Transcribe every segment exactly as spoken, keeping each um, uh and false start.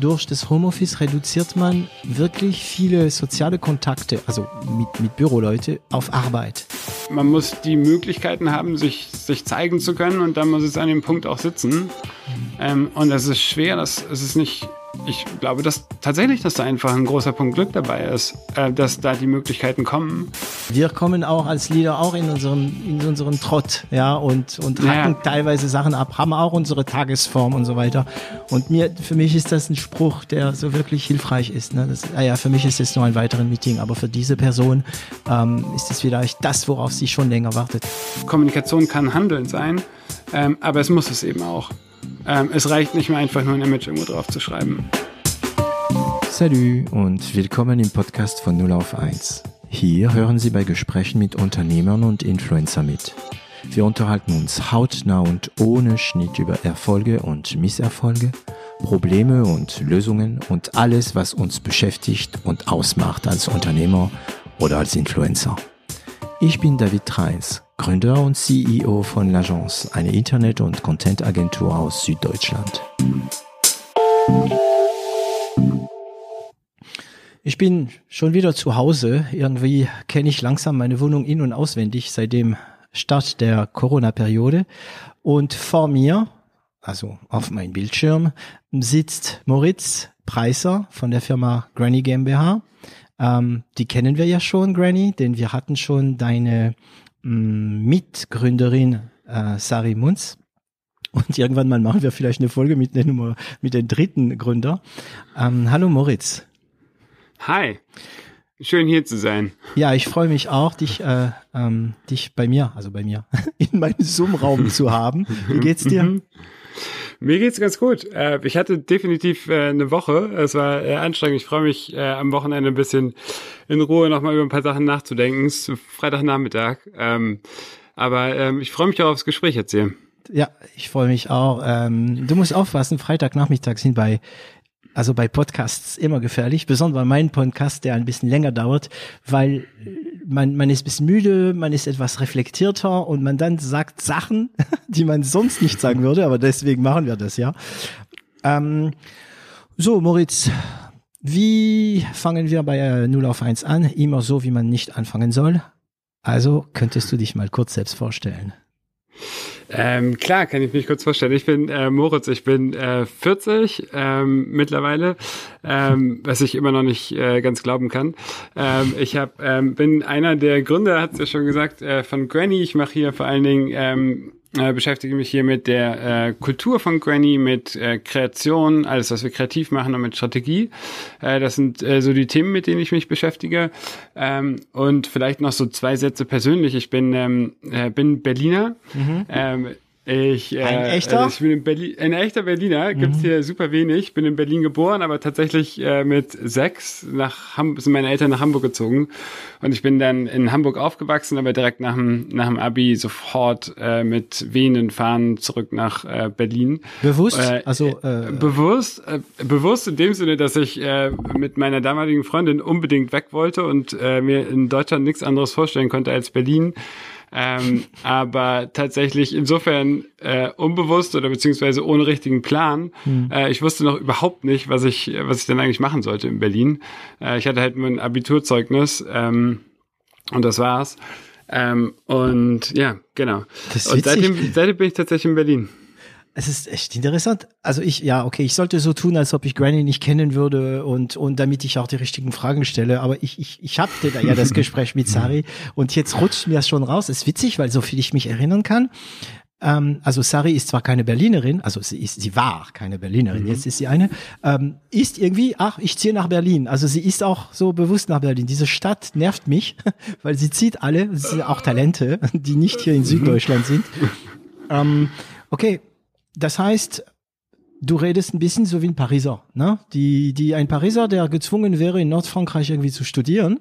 durch das Homeoffice reduziert man wirklich viele soziale Kontakte, also mit, mit Büroleute, auf Arbeit. Man muss die Möglichkeiten haben, sich, sich zeigen zu können und dann muss es an dem Punkt auch sitzen. Mhm. Ähm, und das ist schwer, das, es ist nicht... Ich glaube, dass tatsächlich, dass da einfach ein großer Punkt Glück dabei ist, äh, dass da die Möglichkeiten kommen. Wir kommen auch als Leader auch in unserem in unseren Trott, ja, und und hacken ja. teilweise Sachen ab, haben auch unsere Tagesform und so weiter. Und mir, für mich ist das ein Spruch, der so wirklich hilfreich ist. Ne? Das, ja, für mich ist es nur ein weiteres Meeting, aber für diese Person ähm, ist es vielleicht das, worauf sie schon länger wartet. Kommunikation kann Handeln sein, ähm, aber es muss es eben auch. Ähm, es reicht nicht mehr einfach nur ein Image irgendwo drauf zu schreiben. Salut und willkommen im Podcast von null auf eins. Hier hören Sie bei Gesprächen mit Unternehmern und Influencer mit. Wir unterhalten uns hautnah und ohne Schnitt über Erfolge und Misserfolge, Probleme und Lösungen und alles, was uns beschäftigt und ausmacht als Unternehmer oder als Influencer. Ich bin David Treins, Gründer und C E O von L'Agence, eine Internet- und Content-Agentur aus Süddeutschland. Ich bin schon wieder zu Hause. Irgendwie kenne ich langsam meine Wohnung in- und auswendig seit dem Start der Corona-Periode. Und vor mir, also auf meinem Bildschirm, sitzt Moritz Preiser von der Firma Granny GmbH. Ähm, die kennen wir ja schon, Granny, denn wir hatten schon deine m, Mitgründerin äh, Sari Munz. Und irgendwann mal machen wir vielleicht eine Folge mit der Nummer, mit dem dritten Gründer. Ähm, hallo Moritz. Hi, schön hier zu sein. Ja, ich freue mich auch, dich, äh, ähm, dich bei mir, also bei mir, in meinem Zoom-Raum zu haben. Wie geht's dir? Mir geht's ganz gut. Äh, ich hatte definitiv äh, eine Woche. Es war äh, anstrengend. Ich freue mich, äh, am Wochenende ein bisschen in Ruhe nochmal über ein paar Sachen nachzudenken. Es ist Freitagnachmittag. Ähm, aber ähm, ich freue mich auch aufs Gespräch jetzt hier. Ja, ich freue mich auch. Ähm, du musst aufpassen, Freitagnachmittag sind bei Also bei Podcasts immer gefährlich, besonders bei meinem Podcast, der ein bisschen länger dauert, weil man man ist ein bisschen müde, man ist etwas reflektierter und man dann sagt Sachen, die man sonst nicht sagen würde, aber deswegen machen wir das, ja. Ähm, so, Moritz, wie fangen wir bei äh, null auf eins an? Immer so, wie man nicht anfangen soll. Also könntest du dich mal kurz selbst vorstellen? Ähm, klar, kann ich mich kurz vorstellen. Ich bin äh, Moritz, ich bin äh, vierzig ähm, mittlerweile, ähm, was ich immer noch nicht äh, ganz glauben kann. Ähm, ich hab, ähm, bin einer der Gründer, hat's ja schon gesagt, äh, von Granny. Ich mache hier vor allen Dingen, ähm, äh, beschäftige mich hier mit der äh, Kultur von Granny, mit äh, Kreation, alles, was wir kreativ machen und mit Strategie. Äh, das sind äh, so die Themen, mit denen ich mich beschäftige. Ähm, und vielleicht noch so zwei Sätze persönlich. Ich bin ähm, äh, bin Berliner. Mhm. Ähm, Ich, äh, ein echter? Also ich bin in Berlin, ein echter Berliner, gibt's mhm. hier super wenig. Bin in Berlin geboren, aber tatsächlich äh, mit sechs nach Ham- sind meine Eltern nach Hamburg gezogen. Und ich bin dann in Hamburg aufgewachsen, aber direkt nach dem, nach dem Abi sofort äh, mit wehenden Fahnen zurück nach äh, Berlin. Bewusst? Äh, also äh, bewusst, äh, bewusst in dem Sinne, dass ich äh, mit meiner damaligen Freundin unbedingt weg wollte und äh, mir in Deutschland nichts anderes vorstellen konnte als Berlin. Ähm, aber tatsächlich insofern äh, unbewusst oder beziehungsweise ohne richtigen Plan. Hm. Äh, ich wusste noch überhaupt nicht, was ich was ich denn eigentlich machen sollte in Berlin. Äh, ich hatte halt mein Abiturzeugnis ähm, und das war's. Ähm, und ja, genau. Das ist und seitdem, seitdem bin ich tatsächlich in Berlin. Es ist echt interessant. Also ich, ja, okay, ich sollte so tun, als ob ich Granny nicht kennen würde und und damit ich auch die richtigen Fragen stelle. Aber ich ich ich hatte da ja das Gespräch mit Sari und jetzt rutscht mir das schon raus. Es ist witzig, weil so viel ich mich erinnern kann. Ähm, also Sari ist zwar keine Berlinerin, also sie ist, sie war keine Berlinerin, mhm. jetzt ist sie eine. Ähm, ist irgendwie, ach, ich ziehe nach Berlin. Also sie ist auch so bewusst nach Berlin. Diese Stadt nervt mich, weil sie zieht alle, es sind auch Talente, die nicht hier in Süddeutschland sind. Ähm, okay. Das heißt, du redest ein bisschen so wie ein Pariser, ne? Die, die, ein Pariser, der gezwungen wäre, in Nordfrankreich irgendwie zu studieren.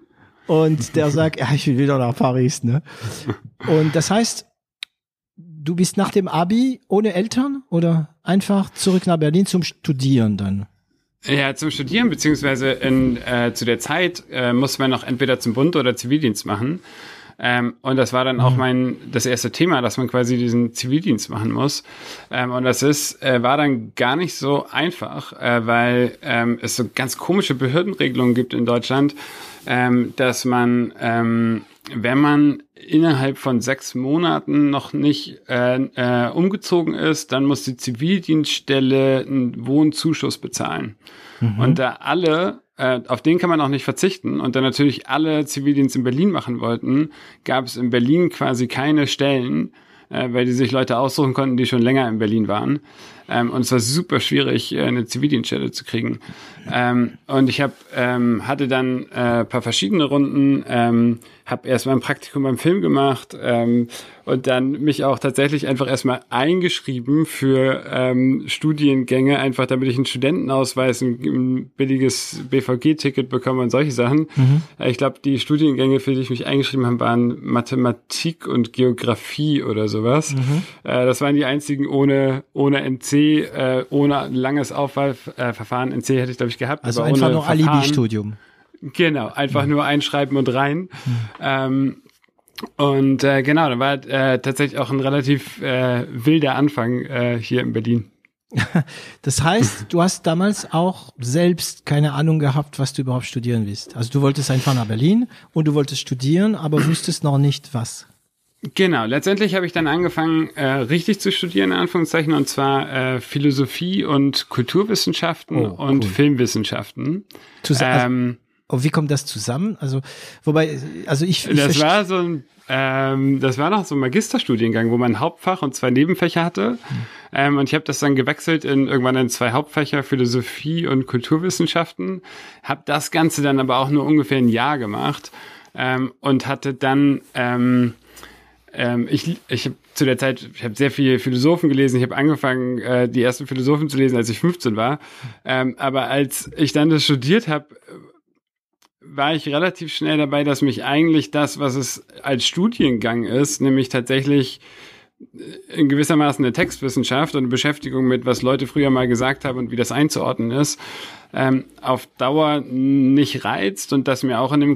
Und der sagt, ja, ich will wieder nach Paris, ne? Und das heißt, du bist nach dem Abi ohne Eltern oder einfach zurück nach Berlin zum Studieren dann? Ja, zum Studieren, beziehungsweise in, äh, zu der Zeit äh, muss man noch entweder zum Bund oder Zivildienst machen. Ähm, und das war dann mhm. auch mein, das erste Thema, dass man quasi diesen Zivildienst machen muss. Ähm, und das ist, äh, war dann gar nicht so einfach, äh, weil ähm, es so ganz komische Behördenregelungen gibt in Deutschland, ähm, dass man, ähm, wenn man innerhalb von sechs Monaten noch nicht äh, äh, umgezogen ist, dann muss die Zivildienststelle einen Wohnzuschuss bezahlen. Mhm. Und da alle, äh, auf den kann man auch nicht verzichten, und dann natürlich alle Zivildienst in Berlin machen wollten, gab es in Berlin quasi keine Stellen, äh, weil die sich Leute aussuchen konnten, die schon länger in Berlin waren. Ähm, und es war super schwierig, äh, eine Zivildienststelle zu kriegen. Ähm, und ich hab, ähm, hatte dann äh, paar verschiedene Runden, ähm, habe erstmal ein Praktikum beim Film gemacht ähm, und dann mich auch tatsächlich einfach erstmal eingeschrieben für ähm, Studiengänge, einfach damit ich einen Studentenausweis, ein, ein billiges B V G-Ticket bekomme und solche Sachen. Mhm. Äh, ich glaube, die Studiengänge, für die ich mich eingeschrieben habe, waren Mathematik und Geografie oder sowas. Mhm. Äh, das waren die einzigen ohne, ohne N C, äh, ohne langes Aufwahlverfahren. N C hätte ich, glaube ich, gehabt. Also aber einfach ohne nur Alibi-Studium. Genau, einfach mhm. nur einschreiben und rein. Mhm. Ähm, und äh, genau, da war äh, tatsächlich auch ein relativ äh, wilder Anfang äh, hier in Berlin. Das heißt, du hast damals auch selbst keine Ahnung gehabt, was du überhaupt studieren willst. Also du wolltest einfach nach Berlin und du wolltest studieren, aber wusstest noch nicht was. Genau, letztendlich habe ich dann angefangen, äh, richtig zu studieren, in Anführungszeichen, und zwar äh, Philosophie und Kulturwissenschaften oh, und cool. Filmwissenschaften. Zus- ähm, also, wie kommt das zusammen? Also, wobei, also ich, ich das verste- war so ein, ähm, das war noch so ein Magisterstudiengang, wo man ein Hauptfach und zwei Nebenfächer hatte. Hm. Ähm, und ich habe das dann gewechselt in irgendwann in zwei Hauptfächer, Philosophie und Kulturwissenschaften. Habe das Ganze dann aber auch nur ungefähr ein Jahr gemacht ähm, und hatte dann ähm, Ähm, ich ich habe zu der Zeit, ich habe sehr viele Philosophen gelesen. Ich habe angefangen, äh, die ersten Philosophen zu lesen, als ich fünfzehn war. Ähm, aber als ich dann das studiert habe, war ich relativ schnell dabei, dass mich eigentlich das, was es als Studiengang ist, nämlich tatsächlich in gewissermaßen eine Textwissenschaft und eine Beschäftigung mit, was Leute früher mal gesagt haben und wie das einzuordnen ist, ähm, auf Dauer nicht reizt, und dass mir auch in dem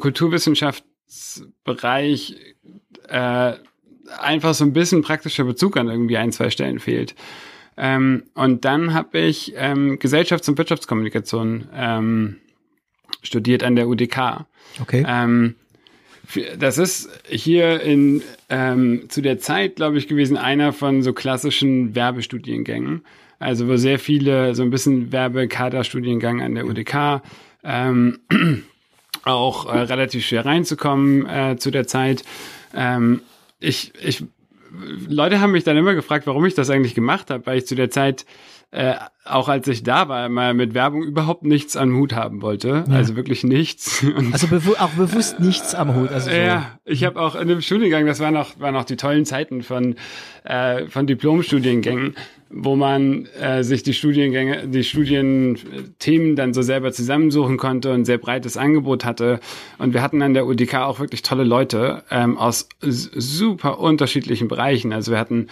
Kulturwissenschaftsbereich äh, einfach so ein bisschen praktischer Bezug an irgendwie ein, zwei Stellen fehlt. Ähm, und dann habe ich ähm, Gesellschafts- und Wirtschaftskommunikation ähm, studiert an der U D K. Okay. Ähm, das ist hier in ähm, zu der Zeit, glaube ich, gewesen einer von so klassischen Werbestudiengängen. Also wo sehr viele, so ein bisschen Werbekaderstudiengang an der U D K, ähm, auch äh, relativ schwer reinzukommen äh, zu der Zeit. Ähm, Ich, ich, Leute haben mich dann immer gefragt, warum ich das eigentlich gemacht habe, weil ich zu der Zeit, äh, auch als ich da war, mal mit Werbung überhaupt nichts am Hut haben wollte. Ja. Also wirklich nichts. Und, also bewu- auch bewusst nichts am Hut. Also so. Ja, ich habe auch in dem Studiengang, das waren auch, waren auch die tollen Zeiten von, äh, von Diplomstudiengängen, wo man äh, sich die Studiengänge, die Studienthemen dann so selber zusammensuchen konnte und ein sehr breites Angebot hatte. Und wir hatten an der U D K auch wirklich tolle Leute ähm, aus s- super unterschiedlichen Bereichen. Also wir hatten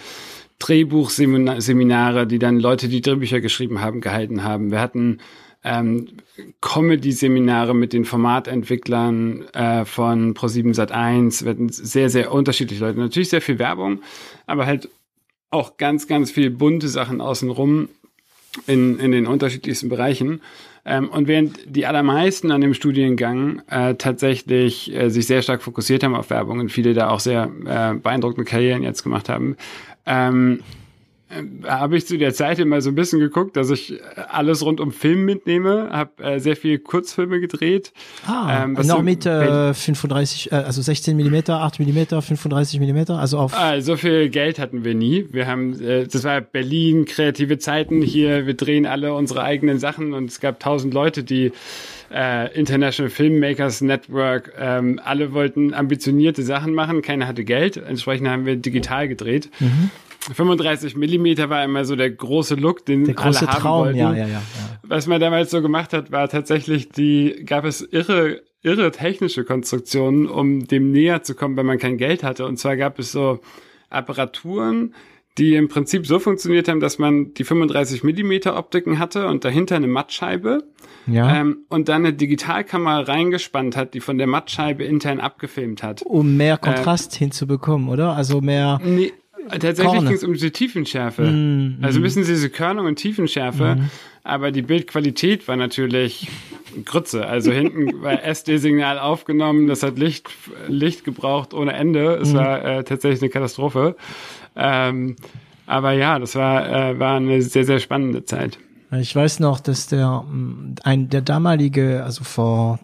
Drehbuchseminare, die dann Leute, die Drehbücher geschrieben haben, gehalten haben. Wir hatten ähm, Comedy-Seminare mit den Formatentwicklern äh, von ProSieben Sat eins. Wir hatten sehr, sehr unterschiedliche Leute. Natürlich sehr viel Werbung, aber halt auch ganz, ganz viel bunte Sachen außenrum in, in den unterschiedlichsten Bereichen. Ähm, und während die allermeisten an dem Studiengang äh, tatsächlich äh, sich sehr stark fokussiert haben auf Werbung und viele da auch sehr äh, beeindruckende Karrieren jetzt gemacht haben, ähm, äh, habe ich zu der Zeit immer so ein bisschen geguckt, dass ich alles rund um Film mitnehme, habe äh, sehr viele Kurzfilme gedreht. Ah, ähm, noch so mit äh, fünfunddreißig, äh, also sechzehn Millimeter, acht Millimeter, fünfunddreißig Millimeter, also auf... Ah, so viel Geld hatten wir nie. Wir haben, äh, das war Berlin, kreative Zeiten hier, wir drehen alle unsere eigenen Sachen und es gab tausend Leute, die äh, International Filmmakers Network, ähm, alle wollten ambitionierte Sachen machen, keiner hatte Geld, entsprechend haben wir digital gedreht. Mhm. fünfunddreißig Millimeter war immer so der große Look, den der große alle haben Traum, wollten. Ja, ja, ja, ja. Was man damals so gemacht hat, war tatsächlich die, gab es irre, irre technische Konstruktionen, um dem näher zu kommen, wenn man kein Geld hatte. Und zwar gab es so Apparaturen, die im Prinzip so funktioniert haben, dass man die fünfunddreißig Millimeter Optiken hatte und dahinter eine Mattscheibe. Ja. Ähm, und dann eine Digitalkamera reingespannt hat, die von der Mattscheibe intern abgefilmt hat. Um mehr Kontrast äh, hinzubekommen, oder? Also mehr... Nee, tatsächlich ging es um die Tiefenschärfe. Mm, also ein mm. bisschen diese Körnung und Tiefenschärfe. Mm. Aber die Bildqualität war natürlich Grütze. Also hinten war S D-Signal aufgenommen, das hat Licht, Licht gebraucht ohne Ende. Es mm. war äh, tatsächlich eine Katastrophe. Ähm, aber ja, das war, äh, war eine sehr, sehr spannende Zeit. Ich weiß noch, dass der ein der damalige, also vor,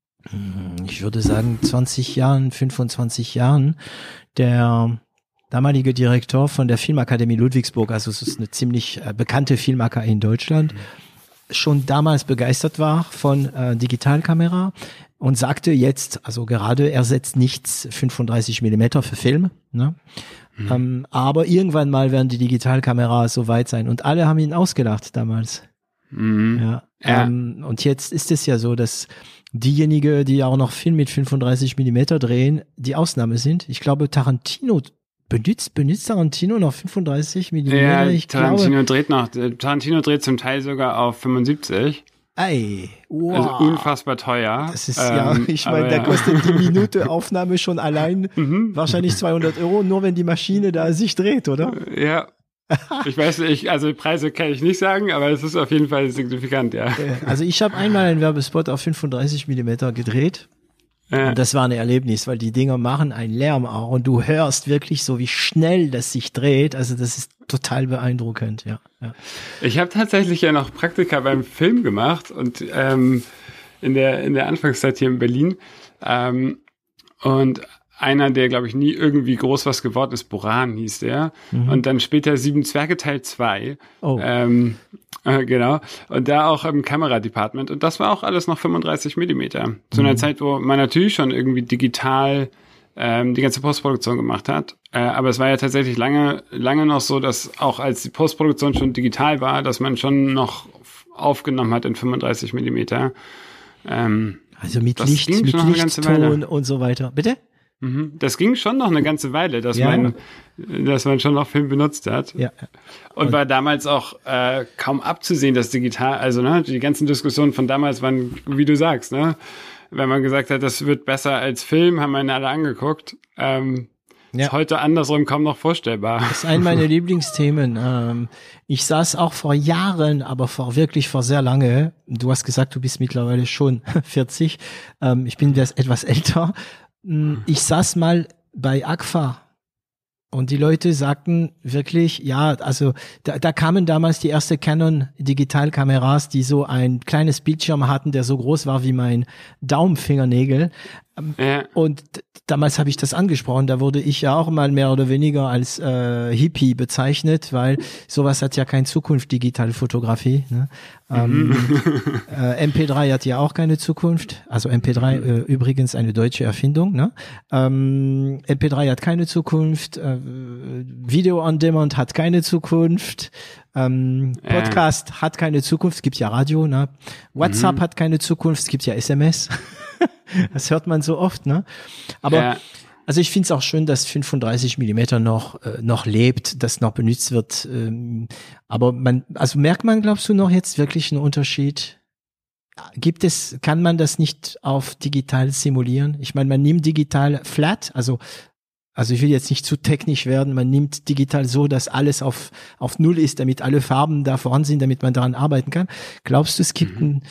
ich würde sagen zwanzig Jahren, fünfundzwanzig Jahren, der damalige Direktor von der Filmakademie Ludwigsburg, also es ist eine ziemlich äh, bekannte Filmakademie in Deutschland, schon damals begeistert war von äh, Digitalkamera und sagte jetzt, also gerade er setzt nichts fünfunddreißig Millimeter für Film, ne? Mhm. Ähm, aber irgendwann mal werden die Digitalkameras so weit sein und alle haben ihn ausgelacht damals. Mhm. Ja. ja. Ähm, und jetzt ist es ja so, dass diejenigen, die auch noch Film mit fünfunddreißig Millimeter drehen, die Ausnahme sind. Ich glaube, Tarantino benutzt, benutzt Tarantino noch fünfunddreißig Millimeter. Ja, ich Tarantino glaube, dreht noch, Tarantino dreht zum Teil sogar auf fünfundsiebzig. Ey, wow. Also unfassbar teuer. Das ist, ähm, ja, ich meine, da ja. kostet die Minute Aufnahme schon allein mhm. wahrscheinlich zweihundert Euro, nur wenn die Maschine da sich dreht, oder? Ja. Ich weiß nicht, also Preise kann ich nicht sagen, aber es ist auf jeden Fall signifikant, ja. Also ich habe einmal einen Werbespot auf fünfunddreißig Millimeter gedreht. Ja. Und das war ein Erlebnis, weil die Dinger machen einen Lärm auch und du hörst wirklich so, wie schnell das sich dreht. Also das ist total beeindruckend, ja. ja. Ich habe tatsächlich ja noch Praktika beim Film gemacht und ähm, in der in der Anfangszeit hier in Berlin ähm, und einer, der, glaube ich, nie irgendwie groß was geworden ist, Boran hieß der. Mhm. Und dann später Sieben Zwerge Teil zwei. Oh. Ähm, äh, genau. Und da auch im Kameradepartment. Und das war auch alles noch fünfunddreißig Millimeter. Zu einer mhm. Zeit, wo man natürlich schon irgendwie digital ähm, die ganze Postproduktion gemacht hat. Äh, aber es war ja tatsächlich lange, lange noch so, dass auch als die Postproduktion schon digital war, dass man schon noch aufgenommen hat in fünfunddreißig Millimeter. Ähm, also mit Licht, mit Lichtton und so weiter. Bitte? Das ging schon noch eine ganze Weile, dass ja. man, dass man schon noch Film benutzt hat. Ja. Und, und war damals auch äh, kaum abzusehen, dass digital, also ne, die ganzen Diskussionen von damals waren, wie du sagst, ne, wenn man gesagt hat, das wird besser als Film, haben wir ihn alle angeguckt. Ähm, ja. Ist heute andersrum kaum noch vorstellbar. Das ist ein meiner Lieblingsthemen. Ähm, ich saß auch vor Jahren, aber vor wirklich vor sehr lange. Du hast gesagt, du bist mittlerweile schon vierzig. Ähm, ich bin etwas älter. Ich saß mal bei Agfa und die Leute sagten wirklich, ja, also da, da kamen damals die erste Canon Digitalkameras, die so ein kleines Bildschirm hatten, der so groß war wie mein Daumenfingernägel. Ja. Und damals habe ich das angesprochen, da wurde ich ja auch mal mehr oder weniger als äh, Hippie bezeichnet, weil sowas hat ja keine Zukunft, Digitalfotografie. Ne? Mhm. Ähm, äh, M P drei hat ja auch keine Zukunft, also M P drei äh, übrigens eine deutsche Erfindung. Ne? Ähm, M P drei hat keine Zukunft, äh, Video on Demand hat keine Zukunft, ähm, Podcast ja. hat keine Zukunft, es gibt ja Radio, ne? WhatsApp mhm. hat keine Zukunft, es gibt ja S M S. Das hört man so oft, ne? Aber ja. Also ich finde es auch schön, dass fünfunddreißig Millimeter noch äh, noch lebt, das noch benutzt wird. Ähm, aber man, also merkt man, glaubst du, noch jetzt wirklich einen Unterschied? Gibt es, kann man das nicht auf digital simulieren? Ich meine, man nimmt digital flat, also also ich will jetzt nicht zu technisch werden. Man nimmt digital so, dass alles auf auf null ist, damit alle Farben da vorhanden sind, damit man daran arbeiten kann. Glaubst du, es gibt mhm.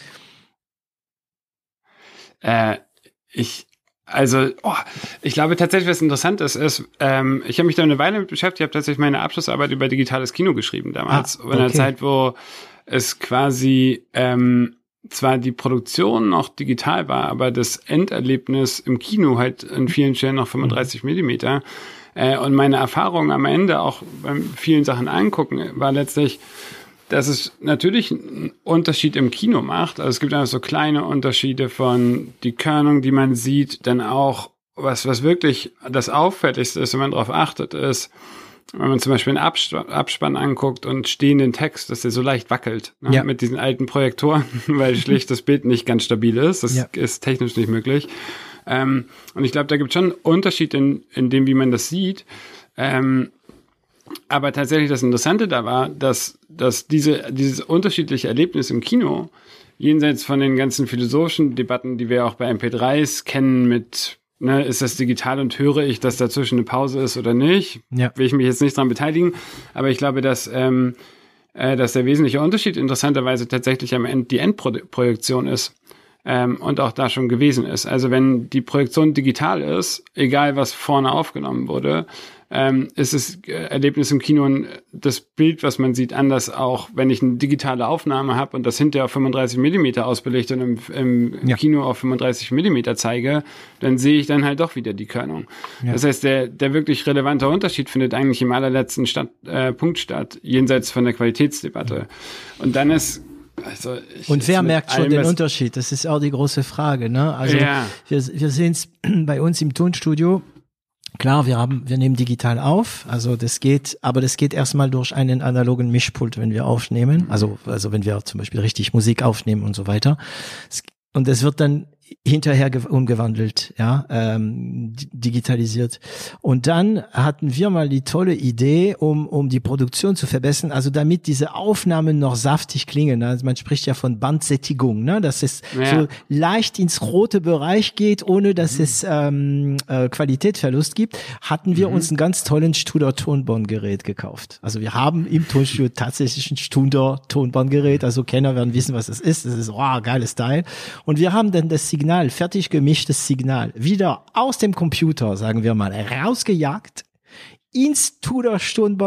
ein Äh, ich, also, oh, ich glaube tatsächlich, was interessant ist, ist, ähm, ich habe mich da eine Weile mit beschäftigt, ich habe tatsächlich meine Abschlussarbeit über digitales Kino geschrieben damals, ah, okay. in einer Zeit, wo es quasi ähm, zwar die Produktion noch digital war, aber das Enderlebnis im Kino halt in vielen Stellen noch fünfunddreißig mhm. Millimeter. Äh, und meine Erfahrung am Ende auch beim vielen Sachen angucken war letztlich, dass es natürlich einen Unterschied im Kino macht. Also es gibt einfach so kleine Unterschiede von die Körnung, die man sieht, dann auch, was was wirklich das Auffälligste ist, wenn man darauf achtet, ist, wenn man zum Beispiel einen Absp- Abspann anguckt und stehenden Text, dass der so leicht wackelt, ne? Ja. Mit diesen alten Projektoren, weil schlicht das Bild nicht ganz stabil ist. Das ja. ist technisch nicht möglich. Ähm, und ich glaube, da gibt es schon einen Unterschied in, in dem, wie man das sieht. Ähm, aber tatsächlich das Interessante da war, dass, dass diese, dieses unterschiedliche Erlebnis im Kino, jenseits von den ganzen philosophischen Debatten, die wir auch bei M P dreis kennen mit, ne, ist das digital und höre ich, dass dazwischen eine Pause ist oder nicht, ja. will ich mich jetzt nicht dran beteiligen, aber ich glaube, dass, ähm, äh, dass der wesentliche Unterschied interessanterweise tatsächlich am Ende die Endprojektion ist. Ähm, und auch da schon gewesen ist. Also wenn die Projektion digital ist, egal was vorne aufgenommen wurde, ähm, ist das Erlebnis im Kino das Bild, was man sieht, anders auch, wenn ich eine digitale Aufnahme habe und das hinterher auf fünfunddreißig Millimeter ausbelichte und im, im ja. Kino auf fünfunddreißig Millimeter zeige, dann sehe ich dann halt doch wieder die Körnung. Ja. Das heißt, der, der wirklich relevante Unterschied findet eigentlich im allerletzten Stadt, äh, Punkt statt, jenseits von der Qualitätsdebatte. Und dann ist Also ich, und wer merkt schon den Unterschied? Das ist auch die große Frage, ne? Also ja. wir, wir sehen es bei uns im Tonstudio. Klar, wir haben, wir nehmen digital auf, also das geht, aber das geht erstmal durch einen analogen Mischpult, wenn wir aufnehmen. Also, also wenn wir zum Beispiel richtig Musik aufnehmen und so weiter. Und es wird dann hinterher umgewandelt, ja, ähm, digitalisiert. Und dann hatten wir mal die tolle Idee, um um die Produktion zu verbessern, also damit diese Aufnahmen noch saftig klingen. Also man spricht ja von Bandsättigung, ne, dass es ja. so leicht ins rote Bereich geht, ohne dass mhm. es ähm, äh, Qualitätsverlust gibt, hatten wir mhm. uns ein ganz tollen Studer Tonbandgerät gekauft. Also wir haben im Tonstudio tatsächlich ein Studer Tonbandgerät, also Kenner werden wissen, was das ist. Das ist, wow, geiles Teil. Und wir haben dann das Signal, fertig gemischtes Signal, wieder aus dem Computer, sagen wir mal, rausgejagt, ins Studer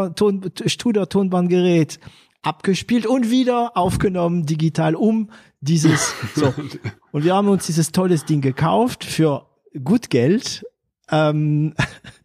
Tonbandgerät abgespielt und wieder aufgenommen digital um dieses, so. Und wir haben uns dieses tolles Ding gekauft für gut Geld. Ähm,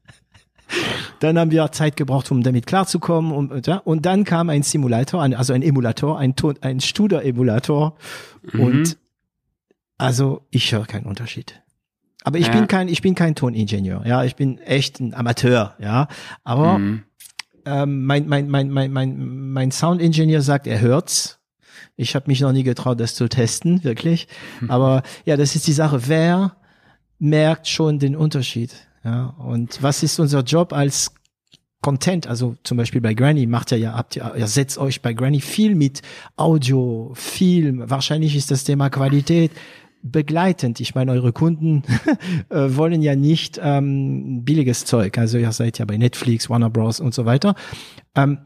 Dann haben wir Zeit gebraucht, um damit klarzukommen. Und, ja, und dann kam ein Simulator, also ein Emulator, ein, Ton, ein Studer-Emulator. Mhm. Und also ich höre keinen Unterschied. Aber ich ja. bin kein, ich bin kein Toningenieur. Ja, ich bin echt ein Amateur. Ja, aber mhm. ähm, mein mein mein mein mein mein Soundingenieur sagt, er hört's. Ich habe mich noch nie getraut, das zu testen, wirklich. Mhm. Aber ja, das ist die Sache. Wer merkt schon den Unterschied? Ja, und was ist unser Job als Content? Also zum Beispiel bei Granny macht ihr ja, habt ihr, ihr setzt euch bei Granny viel mit Audio, Film. Wahrscheinlich ist das Thema Qualität begleitend. Ich meine, eure Kunden wollen ja nicht ähm, billiges Zeug. Also ihr seid ja bei Netflix, Warner Bros. Und so weiter. Ähm,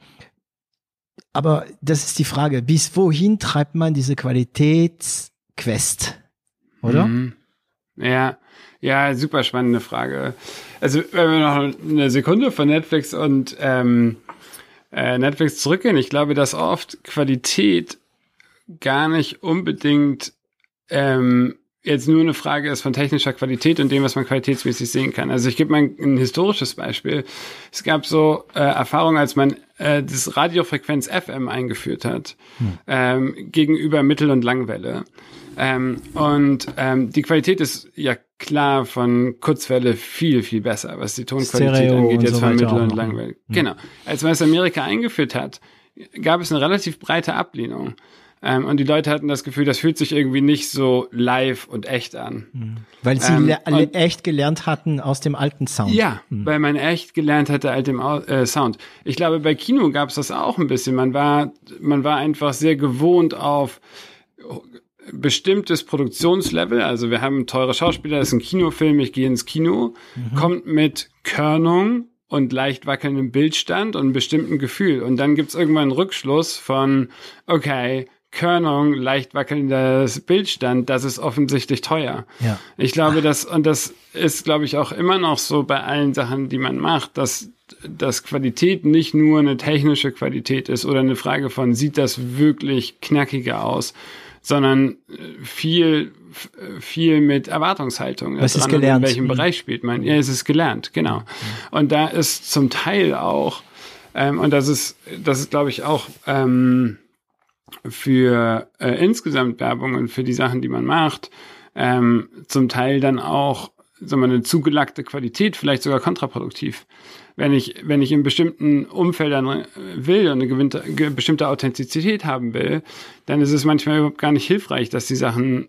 aber das ist die Frage, bis wohin treibt man diese Qualitätsquest? Oder? Mhm. Ja. Ja, super spannende Frage. Also wenn wir noch eine Sekunde von Netflix und ähm, äh, Netflix zurückgehen, ich glaube, dass oft Qualität gar nicht unbedingt ähm, jetzt nur eine Frage ist von technischer Qualität und dem, was man qualitätsmäßig sehen kann. Also ich gebe mal ein, ein historisches Beispiel. Es gab so äh, Erfahrungen, als man äh, das Radiofrequenz F M eingeführt hat, hm. ähm, gegenüber Mittel- und Langwelle. Ähm, und ähm, die Qualität ist ja klar von Kurzwelle viel, viel besser, was die Tonqualität Stereo angeht, jetzt so von Mittel- und auch. Langwelle. Mhm. Genau. Als man es in Amerika eingeführt hat, gab es eine relativ breite Ablehnung. Ähm, und die Leute hatten das Gefühl, das fühlt sich irgendwie nicht so live und echt an. Mhm. Weil sie ähm, le- echt gelernt hatten aus dem alten Sound. Ja, mhm. weil man echt gelernt hatte aus dem äh, Sound. Ich glaube, bei Kino gab es das auch ein bisschen. Man war, man war einfach sehr gewohnt auf bestimmtes Produktionslevel, also wir haben teure Schauspieler, das ist ein Kinofilm, ich gehe ins Kino, mhm. kommt mit Körnung und leicht wackelndem Bildstand und einem bestimmten Gefühl. Und dann gibt's irgendwann einen Rückschluss von, okay, Körnung, leicht wackelndes Bildstand, das ist offensichtlich teuer. Ja. Ich glaube, dass, und das ist, glaube ich, auch immer noch so bei allen Sachen, die man macht, dass dass Qualität nicht nur eine technische Qualität ist oder eine Frage von, sieht das wirklich knackiger aus, sondern viel, viel mit Erwartungshaltung. Was ist gelernt? In welchem mhm. Bereich spielt man? Ja, es ist gelernt, genau. Mhm. Und da ist zum Teil auch, ähm, und das ist, das ist, glaube ich, auch ähm, für äh, insgesamt Werbung und für die Sachen, die man macht, ähm, zum Teil dann auch, sagen wir, eine zugelackte Qualität, vielleicht sogar kontraproduktiv. Wenn ich, wenn ich in bestimmten Umfeldern will und eine gewinnt, bestimmte Authentizität haben will, dann ist es manchmal überhaupt gar nicht hilfreich, dass die Sachen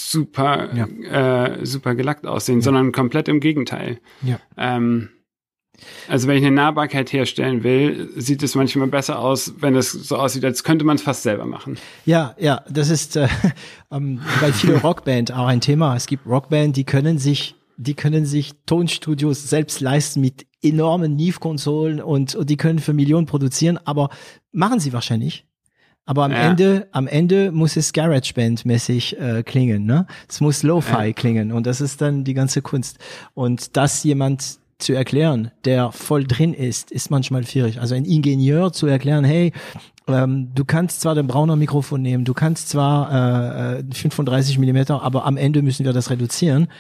super, ja. äh, super gelackt aussehen, ja. sondern komplett im Gegenteil. Ja. Ähm, Also wenn ich eine Nahbarkeit herstellen will, sieht es manchmal besser aus, wenn es so aussieht, als könnte man es fast selber machen. Ja, ja, das ist äh, ähm, bei vielen Rockband auch ein Thema. Es gibt Rockband, die können sich, die können sich Tonstudios selbst leisten mit enormen Neve-Konsolen und, und die können für Millionen produzieren, aber machen sie wahrscheinlich. Aber am Ja. Ende, am Ende muss es GarageBand-mäßig äh, klingen, ne? Es muss Lo-Fi Ja. klingen und das ist dann die ganze Kunst. Und das jemand zu erklären, der voll drin ist, ist manchmal schwierig. Also ein Ingenieur zu erklären, hey, ähm, du kannst zwar den Brauner Mikrofon nehmen, du kannst zwar äh, fünfunddreißig Millimeter, aber am Ende müssen wir das reduzieren.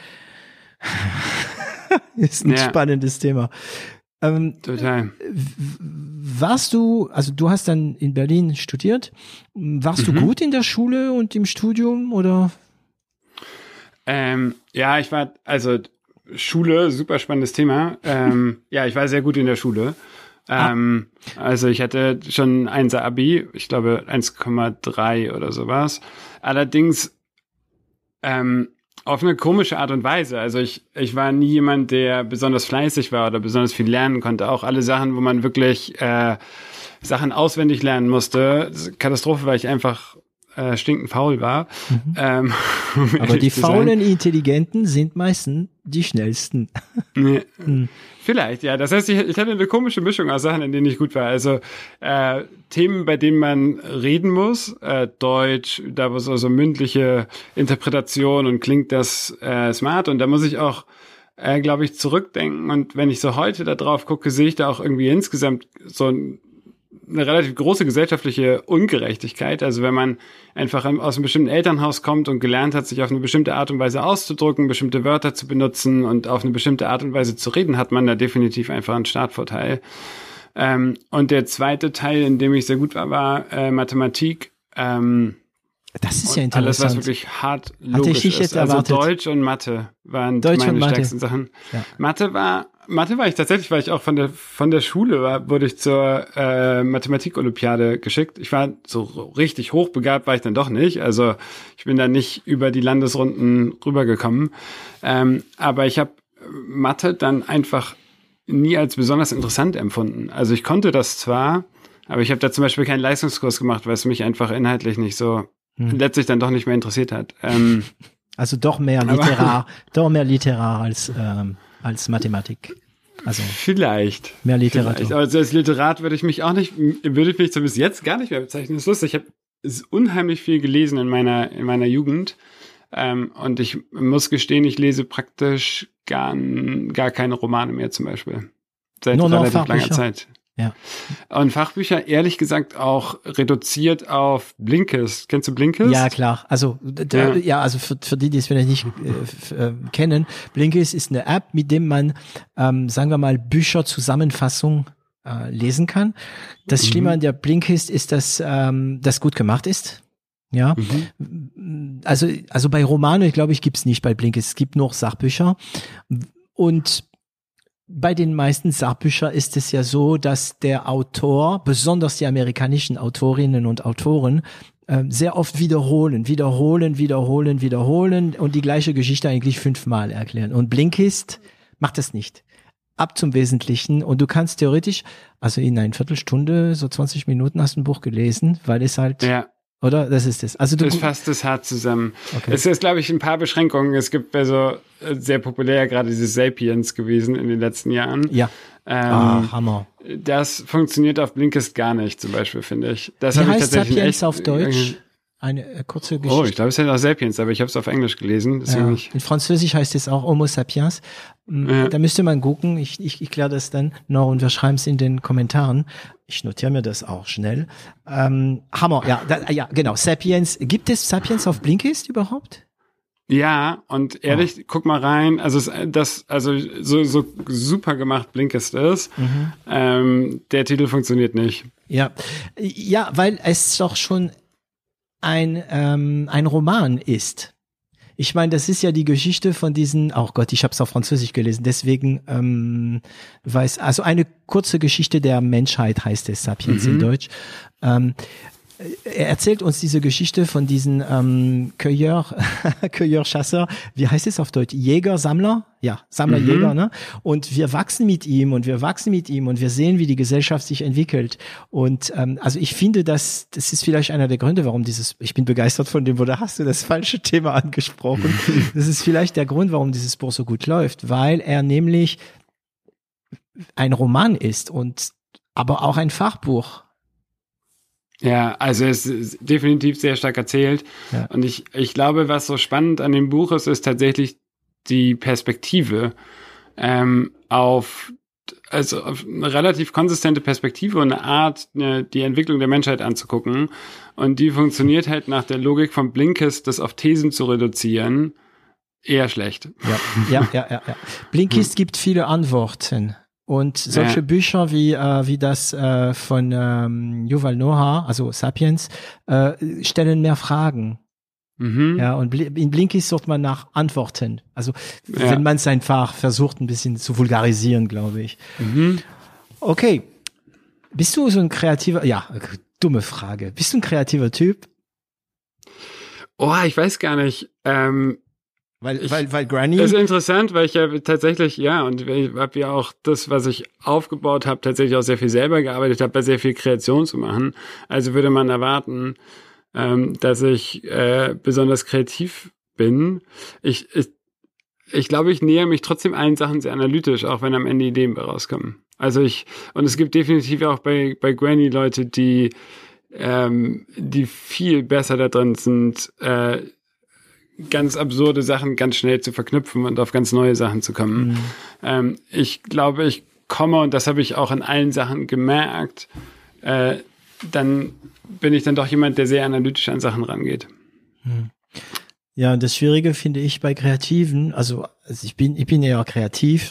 Ist ein Ja. spannendes Thema. Ähm, Total. warst du, also du hast dann in Berlin studiert, warst Mhm. du gut in der Schule und im Studium oder? Ähm, ja, ich war, also Schule, super spannendes Thema. Ähm, ja, ich war sehr gut in der Schule. Ähm, ah. Also ich hatte schon ein Einser Abi, ich glaube eins Komma drei oder sowas. Allerdings ähm, auf eine komische Art und Weise. Also ich, ich war nie jemand, der besonders fleißig war oder besonders viel lernen konnte. Auch alle Sachen, wo man wirklich äh, Sachen auswendig lernen musste. Katastrophe, weil ich einfach äh, stinkend faul war. Mhm. Ähm, um Aber ehrlich die zu sein. faulen Intelligenten sind meistens die schnellsten. Nee. Hm. Vielleicht, ja. Das heißt, ich, ich hatte eine komische Mischung aus Sachen, in denen ich gut war. Also äh, Themen, bei denen man reden muss, äh, Deutsch, da wo so, so mündliche Interpretation und klingt das äh, smart. Und da muss ich auch, äh, glaube ich, zurückdenken. Und wenn ich so heute da drauf gucke, sehe ich da auch irgendwie insgesamt so ein, eine relativ große gesellschaftliche Ungerechtigkeit. Also wenn man einfach aus einem bestimmten Elternhaus kommt und gelernt hat, sich auf eine bestimmte Art und Weise auszudrücken, bestimmte Wörter zu benutzen und auf eine bestimmte Art und Weise zu reden, hat man da definitiv einfach einen Startvorteil. Ähm, und der zweite Teil, in dem ich sehr gut war, war äh, Mathematik. Ähm, Das ist und ja interessant. alles, was wirklich hart Hatte logisch ich nicht ist. jetzt Also erwartet. Deutsch und Mathe waren Deutsch meine und Mathe. stärksten Sachen. Ja. Mathe war Mathe war ich tatsächlich, weil ich auch von der von der Schule war, wurde ich zur äh, Mathematik-Olympiade geschickt. Ich war so richtig hochbegabt, war ich dann doch nicht. Also ich bin da nicht über die Landesrunden rübergekommen. Ähm, aber ich habe Mathe dann einfach nie als besonders interessant empfunden. Also ich konnte das zwar, aber ich habe da zum Beispiel keinen Leistungskurs gemacht, weil es mich einfach inhaltlich nicht so hm. letztlich dann doch nicht mehr interessiert hat. Ähm, also doch mehr literar, doch mehr literar als ähm als Mathematik. Also vielleicht. Mehr Literatur. Vielleicht. Also als Literat würde ich mich auch nicht, würde ich mich zumindest jetzt gar nicht mehr bezeichnen. Das ist lustig. Ich habe unheimlich viel gelesen in meiner, in meiner Jugend. Ähm, und ich muss gestehen, ich lese praktisch gar, gar keine Romane mehr zum Beispiel. Seit Nur noch relativ langer Fachbücher. Zeit. Ja. Und Fachbücher, ehrlich gesagt, auch reduziert auf Blinkist. Kennst du Blinkist? Ja, klar. Also, da, Ja. ja, also für, für die, die es vielleicht nicht äh, f- äh, kennen, Blinkist ist eine App, mit dem man, ähm, sagen wir mal, Bücherzusammenfassung äh, lesen kann. Das Mhm. Schlimme an der Blinkist ist, dass ähm, das gut gemacht ist. Ja, Mhm. also, also bei Romanen, glaube ich, gibt's nicht bei Blinkist. Es gibt nur Sachbücher. Und bei den meisten Sachbüchern ist es ja so, dass der Autor, besonders die amerikanischen Autorinnen und Autoren, äh, sehr oft wiederholen, wiederholen, wiederholen, wiederholen und die gleiche Geschichte eigentlich fünfmal erklären. Und Blinkist macht das nicht. Ab zum Wesentlichen. Und du kannst theoretisch, also in einer Viertelstunde, so zwanzig Minuten hast du ein Buch gelesen, weil es halt, Ja. oder? Das ist es. Also du, Das fasst es hart zusammen. Okay. Es ist, glaube ich, ein paar Beschränkungen. Es gibt also äh, sehr populär gerade dieses Sapiens gewesen in den letzten Jahren. ja. Ähm, Ah, Hammer. Das funktioniert auf Blinkist gar nicht, zum Beispiel, finde ich. Das Wie habe ich heißt tatsächlich Sapiens echt, auf Deutsch? Eine äh, kurze Geschichte. Oh, ich glaube, es heißt auch Sapiens, aber ich habe es auf Englisch gelesen. Deswegen Ja. nicht. In Französisch heißt es auch Homo sapiens. Mm, Ja. Da müsste man gucken. Ich, ich, ich kläre das dann noch und wir schreiben es in den Kommentaren. Ich notiere mir das auch schnell. Ähm, Hammer, ja, da, ja, genau. Sapiens. Gibt es Sapiens auf Blinkist überhaupt? Ja, und ehrlich, guck mal rein. Also es, das, also so, so super gemacht Blinkist ist. Mhm. Ähm, der Titel funktioniert nicht. Ja, ja, weil es doch schon ein ähm, ein Roman ist. Ich meine, das ist ja die Geschichte von diesen, oh Gott, ich habe es auf Französisch gelesen, deswegen ähm, weiß, also eine kurze Geschichte der Menschheit heißt es, Sapiens Mhm. in Deutsch. Ähm, er erzählt uns diese Geschichte von diesen ähm, Cueilleur, Cueilleur Chasseur, wie heißt es auf Deutsch? Jäger, Sammler? Ja, Sammler, mhm. Jäger, ne? Und wir wachsen mit ihm und wir wachsen mit ihm und wir sehen, wie die Gesellschaft sich entwickelt. Und ähm, also ich finde, dass das ist vielleicht einer der Gründe, warum dieses, ich bin begeistert von dem, oder hast du das falsche Thema angesprochen? Das ist vielleicht der Grund, warum dieses Buch so gut läuft, weil er nämlich ein Roman ist und aber auch ein Fachbuch. Ja, also es ist definitiv sehr stark erzählt. Ja. Und ich, ich glaube, was so spannend an dem Buch ist, ist tatsächlich die Perspektive ähm, auf, also auf eine relativ konsistente Perspektive und eine Art, eine, die Entwicklung der Menschheit anzugucken. Und die funktioniert halt nach der Logik von Blinkist, das auf Thesen zu reduzieren, eher schlecht. Ja, ja, ja, ja. ja. Blinkist hm. gibt viele Antworten. Und solche ja. Bücher wie äh, wie das äh, von ähm, Yuval Noah, also Sapiens, äh, stellen mehr Fragen. Mhm. Ja, und in Blinkist sucht man nach Antworten. Also ja. wenn man es einfach versucht, ein bisschen zu vulgarisieren, glaube ich. Mhm. Okay, bist du so ein kreativer? Ja, dumme Frage. Bist du ein kreativer Typ? Oh, ich weiß gar nicht. Ähm Weil, ich, weil, weil Granny. Das ist interessant, weil ich ja tatsächlich, ja, und ich habe ja auch das, was ich aufgebaut habe, tatsächlich auch sehr viel selber gearbeitet habe, bei sehr viel Kreation zu machen. Also würde man erwarten, ähm, dass ich äh, besonders kreativ bin. Ich, ich, ich glaube, ich nähere mich trotzdem allen Sachen sehr analytisch, auch wenn am Ende Ideen bei rauskommen. Also ich, und es gibt definitiv auch bei, bei Granny Leute, die, ähm, die viel besser da drin sind, äh, ganz absurde Sachen ganz schnell zu verknüpfen und auf ganz neue Sachen zu kommen. Mhm. Ähm, ich glaube, ich komme, und das habe ich auch in allen Sachen gemerkt, äh, dann bin ich dann doch jemand, der sehr analytisch an Sachen rangeht. Mhm. Ja, und das Schwierige finde ich bei Kreativen, also, also ich bin ich bin ja kreativ.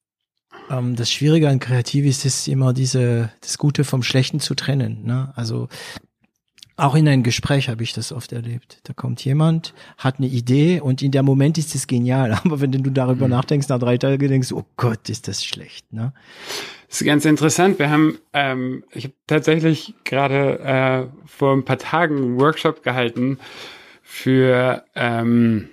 Ähm, das Schwierige an Kreativ ist, ist immer diese das Gute vom Schlechten zu trennen. Ne? Also auch in einem Gespräch habe ich das oft erlebt. Da kommt jemand, hat eine Idee und in dem Moment ist es genial. Aber wenn du darüber mhm. nachdenkst, nach drei Tagen denkst du, oh Gott, ist das schlecht. Ne? Das ist ganz interessant. Wir haben, ähm, ich habe tatsächlich gerade äh, vor ein paar Tagen einen Workshop gehalten für ähm,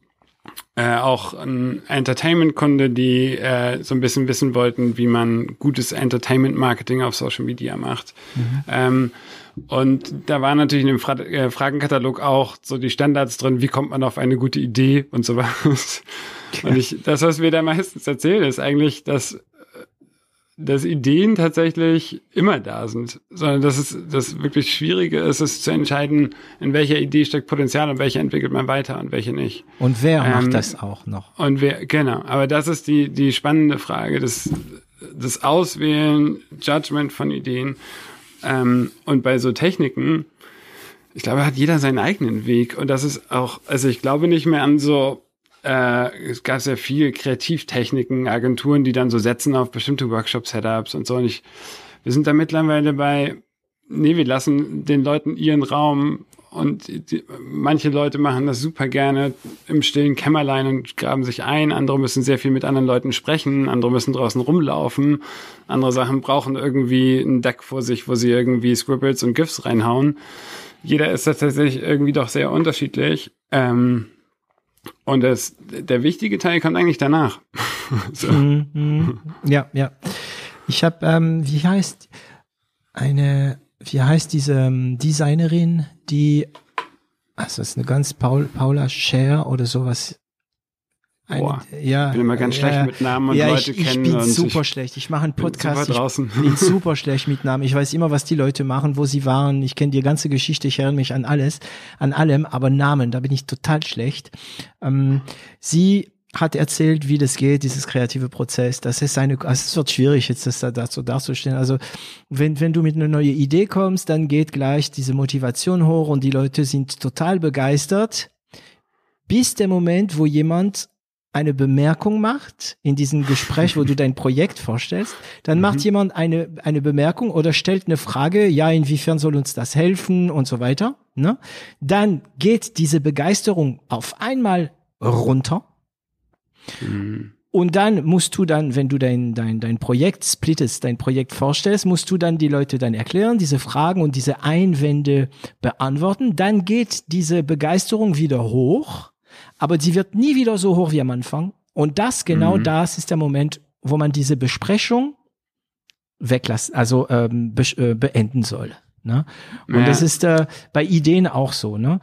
äh, auch ein Entertainment-Kunde, die äh, so ein bisschen wissen wollten, wie man gutes Entertainment-Marketing auf Social Media macht. Mhm. Ähm, Und da war natürlich in dem Fra- äh, Fragenkatalog auch so die Standards drin, wie kommt man auf eine gute Idee und sowas. Ja. Und ich, das, was wir da meistens erzählen, ist eigentlich, dass, dass Ideen tatsächlich immer da sind, sondern dass es das wirklich Schwierige ist, es zu entscheiden, in welcher Idee steckt Potenzial und welche entwickelt man weiter und welche nicht. Und wer ähm, macht das auch noch? Und wer, genau. Aber das ist die, die spannende Frage, das, das Auswählen, Judgment von Ideen. Ähm, und bei so Techniken, ich glaube, hat jeder seinen eigenen Weg. Und das ist auch, also ich glaube nicht mehr an so, äh, es gab sehr viele Kreativtechniken, Agenturen, die dann so setzen auf bestimmte Workshop-Setups und so. Und ich, wir sind da mittlerweile bei, nee, wir lassen den Leuten ihren Raum. Und die, manche Leute machen das super gerne im stillen Kämmerlein und graben sich ein. Andere müssen sehr viel mit anderen Leuten sprechen. Andere müssen draußen rumlaufen. Andere Sachen brauchen irgendwie ein Deck vor sich, wo sie irgendwie Scribbles und GIFs reinhauen. Jeder ist tatsächlich irgendwie doch sehr unterschiedlich. Ähm, und das, der wichtige Teil kommt eigentlich danach. So. Mhm, ja, ja. Ich habe, ähm, wie heißt eine... Wie heißt diese ähm, Designerin, die, also das ist eine ganz Paul, Paula Scher oder sowas. Eine, Boah, ja, ich bin immer ganz äh, schlecht mit Namen und ja, Leute ich, kennen. Ich bin und super ich schlecht. Ich mache einen Podcast, bin ich bin super schlecht mit Namen. Ich weiß immer, was die Leute machen, wo sie waren. Ich kenne die ganze Geschichte, ich erinnere mich an alles, an allem, aber Namen, da bin ich total schlecht. Ähm, sie hat erzählt, wie das geht, dieses kreative Prozess. Das ist eine, also es wird schwierig, jetzt das da dazu darzustellen. Also, wenn, wenn du mit einer neuen Idee kommst, dann geht gleich diese Motivation hoch und die Leute sind total begeistert. Bis der Moment, wo jemand eine Bemerkung macht in diesem Gespräch, wo du dein Projekt vorstellst, dann mhm. macht jemand eine, eine Bemerkung oder stellt eine Frage, ja, inwiefern soll uns das helfen und so weiter, ne? Dann geht diese Begeisterung auf einmal runter. Mhm. Und dann musst du dann, wenn du dein, dein, dein Projekt splittest, dein Projekt vorstellst, musst du dann die Leute dann erklären, diese Fragen und diese Einwände beantworten. Dann geht diese Begeisterung wieder hoch, aber sie wird nie wieder so hoch wie am Anfang. Und das, genau mhm. das ist der Moment, wo man diese Besprechung weglassen, also ähm, be- äh, beenden soll. Ne? Und ja. das ist äh, bei Ideen auch so, ne?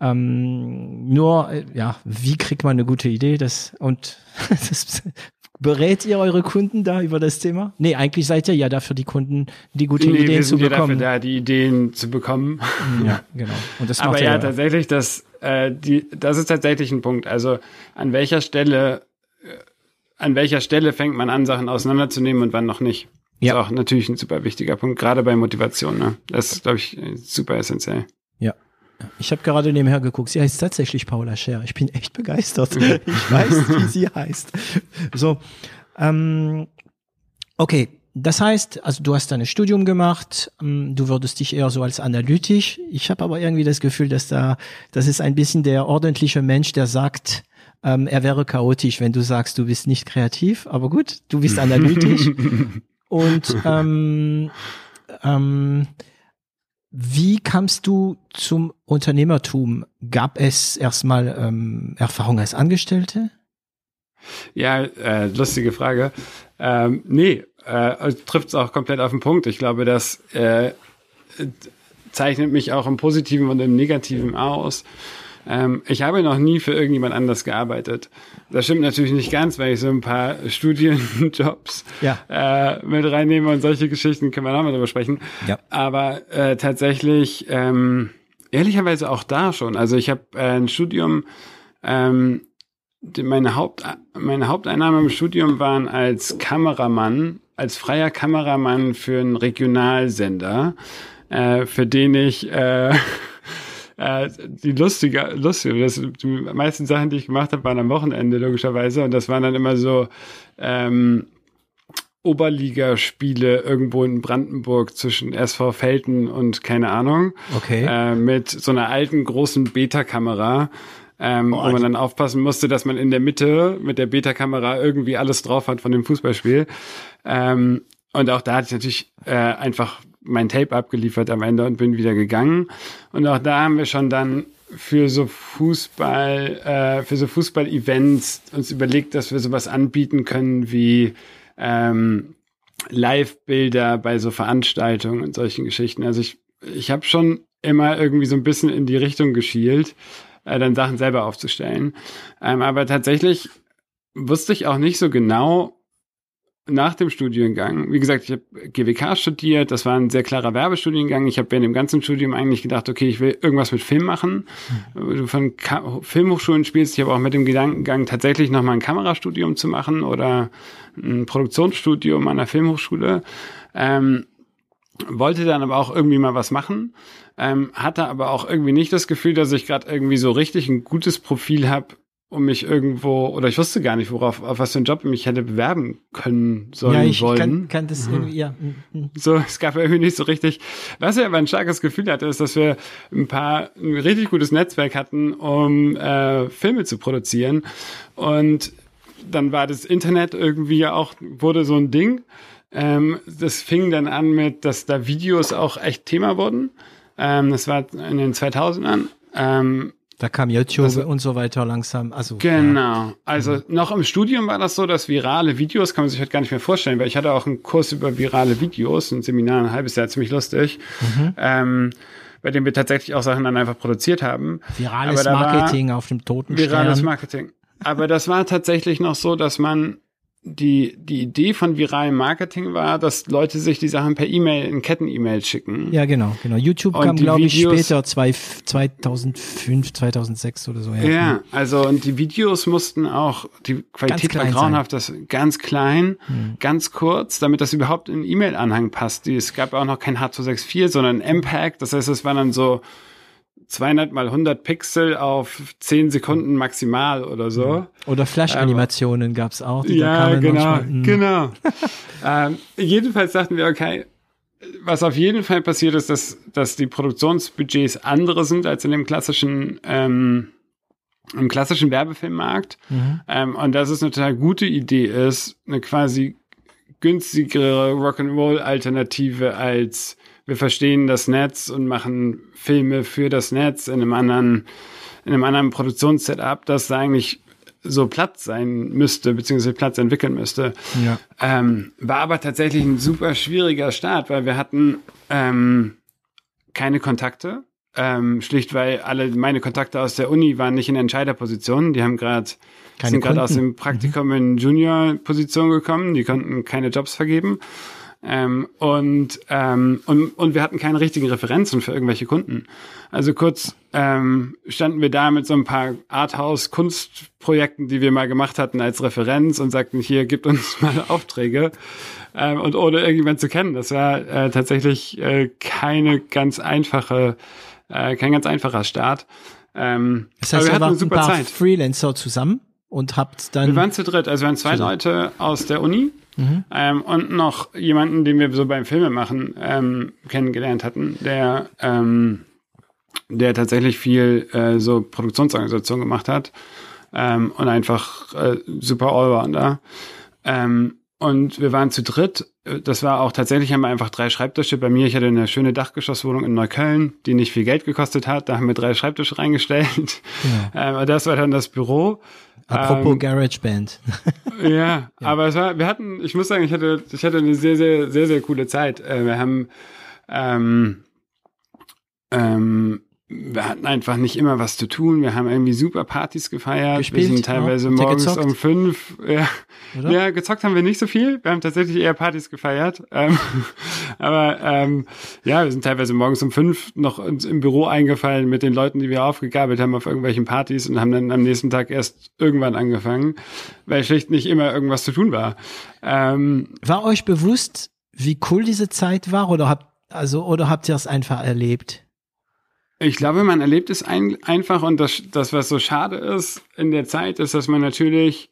Ähm, nur, äh, ja, wie kriegt man eine gute Idee? Das und das, berät ihr eure Kunden da über das Thema? Nee, eigentlich seid ihr ja dafür, die Kunden die gute nee, Ideen zu bekommen. Wir sind ja dafür da, die Ideen zu bekommen. Ja, genau. Und das Aber macht ja, ja tatsächlich, das, äh, die, das ist tatsächlich ein Punkt. Also an welcher Stelle, äh, an welcher Stelle fängt man an, Sachen auseinanderzunehmen und wann noch nicht? Ja. Ist auch natürlich ein super wichtiger Punkt, gerade bei Motivation. Ne? Das ist, glaube ich, super essentiell. Ja. Ich habe gerade nebenher geguckt. Sie heißt tatsächlich Paula Scher. Ich bin echt begeistert. Ich weiß, wie sie heißt. So, ähm, okay. Das heißt, also du hast dein Studium gemacht. Du würdest dich eher so als analytisch. Ich habe aber irgendwie das Gefühl, dass da, das ist ein bisschen der ordentliche Mensch, der sagt, ähm, er wäre chaotisch, wenn du sagst, du bist nicht kreativ. Aber gut, du bist analytisch. Und ähm, ähm, wie kamst du zum Unternehmertum? Gab es erstmal ähm, Erfahrung als Angestellte? Ja, äh, lustige Frage. Ähm, nee, äh, trifft es auch komplett auf den Punkt. Ich glaube, das äh, zeichnet mich auch im Positiven und im Negativen aus. Ähm, ich habe noch nie für irgendjemand anders gearbeitet. Das stimmt natürlich nicht ganz, weil ich so ein paar Studienjobs ja. äh, mit reinnehme und solche Geschichten können wir noch mal drüber sprechen. Ja. Aber äh, tatsächlich, ähm, ehrlicherweise auch da schon. Also ich habe äh, ein Studium, ähm, die, meine, Haupt, meine Haupteinnahme im Studium waren als Kameramann, als freier Kameramann für einen Regionalsender, äh, für den ich... Äh, Äh, die lustige, lustige, das, die meisten Sachen, die ich gemacht habe, waren am Wochenende logischerweise und das waren dann immer so ähm, Oberligaspiele irgendwo in Brandenburg zwischen S V Velten und keine Ahnung. Okay. Äh, mit so einer alten großen Beta-Kamera, ähm, oh, wo man dann aufpassen musste, dass man in der Mitte mit der Beta-Kamera irgendwie alles drauf hat von dem Fußballspiel. Ähm, und auch da hatte ich natürlich äh, einfach mein Tape abgeliefert am Ende und bin wieder gegangen. Und auch da haben wir schon dann für so Fußball, äh, für so Fußball-Events uns überlegt, dass wir sowas anbieten können wie ähm, Live-Bilder bei so Veranstaltungen und solchen Geschichten. Also ich, ich habe schon immer irgendwie so ein bisschen in die Richtung geschielt, äh, dann Sachen selber aufzustellen. Ähm, aber tatsächlich wusste ich auch nicht so genau, nach dem Studiengang, wie gesagt, ich habe G W K studiert, das war ein sehr klarer Werbestudiengang. Ich habe während dem ganzen Studium eigentlich gedacht, okay, ich will irgendwas mit Film machen. Mhm. Du von Ka- Filmhochschulen spielst, ich habe auch mit dem Gedankengang, tatsächlich nochmal ein Kamerastudium zu machen oder ein Produktionsstudium an der Filmhochschule. Ähm, wollte dann aber auch irgendwie mal was machen, ähm, hatte aber auch irgendwie nicht das Gefühl, dass ich gerade irgendwie so richtig ein gutes Profil habe, um mich irgendwo, oder ich wusste gar nicht, worauf, auf was für einen Job ich mich hätte bewerben können sollen, ja, ich wollen. Kann, kann das mhm. irgendwie, ja. So, es gab irgendwie nicht so richtig. Was ich aber ein starkes Gefühl hatte, ist, dass wir ein paar, ein richtig gutes Netzwerk hatten, um äh, Filme zu produzieren. Und dann war das Internet irgendwie ja auch, wurde so ein Ding. Ähm, das fing dann an mit, dass da Videos auch echt Thema wurden. Ähm, das war in den zweitausendern. Ähm, Da kam YouTube also, und so weiter langsam. Also Genau. Ja. Also mhm. noch im Studium war das so, dass virale Videos, kann man sich heute gar nicht mehr vorstellen, weil ich hatte auch einen Kurs über virale Videos, ein Seminar, ein halbes Jahr, ziemlich lustig, mhm. ähm, bei dem wir tatsächlich auch Sachen dann einfach produziert haben. Virales Marketing auf dem toten Stern. Virales Marketing. Aber das war tatsächlich noch so, dass man Die, die Idee von viralem Marketing war, dass Leute sich die Sachen per E-Mail in Ketten-E-Mails schicken. Ja, genau, genau. YouTube und kam, glaube ich, später, zweitausendfünf, zweitausendsechs oder so. Ja, ja, also und die Videos mussten auch, die Qualität war grauenhaft, das ganz klein, hm. ganz kurz, damit das überhaupt in E-Mail-Anhang passt. Die, es gab auch noch kein H zwei sechs vier, sondern M P E G. Das heißt, es war dann so zweihundert mal hundert Pixel auf zehn Sekunden maximal oder so. Oder Flash-Animationen ähm, gab's auch. Die ja, da genau, manchmal, genau. ähm, jedenfalls dachten wir, okay, was auf jeden Fall passiert ist, dass, dass die Produktionsbudgets andere sind als in dem klassischen ähm, im klassischen Werbefilmmarkt. Mhm. Ähm, und dass es eine total gute Idee ist, eine quasi günstigere Rock'n'Roll-Alternative als wir verstehen das Netz und machen Filme für das Netz in einem anderen, in einem anderen Produktionssetup, das da eigentlich so Platz sein müsste, beziehungsweise Platz entwickeln müsste. Ja. Ähm, war aber tatsächlich ein super schwieriger Start, weil wir hatten ähm, keine Kontakte. Ähm, schlicht, weil alle meine Kontakte aus der Uni waren nicht in Entscheiderpositionen. Die haben gerade sind gerade aus dem Praktikum mhm. in Junior-Position gekommen. Die konnten keine Jobs vergeben. Ähm, und, ähm, und, und wir hatten keine richtigen Referenzen für irgendwelche Kunden. Also kurz ähm, standen wir da mit so ein paar Arthouse-Kunstprojekten, die wir mal gemacht hatten als Referenz und sagten, hier, gibt uns mal Aufträge. Ähm, und ohne irgendjemand zu kennen. Das war äh, tatsächlich äh, keine ganz einfache, äh, kein ganz einfacher Start. Ähm, das heißt, aber wir hatten ihr eine super ein paar Zeit. Freelancer zusammen und habt dann... Wir waren zu dritt, also wir waren zwei Zusammen. Leute aus der Uni mhm. ähm, und noch jemanden, den wir so beim Filmemachen ähm, kennengelernt hatten, der ähm, der tatsächlich viel äh, so Produktionsorganisation gemacht hat ähm, und einfach äh, super Allrounder. Ähm, Und wir waren zu dritt. Das war auch tatsächlich, haben wir einfach drei Schreibtische. Bei mir, ich hatte eine schöne Dachgeschosswohnung in Neukölln, die nicht viel Geld gekostet hat. Da haben wir drei Schreibtische reingestellt. Ja. Ähm, das war dann das Büro. Apropos ähm, GarageBand. Ja, ja, aber es war, wir hatten, ich muss sagen, ich hatte, ich hatte eine sehr, sehr, sehr, sehr coole Zeit. Äh, wir haben, ähm, ähm, wir hatten einfach nicht immer was zu tun. Wir haben irgendwie super Partys gefeiert. Gespielt, wir sind teilweise ja. morgens um fünf. Ja. ja, gezockt haben wir nicht so viel. Wir haben tatsächlich eher Partys gefeiert. Ähm, aber ähm, ja, wir sind teilweise morgens um fünf noch ins, im Büro eingefallen mit den Leuten, die wir aufgegabelt haben auf irgendwelchen Partys und haben dann am nächsten Tag erst irgendwann angefangen, weil schlicht nicht immer irgendwas zu tun war. Ähm, war euch bewusst, wie cool diese Zeit war, oder habt also oder habt ihr es einfach erlebt? Ich glaube, man erlebt es ein, einfach und das, das, was so schade ist in der Zeit, ist, dass man natürlich,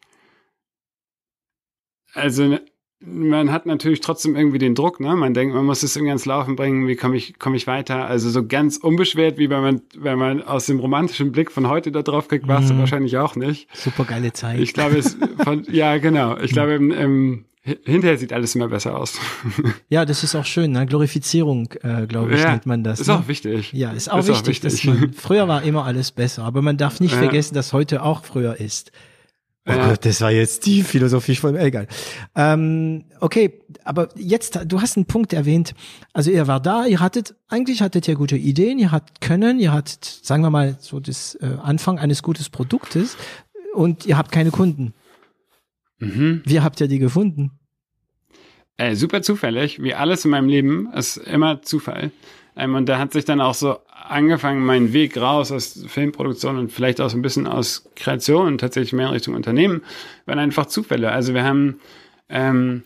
also man hat natürlich trotzdem irgendwie den Druck, ne? Man denkt, man muss es irgendwie ans Laufen bringen, wie komme ich, komme ich weiter? Also so ganz unbeschwert, wie wenn man, wenn man aus dem romantischen Blick von heute da drauf kriegt, warst mhm. du wahrscheinlich auch nicht. Super geile Zeit. Ich glaube, es von, ja, genau. Ich glaube, im, im hinterher sieht alles immer besser aus. Ja, das ist auch schön, ne? Glorifizierung, äh, glaube ich, ja, nennt man das. Ist ne? auch wichtig. Ja, ist auch, ist wichtig, auch wichtig, dass man, früher war immer alles besser, aber man darf nicht ja. vergessen, dass heute auch früher ist. Oh ja. Gott, das war jetzt die Philosophie von, egal. Ähm, okay, aber jetzt, du hast einen Punkt erwähnt, also ihr war da, ihr hattet, eigentlich hattet ihr gute Ideen, ihr hattet Können, ihr hattet, sagen wir mal, so das äh, Anfang eines gutes Produktes und ihr habt keine Kunden. Mhm. Wie habt ihr die gefunden? Äh, super zufällig, wie alles in meinem Leben, ist immer Zufall. Ähm, und da hat sich dann auch so angefangen, mein Weg raus aus Filmproduktion und vielleicht auch so ein bisschen aus Kreation und tatsächlich mehr in Richtung Unternehmen, waren einfach Zufälle. Also wir haben, ähm,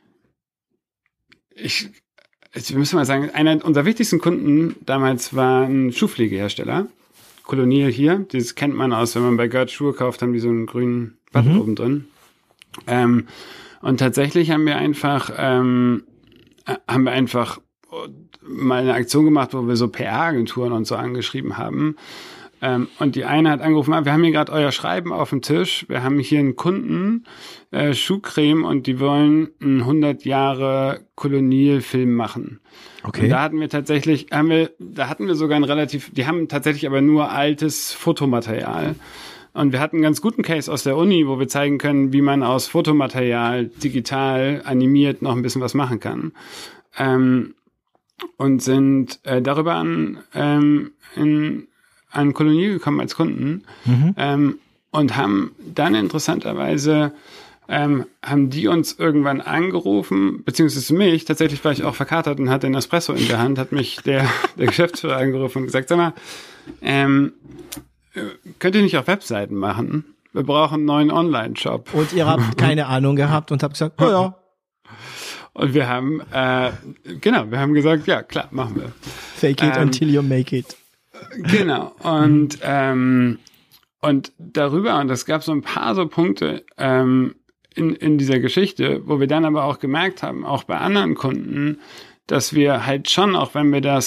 ich, ich muss mal sagen, einer unserer wichtigsten Kunden damals war ein Schuhpflegehersteller, Colonial hier. Das kennt man aus, wenn man bei Gerd Schuhe kauft, haben die so einen grünen Button mhm. oben drin. Ähm, und tatsächlich haben wir einfach, ähm, haben wir einfach mal eine Aktion gemacht, wo wir so P R-Agenturen und so angeschrieben haben. Ähm, und die eine hat angerufen, wir haben hier gerade euer Schreiben auf dem Tisch. Wir haben hier einen Kunden, äh, Schuhcreme, und die wollen einen hundert Jahre Colonial-Film machen. Okay. Und da hatten wir tatsächlich, haben wir, da hatten wir sogar ein relativ, die haben tatsächlich aber nur altes Fotomaterial. Und wir hatten einen ganz guten Case aus der Uni, wo wir zeigen können, wie man aus Fotomaterial digital animiert noch ein bisschen was machen kann. Ähm, und sind äh, darüber an, ähm, in, an Colonial gekommen als Kunden mhm. ähm, und haben dann interessanterweise ähm, haben die uns irgendwann angerufen, beziehungsweise mich, tatsächlich war ich auch verkatert und hatte einen Espresso in der Hand, hat mich der, der Geschäftsführer angerufen und gesagt, sag mal, ähm, könnt ihr nicht auf Webseiten machen? Wir brauchen einen neuen Online-Shop. Und ihr habt keine Ahnung gehabt und habt gesagt, oh ja. Und wir haben, äh, genau, wir haben gesagt, ja, klar, machen wir. Fake it ähm, until you make it. Genau. Und, ähm, und darüber, und es gab so ein paar so Punkte ähm, in, in dieser Geschichte, wo wir dann aber auch gemerkt haben, auch bei anderen Kunden, dass wir halt schon, auch wenn wir das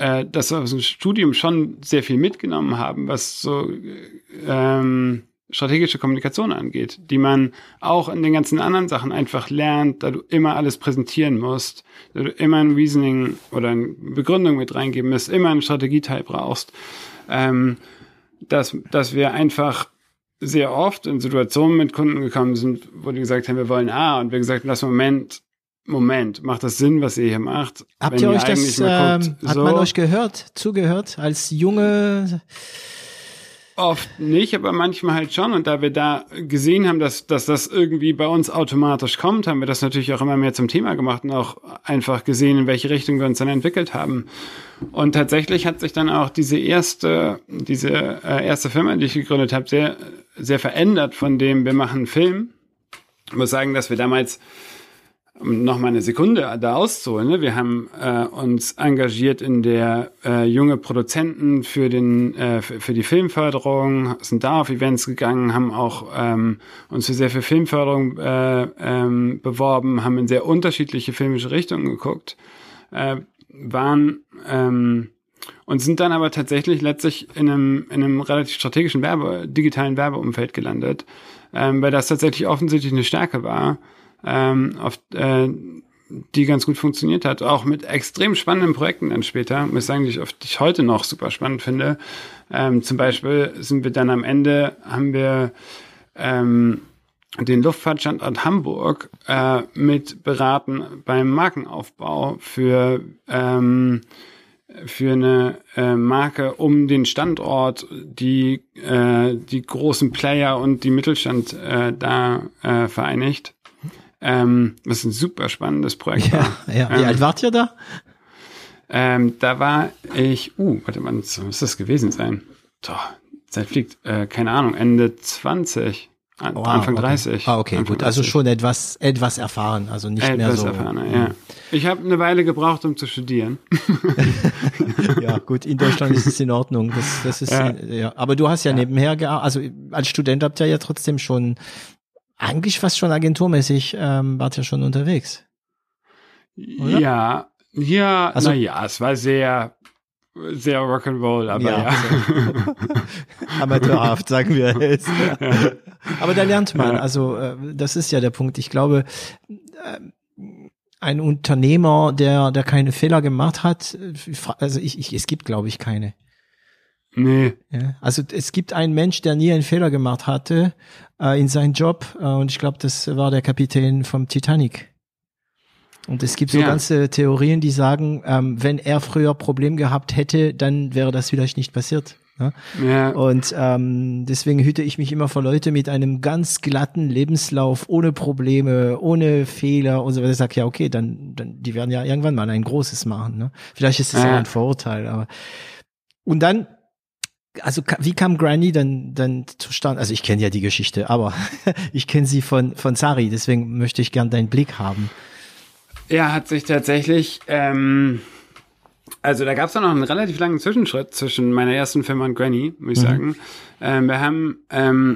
äh, dass wir aus dem Studium schon sehr viel mitgenommen haben, was so ähm, strategische Kommunikation angeht, die man auch in den ganzen anderen Sachen einfach lernt, da du immer alles präsentieren musst, da du immer ein Reasoning oder eine Begründung mit reingeben musst, immer einen Strategieteil brauchst, ähm, dass, dass wir einfach sehr oft in Situationen mit Kunden gekommen sind, wo die gesagt haben, wir wollen A, und wir gesagt haben, das Moment, Moment, macht das Sinn, was ihr hier macht? Habt ihr euch das, ähm, guckt, hat so, man euch gehört, zugehört, als junge? Oft nicht, aber manchmal halt schon. Und da wir da gesehen haben, dass, dass das irgendwie bei uns automatisch kommt, haben wir das natürlich auch immer mehr zum Thema gemacht und auch einfach gesehen, in welche Richtung wir uns dann entwickelt haben. Und tatsächlich hat sich dann auch diese erste, diese äh, erste Firma, die ich gegründet habe, sehr, sehr verändert von dem, wir machen einen Film. Ich muss sagen, dass wir damals, um noch mal eine Sekunde da auszuholen, ne? Wir haben äh, uns engagiert in der äh, junge Produzenten für den äh, für, für die Filmförderung, sind da auf Events gegangen, haben auch ähm, uns für sehr viel Filmförderung äh, ähm, beworben, haben in sehr unterschiedliche filmische Richtungen geguckt, äh, waren ähm, und sind dann aber tatsächlich letztlich in einem in einem relativ strategischen Werbe digitalen Werbeumfeld gelandet, ähm, weil das tatsächlich offensichtlich eine Stärke war. Ähm, auf, äh, die ganz gut funktioniert hat, auch mit extrem spannenden Projekten dann später, muss ich sagen, die ich, die ich heute noch super spannend finde. Ähm, zum Beispiel sind wir dann am Ende, haben wir ähm, den Luftfahrtstandort Hamburg äh, mit beraten beim Markenaufbau für ähm, für eine äh, Marke um den Standort, die äh, die großen Player und die Mittelstand äh, da äh, vereinigt. Ähm, das ist ein super spannendes Projekt. Ja, ja. Wie ähm, alt wart ihr da? Ähm, da war ich, uh, warte mal, was muss das gewesen sein? Doch, Zeit fliegt, äh, keine Ahnung, Ende zwanzig, an, wow, Anfang okay. dreißig. Ah, okay, Anfang gut, also schon etwas, etwas erfahren, also nicht etwas mehr so. Etwas erfahrener, ja. Ich habe eine Weile gebraucht, um zu studieren. Ja, gut, in Deutschland ist es in Ordnung. Das, das ist, ja. ja. Aber du hast ja, ja. nebenher gearbeitet, also als Student habt ihr ja trotzdem schon eigentlich fast schon agenturmäßig ähm, wart ihr schon unterwegs. Oder? Ja, ja, also, na ja, es war sehr, sehr Rock'n'Roll, aber ja. ja. Also, amateurhaft, sagen wir jetzt. Ja. Aber da lernt man, also äh, das ist ja der Punkt. Ich glaube, äh, ein Unternehmer, der der keine Fehler gemacht hat, also ich, ich es gibt, glaube ich, keine. Nee. Ja, also es gibt einen Mensch, der nie einen Fehler gemacht hatte äh, in seinem Job äh, und ich glaube, das war der Kapitän vom Titanic. Und es gibt so ja. ganze Theorien, die sagen, ähm, wenn er früher Problem gehabt hätte, dann wäre das vielleicht nicht passiert. Ne? Ja. Und ähm, deswegen hüte ich mich immer vor Leute mit einem ganz glatten Lebenslauf, ohne Probleme, ohne Fehler und so weiter. Ich sage, ja, okay, dann, dann die werden ja irgendwann mal ein Großes machen. Ne? Vielleicht ist das ja. auch ein Vorurteil, aber und dann also wie kam Granny dann dann zustande? Also ich kenne ja die Geschichte, aber ich kenne sie von von Sari, deswegen möchte ich gern deinen Blick haben. Ja, hat sich tatsächlich, ähm, also da gab es dann noch einen relativ langen Zwischenschritt zwischen meiner ersten Firma und Granny, muss ich mhm. sagen. Ähm, wir haben ähm,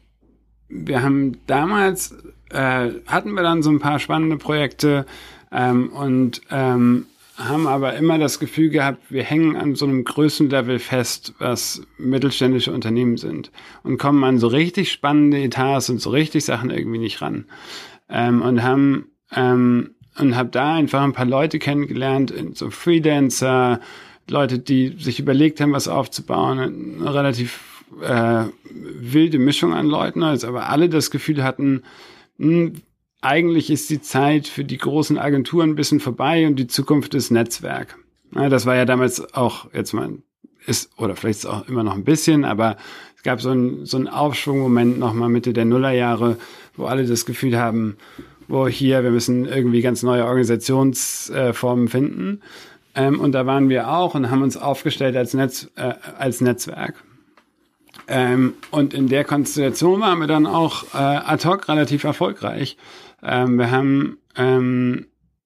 wir haben damals äh, hatten wir dann so ein paar spannende Projekte ähm, und ähm, haben aber immer das Gefühl gehabt, wir hängen an so einem Größenlevel fest, was mittelständische Unternehmen sind und kommen an so richtig spannende Etats und so richtig Sachen irgendwie nicht ran. Ähm, und haben ähm, und habe da einfach ein paar Leute kennengelernt, so Freelancer, Leute, die sich überlegt haben, was aufzubauen, eine relativ äh, wilde Mischung an Leuten, also aber alle das Gefühl hatten, mh, eigentlich ist die Zeit für die großen Agenturen ein bisschen vorbei und die Zukunft ist Netzwerk. Ja, das war ja damals auch, jetzt mal, ist, oder vielleicht ist es auch immer noch ein bisschen, aber es gab so einen, so einen Aufschwungmoment nochmal Mitte der Nullerjahre, wo alle das Gefühl haben, wo hier, wir müssen irgendwie ganz neue Organisationsformen äh, finden. Ähm, und da waren wir auch und haben uns aufgestellt als Netz, äh, als Netzwerk. Ähm, und in der Konstellation waren wir dann auch äh, ad hoc relativ erfolgreich. Ähm, wir haben ähm,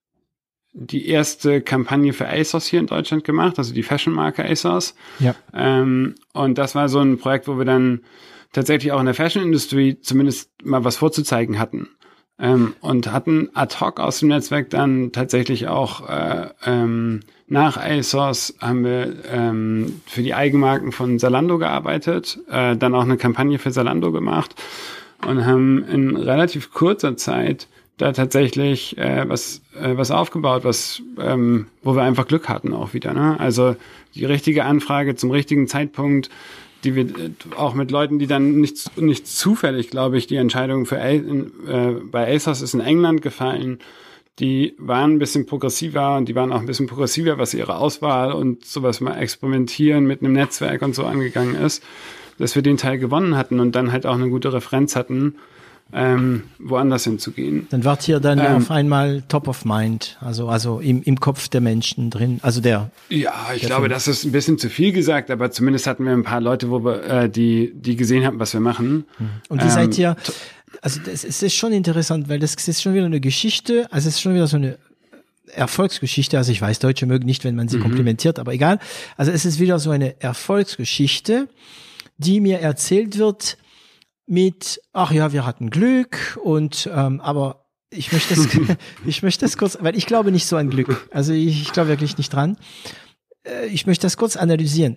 die erste Kampagne für ASOS hier in Deutschland gemacht, also die Fashion-Marke ASOS. Ja. Ähm, und das war so ein Projekt, wo wir dann tatsächlich auch in der Fashion-Industrie zumindest mal was vorzuzeigen hatten. Ähm, und hatten ad hoc aus dem Netzwerk dann tatsächlich auch äh, ähm, nach ASOS haben wir ähm, für die Eigenmarken von Zalando gearbeitet, äh, dann auch eine Kampagne für Zalando gemacht und haben in relativ kurzer Zeit da tatsächlich äh, was äh, was aufgebaut, was ähm, wo wir einfach Glück hatten auch wieder. Ne? Also die richtige Anfrage zum richtigen Zeitpunkt, die wir äh, auch mit Leuten, die dann nicht nicht zufällig, glaube ich, die Entscheidung für A- in, äh, bei ASOS ist in England gefallen. Die waren ein bisschen progressiver und die waren auch ein bisschen progressiver, was ihre Auswahl und sowas mal experimentieren mit einem Netzwerk und so angegangen ist, dass wir den Teil gewonnen hatten und dann halt auch eine gute Referenz hatten, ähm, woanders hinzugehen. Dann wart ihr dann ähm, auf einmal top of mind, also also im im Kopf der Menschen drin, also der. Ja, ich glaube, Film. Das ist ein bisschen zu viel gesagt, aber zumindest hatten wir ein paar Leute, wo wir äh, die die gesehen haben, was wir machen. Und wie ähm, seid ihr? Also das, es ist schon interessant, weil das ist schon wieder eine Geschichte, also es ist schon wieder so eine Erfolgsgeschichte, also ich weiß, Deutsche mögen nicht, wenn man sie mhm. komplimentiert, aber egal. Also es ist wieder so eine Erfolgsgeschichte, die mir erzählt wird mit, ach ja, wir hatten Glück und ähm, aber ich möchte das, ich möchte das kurz, weil ich glaube nicht so an Glück, also ich, ich glaube wirklich nicht dran. Äh, ich möchte das kurz analysieren.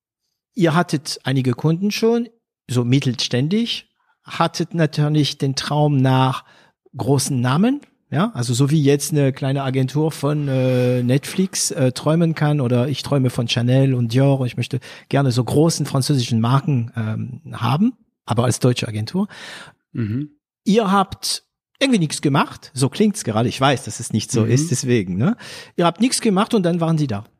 Ihr hattet einige Kunden schon, so mittelständig, hattet natürlich den Traum nach großen Namen, ja, also so wie jetzt eine kleine Agentur von äh, Netflix äh, träumen kann oder ich träume von Chanel und Dior, ich möchte gerne so großen französischen Marken ähm, haben, aber als deutsche Agentur. Mhm. Ihr habt irgendwie nichts gemacht, so klingt's gerade, ich weiß, dass es nicht so mhm. ist, deswegen, ne? Ihr habt nichts gemacht und dann waren sie da.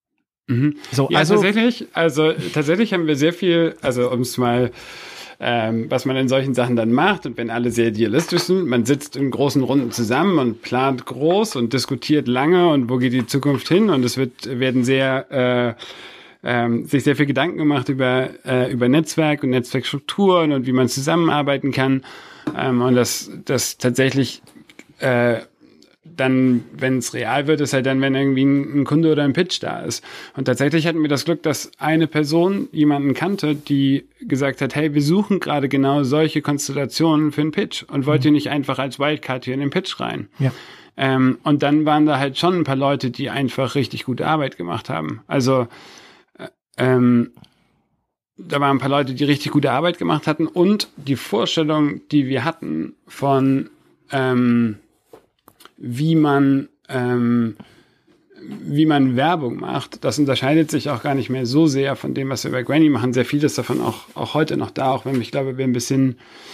Mhm. So, ja, also tatsächlich, also tatsächlich haben wir sehr viel, also um es mal Ähm, was man in solchen Sachen dann macht und wenn alle sehr idealistisch sind, man sitzt in großen Runden zusammen und plant groß und diskutiert lange und wo geht die Zukunft hin und es wird werden sehr äh, ähm, sich sehr viel Gedanken gemacht über äh, über Netzwerk und Netzwerkstrukturen und wie man zusammenarbeiten kann ähm, und das das tatsächlich äh, dann, wenn es real wird, ist halt dann, wenn irgendwie ein, ein Kunde oder ein Pitch da ist. Und tatsächlich hatten wir das Glück, dass eine Person jemanden kannte, die gesagt hat, hey, wir suchen gerade genau solche Konstellationen für einen Pitch und wollt ihr nicht einfach als Wildcard hier in den Pitch rein? Ja. Ähm, und dann waren da halt schon ein paar Leute, die einfach richtig gute Arbeit gemacht haben. Also äh, ähm, da waren ein paar Leute, die richtig gute Arbeit gemacht hatten und die Vorstellung, die wir hatten von ähm, wie man ähm, wie man Werbung macht, das unterscheidet sich auch gar nicht mehr so sehr von dem, was wir bei Granny machen. Sehr vieles davon auch auch heute noch da, auch wenn ich glaube, wir ein bisschen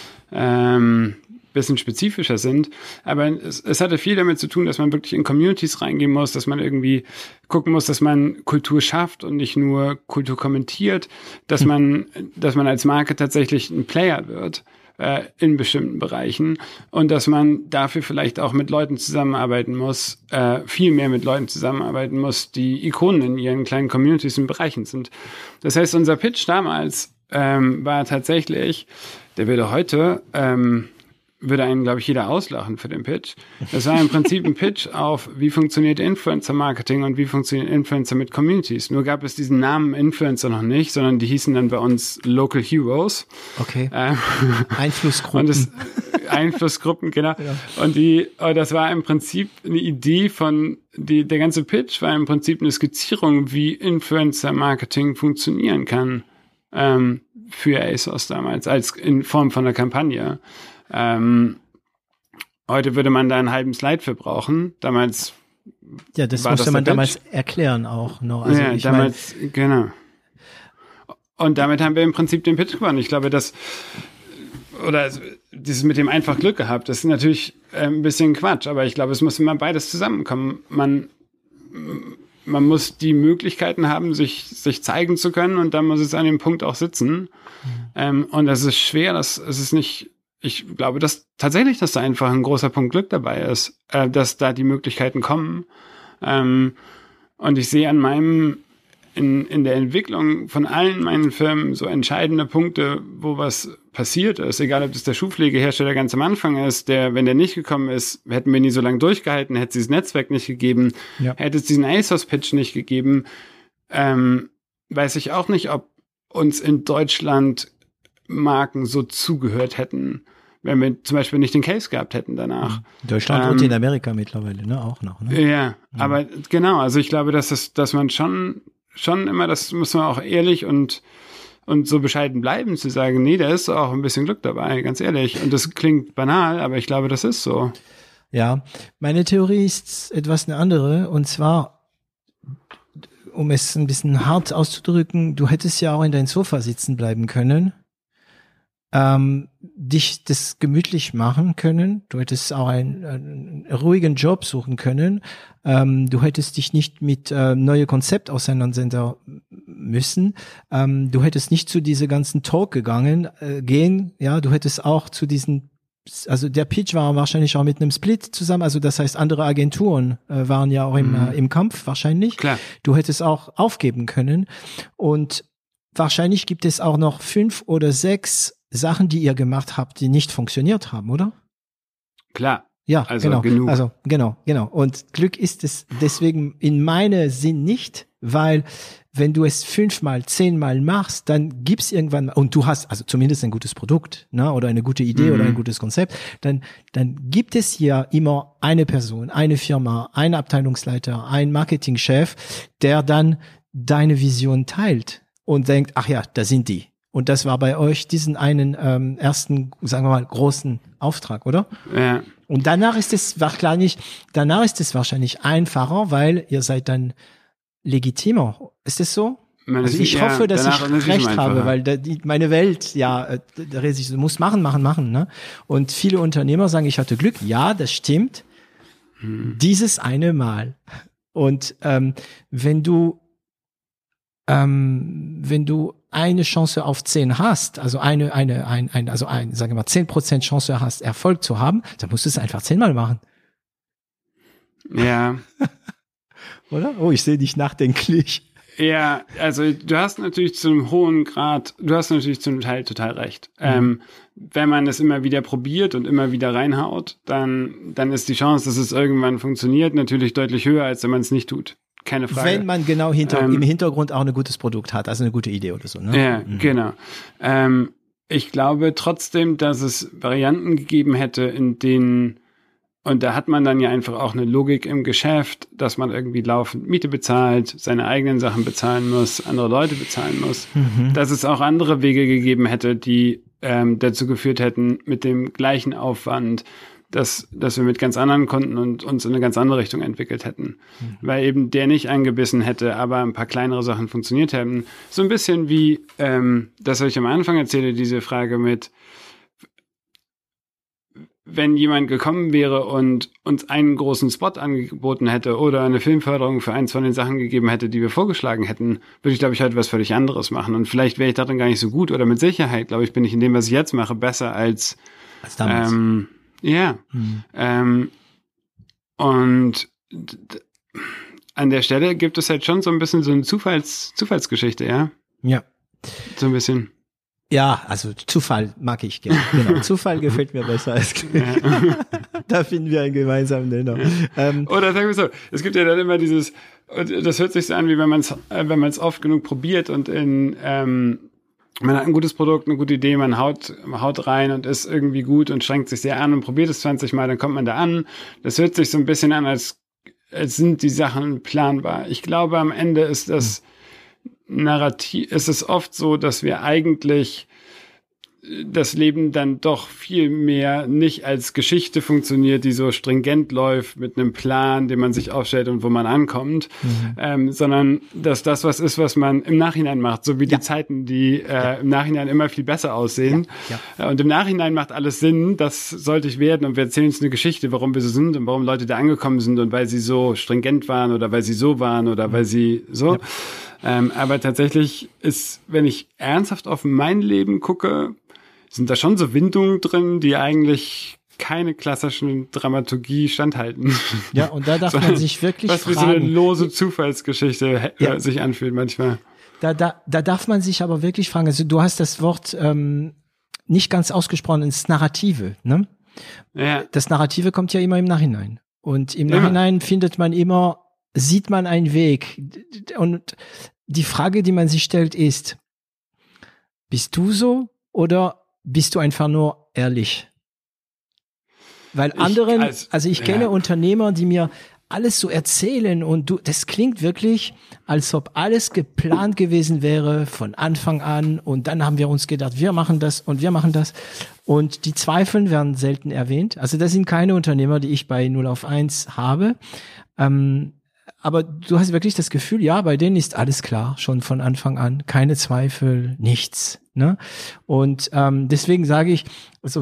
ähm, bisschen spezifischer sind. Aber es, es hatte viel damit zu tun, dass man wirklich in Communities reingehen muss, dass man irgendwie gucken muss, dass man Kultur schafft und nicht nur Kultur kommentiert, dass man dass man als Marke tatsächlich ein Player wird in bestimmten Bereichen und dass man dafür vielleicht auch mit Leuten zusammenarbeiten muss, äh, viel mehr mit Leuten zusammenarbeiten muss, die Ikonen in ihren kleinen Communities und Bereichen sind. Das heißt, unser Pitch damals ähm, war tatsächlich, der würde heute, ähm, würde einen, glaube ich, jeder auslachen für den Pitch. Das war im Prinzip ein Pitch auf, wie funktioniert Influencer-Marketing und wie funktionieren Influencer mit Communities. Nur gab es diesen Namen Influencer noch nicht, sondern die hießen dann bei uns Local Heroes. Okay. Ähm, Einflussgruppen. Und das, Einflussgruppen, genau. Ja. Und die, das war im Prinzip eine Idee von, die, der ganze Pitch war im Prinzip eine Skizzierung, wie Influencer-Marketing funktionieren kann ähm, für ASOS damals, als in Form von einer Kampagne. Ähm, heute würde man da einen halben Slide für brauchen. Damals ja, das musste das man damals erklären auch noch. Also ja, ich damals, mein, genau. Und damit haben wir im Prinzip den Pitch gewonnen. Ich glaube, dass oder dieses mit dem einfach Glück gehabt, das ist natürlich äh, ein bisschen Quatsch, aber ich glaube, es muss immer beides zusammenkommen. Man man muss die Möglichkeiten haben, sich sich zeigen zu können und dann muss es an dem Punkt auch sitzen. Mhm. Ähm, und das ist schwer, das es ist nicht Ich glaube, dass tatsächlich, dass da einfach ein großer Punkt Glück dabei ist, äh, dass da die Möglichkeiten kommen. Ähm, und ich sehe an meinem, in, in der Entwicklung von allen meinen Firmen so entscheidende Punkte, wo was passiert ist. Egal, ob das der Schuhpflegehersteller ganz am Anfang ist, der, wenn der nicht gekommen ist, hätten wir nie so lange durchgehalten, hätte es dieses Netzwerk nicht gegeben, ja. hätte es diesen ASOS-Pitch nicht gegeben. Ähm, weiß ich auch nicht, ob uns in Deutschland Marken so zugehört hätten, wenn wir zum Beispiel nicht den Case gehabt hätten danach. In Deutschland ähm, und in Amerika mittlerweile, ne, auch noch. Ne? Ja, mhm. aber genau, also ich glaube, dass es, dass man schon, schon immer, das muss man auch ehrlich und und so bescheiden bleiben, zu sagen, nee, da ist auch ein bisschen Glück dabei, ganz ehrlich. Und das klingt banal, aber ich glaube, das ist so. Ja, meine Theorie ist etwas eine andere, und zwar, um es ein bisschen hart auszudrücken, du hättest ja auch in dein Sofa sitzen bleiben können, ähm, dich das gemütlich machen können, du hättest auch einen, einen ruhigen Job suchen können, ähm, du hättest dich nicht mit äh, neue Konzept auseinandersetzen müssen, ähm, du hättest nicht zu diese ganzen Talk gegangen, äh, gehen, ja, du hättest auch zu diesen, also der Pitch war wahrscheinlich auch mit einem Split zusammen, also das heißt, andere Agenturen äh, waren ja auch im, mhm. äh, im Kampf wahrscheinlich. Klar. Du hättest auch aufgeben können, und wahrscheinlich gibt es auch noch fünf oder sechs Sachen, die ihr gemacht habt, die nicht funktioniert haben, oder? Klar. Ja, also genau. Genug. Also genau, genau. Und Glück ist es deswegen in meinem Sinn nicht, weil wenn du es fünfmal, zehnmal machst, dann gibt's irgendwann, und du hast also zumindest ein gutes Produkt, ne, oder eine gute Idee, mhm. oder ein gutes Konzept, dann dann gibt es ja immer eine Person, eine Firma, einen Abteilungsleiter, einen Marketingchef, der dann deine Vision teilt und denkt, ach ja, da sind die. Und das war bei euch diesen einen ähm, ersten, sagen wir mal, großen Auftrag, oder? Ja. Und danach ist es wahrscheinlich, danach ist es wahrscheinlich einfacher, weil ihr seid dann legitimer. Ist das so? Also ich hoffe, ja, dass ich recht habe, weil da, die, meine Welt, ja, da ich muss machen, machen, machen, ne? Und viele Unternehmer sagen, ich hatte Glück. Ja, das stimmt. Hm. Dieses eine Mal. Und ähm, wenn du ähm, wenn du eine Chance auf zehn hast, also eine, eine, ein, ein, also ein, sagen wir mal, zehn Prozent Chance hast, Erfolg zu haben, dann musst du es einfach zehnmal machen. Ja. Oder? Oh, ich sehe dich nachdenklich. Ja, also du hast natürlich zu einem hohen Grad, du hast natürlich zum Teil total recht. Mhm. Ähm, wenn man es immer wieder probiert und immer wieder reinhaut, dann, dann ist die Chance, dass es irgendwann funktioniert, natürlich deutlich höher, als wenn man es nicht tut. Keine Frage. Wenn man genau hinter, ähm, im Hintergrund auch ein gutes Produkt hat, also eine gute Idee oder so. Ne? Ja, mhm. genau. Ähm, ich glaube trotzdem, dass es Varianten gegeben hätte, in denen, und da hat man dann ja einfach auch eine Logik im Geschäft, dass man irgendwie laufend Miete bezahlt, seine eigenen Sachen bezahlen muss, andere Leute bezahlen muss, mhm. dass es auch andere Wege gegeben hätte, die ähm, dazu geführt hätten, mit dem gleichen Aufwand, dass, dass wir mit ganz anderen Kunden und uns in eine ganz andere Richtung entwickelt hätten. Mhm. Weil eben der nicht angebissen hätte, aber ein paar kleinere Sachen funktioniert hätten. So ein bisschen wie, ähm, das, was ich am Anfang erzähle, diese Frage mit, wenn jemand gekommen wäre und uns einen großen Spot angeboten hätte oder eine Filmförderung für eins von den Sachen gegeben hätte, die wir vorgeschlagen hätten, würde ich, glaube ich, heute was völlig anderes machen. Und vielleicht wäre ich darin gar nicht so gut, oder mit Sicherheit, glaube ich, bin ich in dem, was ich jetzt mache, besser als, als damals. Ähm, ja. Mhm. Ähm, und d- d- an der Stelle gibt es halt schon so ein bisschen so eine Zufalls- Zufallsgeschichte, ja? Ja. So ein bisschen. Ja, also Zufall mag ich gerne. Genau. Zufall gefällt mir besser als Glück. Ja. Da finden wir einen gemeinsamen Nenner. Ähm, Oder sagen wir so, es gibt ja dann immer dieses, und das hört sich so an, wie wenn man es wenn man es oft genug probiert und in ähm, man hat ein gutes Produkt, eine gute Idee, man haut, haut rein und ist irgendwie gut und strengt sich sehr an und probiert es zwanzig Mal, dann kommt man da an. Das hört sich so ein bisschen an, als, als sind die Sachen planbar. Ich glaube, am Ende ist das Narrativ, ist es oft so, dass wir eigentlich das Leben dann doch viel mehr nicht als Geschichte funktioniert, die so stringent läuft mit einem Plan, den man sich aufstellt und wo man ankommt, mhm. ähm, sondern dass das was ist, was man im Nachhinein macht, so wie ja. die Zeiten, die äh, ja. im Nachhinein immer viel besser aussehen. Ja. Ja. Und im Nachhinein macht alles Sinn, das sollte ich werden, und wir erzählen uns eine Geschichte, warum wir so sind und warum Leute da angekommen sind und weil sie so stringent waren oder weil sie so waren oder mhm. weil sie so. Ja. Ähm, aber tatsächlich ist, wenn ich ernsthaft auf mein Leben gucke, sind da schon so Windungen drin, die eigentlich keine klassischen Dramaturgie standhalten. Ja, und da darf man sich wirklich was fragen. Was wie so eine lose Zufallsgeschichte ja. sich anfühlt manchmal. Da, da, da darf man sich aber wirklich fragen, also du hast das Wort ähm, nicht ganz ausgesprochen, ins Narrative, ne? Ja. Das Narrative kommt ja immer im Nachhinein. Und im ja. Nachhinein findet man immer, sieht man einen Weg. Und die Frage, die man sich stellt, ist, bist du so oder bist du einfach nur ehrlich? weil ich, anderen, als, also ich kenne ja. Unternehmer, die mir alles so erzählen und du, das klingt wirklich, als ob alles geplant gewesen wäre von Anfang an und dann haben wir uns gedacht, wir machen das und wir machen das und die Zweifel werden selten erwähnt. Also das sind keine Unternehmer, die ich bei null auf eins habe. Ähm, aber du hast wirklich das Gefühl, ja, bei denen ist alles klar, schon von Anfang an, keine Zweifel, nichts. Ne? Und ähm, deswegen sage ich, also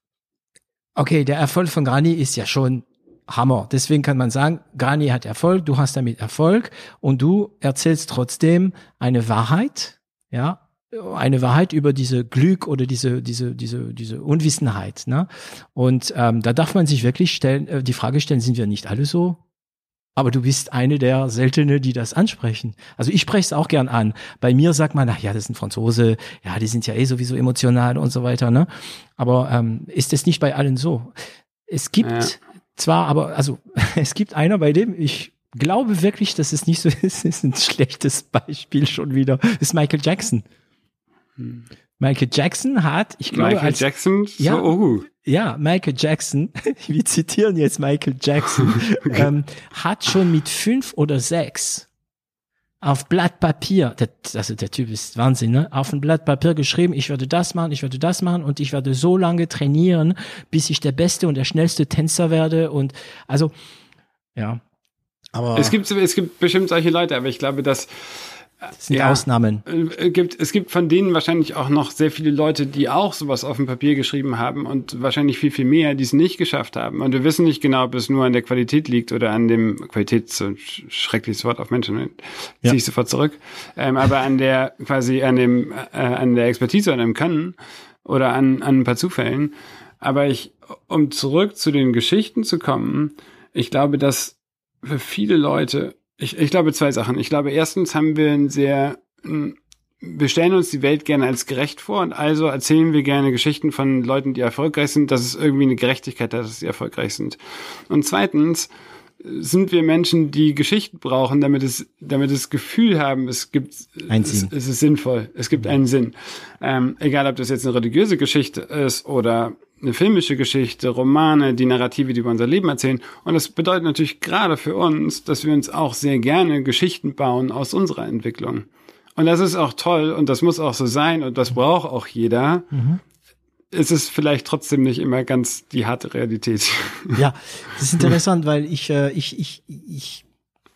okay, der Erfolg von Granny ist ja schon Hammer. Deswegen kann man sagen, Granny hat Erfolg, du hast damit Erfolg und du erzählst trotzdem eine Wahrheit, ja, eine Wahrheit über diese Glück oder diese diese diese diese Unwissenheit, ne? Und ähm, da darf man sich wirklich stellen, äh, die Frage stellen, sind wir nicht alle so? Aber du bist eine der Seltene, die das ansprechen. Also ich spreche es auch gern an. Bei mir sagt man, ach ja, das sind Franzose, ja, die sind ja eh sowieso emotional und so weiter, ne? Aber ähm, ist es nicht bei allen so? Es gibt ja. zwar, aber also es gibt einer, bei dem ich glaube wirklich, dass es nicht so ist. Ist ein schlechtes Beispiel schon wieder. Das ist Michael Jackson. Hm. Michael Jackson hat, ich glaube, Michael als, Jackson, so, ja, oh. ja, Michael Jackson, wir zitieren jetzt Michael Jackson, okay. ähm, hat schon mit fünf oder sechs auf Blatt Papier, der, also der Typ ist Wahnsinn, ne? Auf ein Blatt Papier geschrieben, ich werde das machen, ich werde das machen und ich werde so lange trainieren, bis ich der beste und der schnellste Tänzer werde und also, ja. Aber es gibt, es gibt bestimmt solche Leute, aber ich glaube, dass Das sind ja, Ausnahmen. Es gibt, es gibt von denen wahrscheinlich auch noch sehr viele Leute, die auch sowas auf dem Papier geschrieben haben und wahrscheinlich viel, viel mehr, die es nicht geschafft haben. Und wir wissen nicht genau, ob es nur an der Qualität liegt oder an dem, Qualität ist so ein schreckliches Wort auf Menschen, ne? Ja. Ziehe ich sofort zurück. Ähm, aber an der, quasi an dem, äh, an der Expertise, an dem Können oder an, an ein paar Zufällen. Aber ich, um zurück zu den Geschichten zu kommen, ich glaube, dass für viele Leute Ich, ich glaube zwei Sachen. Ich glaube, erstens haben wir ein sehr, wir stellen uns die Welt gerne als gerecht vor und also erzählen wir gerne Geschichten von Leuten, die erfolgreich sind, dass es irgendwie eine Gerechtigkeit hat, dass sie erfolgreich sind. Und zweitens sind wir Menschen, die Geschichten brauchen, damit es, damit es Gefühl haben, es gibt, es, es ist sinnvoll, es gibt einen Sinn. Ähm, egal, ob das jetzt eine religiöse Geschichte ist oder eine filmische Geschichte, Romane, die Narrative, die über unser Leben erzählen. Und das bedeutet natürlich gerade für uns, dass wir uns auch sehr gerne Geschichten bauen aus unserer Entwicklung. Und das ist auch toll und das muss auch so sein und das braucht auch jeder. Mhm. Es ist vielleicht trotzdem nicht immer ganz die harte Realität. Ja, das ist interessant, weil ich, äh, ich, ich, ich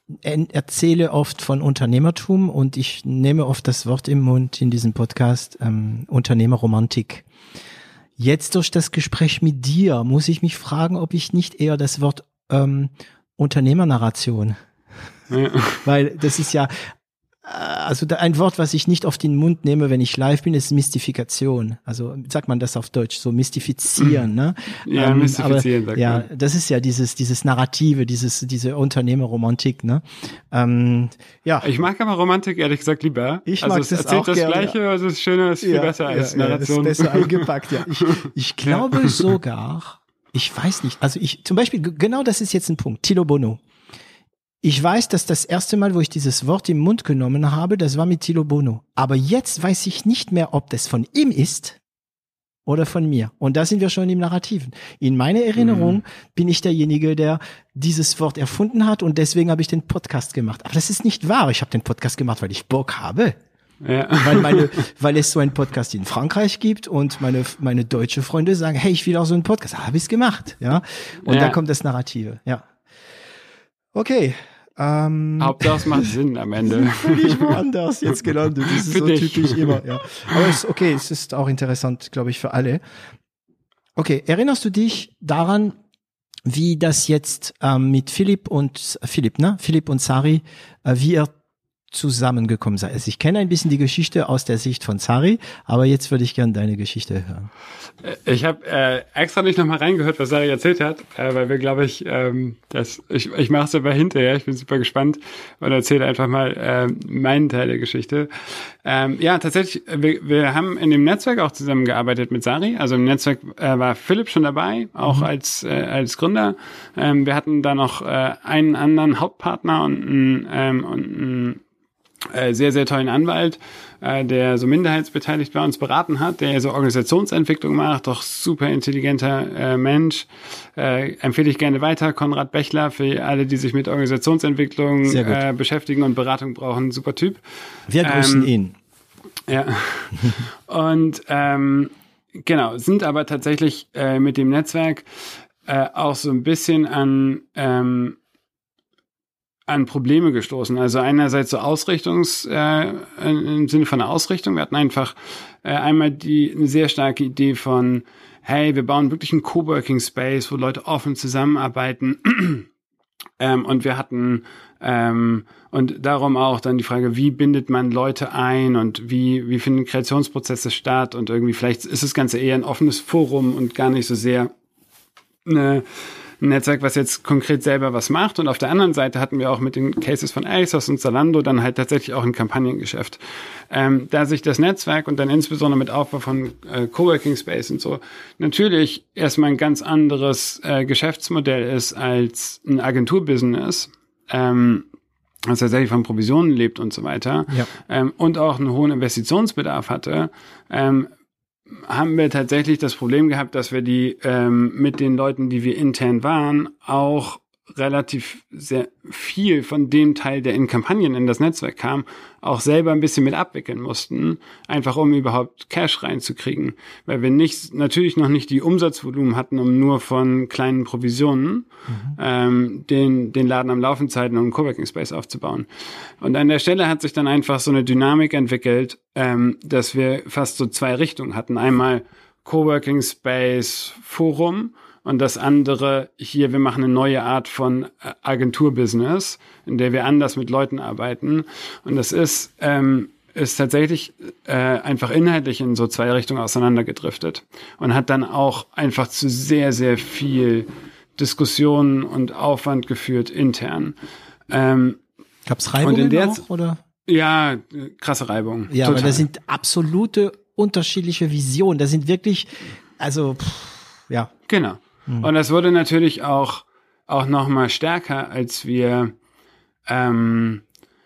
erzähle oft von Unternehmertum und ich nehme oft das Wort im Mund in diesem Podcast, ähm, Unternehmerromantik. Jetzt durch das Gespräch mit dir muss ich mich fragen, ob ich nicht eher das Wort ähm, Unternehmernarration, ja. Weil das ist ja, also ein Wort, was ich nicht auf den Mund nehme, wenn ich live bin, ist Mystifikation. Also sagt man das auf Deutsch, so mystifizieren, ne? Ja, ähm, mystifizieren, aber, sagt ja, man. das ist ja dieses dieses Narrative, dieses diese Unternehmerromantik, ne? Ähm, ja. Ich mag aber Romantik ehrlich gesagt lieber. Ich also mag es das erzählt auch das gerne, Gleiche, ja. also es ist schöner, ist viel ja, besser als ja, Narration. Ja, ist besser eingepackt, ja. Ich, ich glaube ja. sogar, ich weiß nicht, also ich zum Beispiel genau das ist jetzt ein Punkt. Tilo Bono. Ich weiß, dass das erste Mal, wo ich dieses Wort im Mund genommen habe, das war mit Tilo Bono. Aber jetzt weiß ich nicht mehr, ob das von ihm ist oder von mir. Und da sind wir schon im Narrativen. In meiner Erinnerung mhm. bin ich derjenige, der dieses Wort erfunden hat und deswegen habe ich den Podcast gemacht. Aber das ist nicht wahr. Ich habe den Podcast gemacht, weil ich Bock habe. Ja. Weil meine, weil es so einen Podcast in Frankreich gibt und meine, meine deutsche Freunde sagen, hey, ich will auch so einen Podcast. Ah, habe ich's gemacht, ja. Und ja. da kommt das Narrative, ja. Okay. Ähm, Hauptsache es macht Sinn am Ende. Völlig woanders jetzt gelandet. Das ist für so dich. typisch immer. Ja. Aber es ist okay, es ist auch interessant, glaube ich, für alle. Okay, erinnerst du dich daran, wie das jetzt ähm, mit Philipp und Philipp, ne? Philipp und Sari, äh, wie er zusammengekommen sei. Also ich kenne ein bisschen die Geschichte aus der Sicht von Sari, aber jetzt würde ich gerne deine Geschichte hören. Ich habe äh, extra nicht nochmal reingehört, was Sari erzählt hat, äh, weil wir, glaube ich, ähm, das, ich, ich mache es aber hinterher, ich bin super gespannt und erzähle einfach mal äh, meinen Teil der Geschichte. Ähm, ja, tatsächlich, wir, wir haben in dem Netzwerk auch zusammengearbeitet mit Sari, also im Netzwerk äh, war Philipp schon dabei, auch mhm. als äh, als Gründer. Ähm, wir hatten da noch äh, einen anderen Hauptpartner und ein, ähm, und ein äh, sehr, sehr tollen Anwalt, äh, der so minderheitsbeteiligt bei uns beraten hat, der so Organisationsentwicklung macht, doch super intelligenter äh, Mensch. Äh, empfehle ich gerne weiter. Konrad Bechler, für alle, die sich mit Organisationsentwicklung äh, beschäftigen und Beratung brauchen, super Typ. Wir grüßen ähm, ihn. Ja. Und ähm, genau, sind aber tatsächlich äh, mit dem Netzwerk äh, auch so ein bisschen an ähm, an Probleme gestoßen. Also einerseits so Ausrichtungs, äh, im Sinne von einer Ausrichtung. Wir hatten einfach äh, einmal die eine sehr starke Idee von, hey, wir bauen wirklich einen Coworking Space, wo Leute offen zusammenarbeiten. ähm, und wir hatten ähm, und darum auch dann die Frage, wie bindet man Leute ein und wie wie finden Kreationsprozesse statt und irgendwie vielleicht ist das Ganze eher ein offenes Forum und gar nicht so sehr eine ein Netzwerk, was jetzt konkret selber was macht. Und auf der anderen Seite hatten wir auch mit den Cases von ASOS und Zalando dann halt tatsächlich auch ein Kampagnengeschäft. Ähm, da sich das Netzwerk und dann insbesondere mit Aufbau von äh, Coworking Space und so natürlich erstmal ein ganz anderes äh, Geschäftsmodell ist als ein Agenturbusiness, ähm, was tatsächlich von Provisionen lebt und so weiter, ja. ähm, und auch einen hohen Investitionsbedarf hatte, ähm, haben wir tatsächlich das Problem gehabt, dass wir die ähm, mit den Leuten, die wir intern waren, auch relativ sehr viel von dem Teil, der in Kampagnen in das Netzwerk kam, auch selber ein bisschen mit abwickeln mussten, einfach um überhaupt Cash reinzukriegen, weil wir nicht natürlich noch nicht die Umsatzvolumen hatten, um nur von kleinen Provisionen mhm. ähm, den den Laden am Laufen zu halten und einen Coworking Space aufzubauen. Und an der Stelle hat sich dann einfach so eine Dynamik entwickelt, ähm, dass wir fast so zwei Richtungen hatten. Einmal Coworking Space Forum und das andere hier, wir machen eine neue Art von Agenturbusiness, in der wir anders mit Leuten arbeiten. Und das ist, ähm, ist tatsächlich äh, einfach inhaltlich in so zwei Richtungen auseinandergedriftet und hat dann auch einfach zu sehr, sehr viel Diskussionen und Aufwand geführt intern. Ähm, Gab's Reibungen und der, auch, oder? Ja, krasse Reibung. Ja, total. Aber das sind absolute unterschiedliche Visionen. Das sind wirklich, also, pff, ja. Genau. Und das wurde natürlich auch, auch noch mal stärker, als wir, ähm,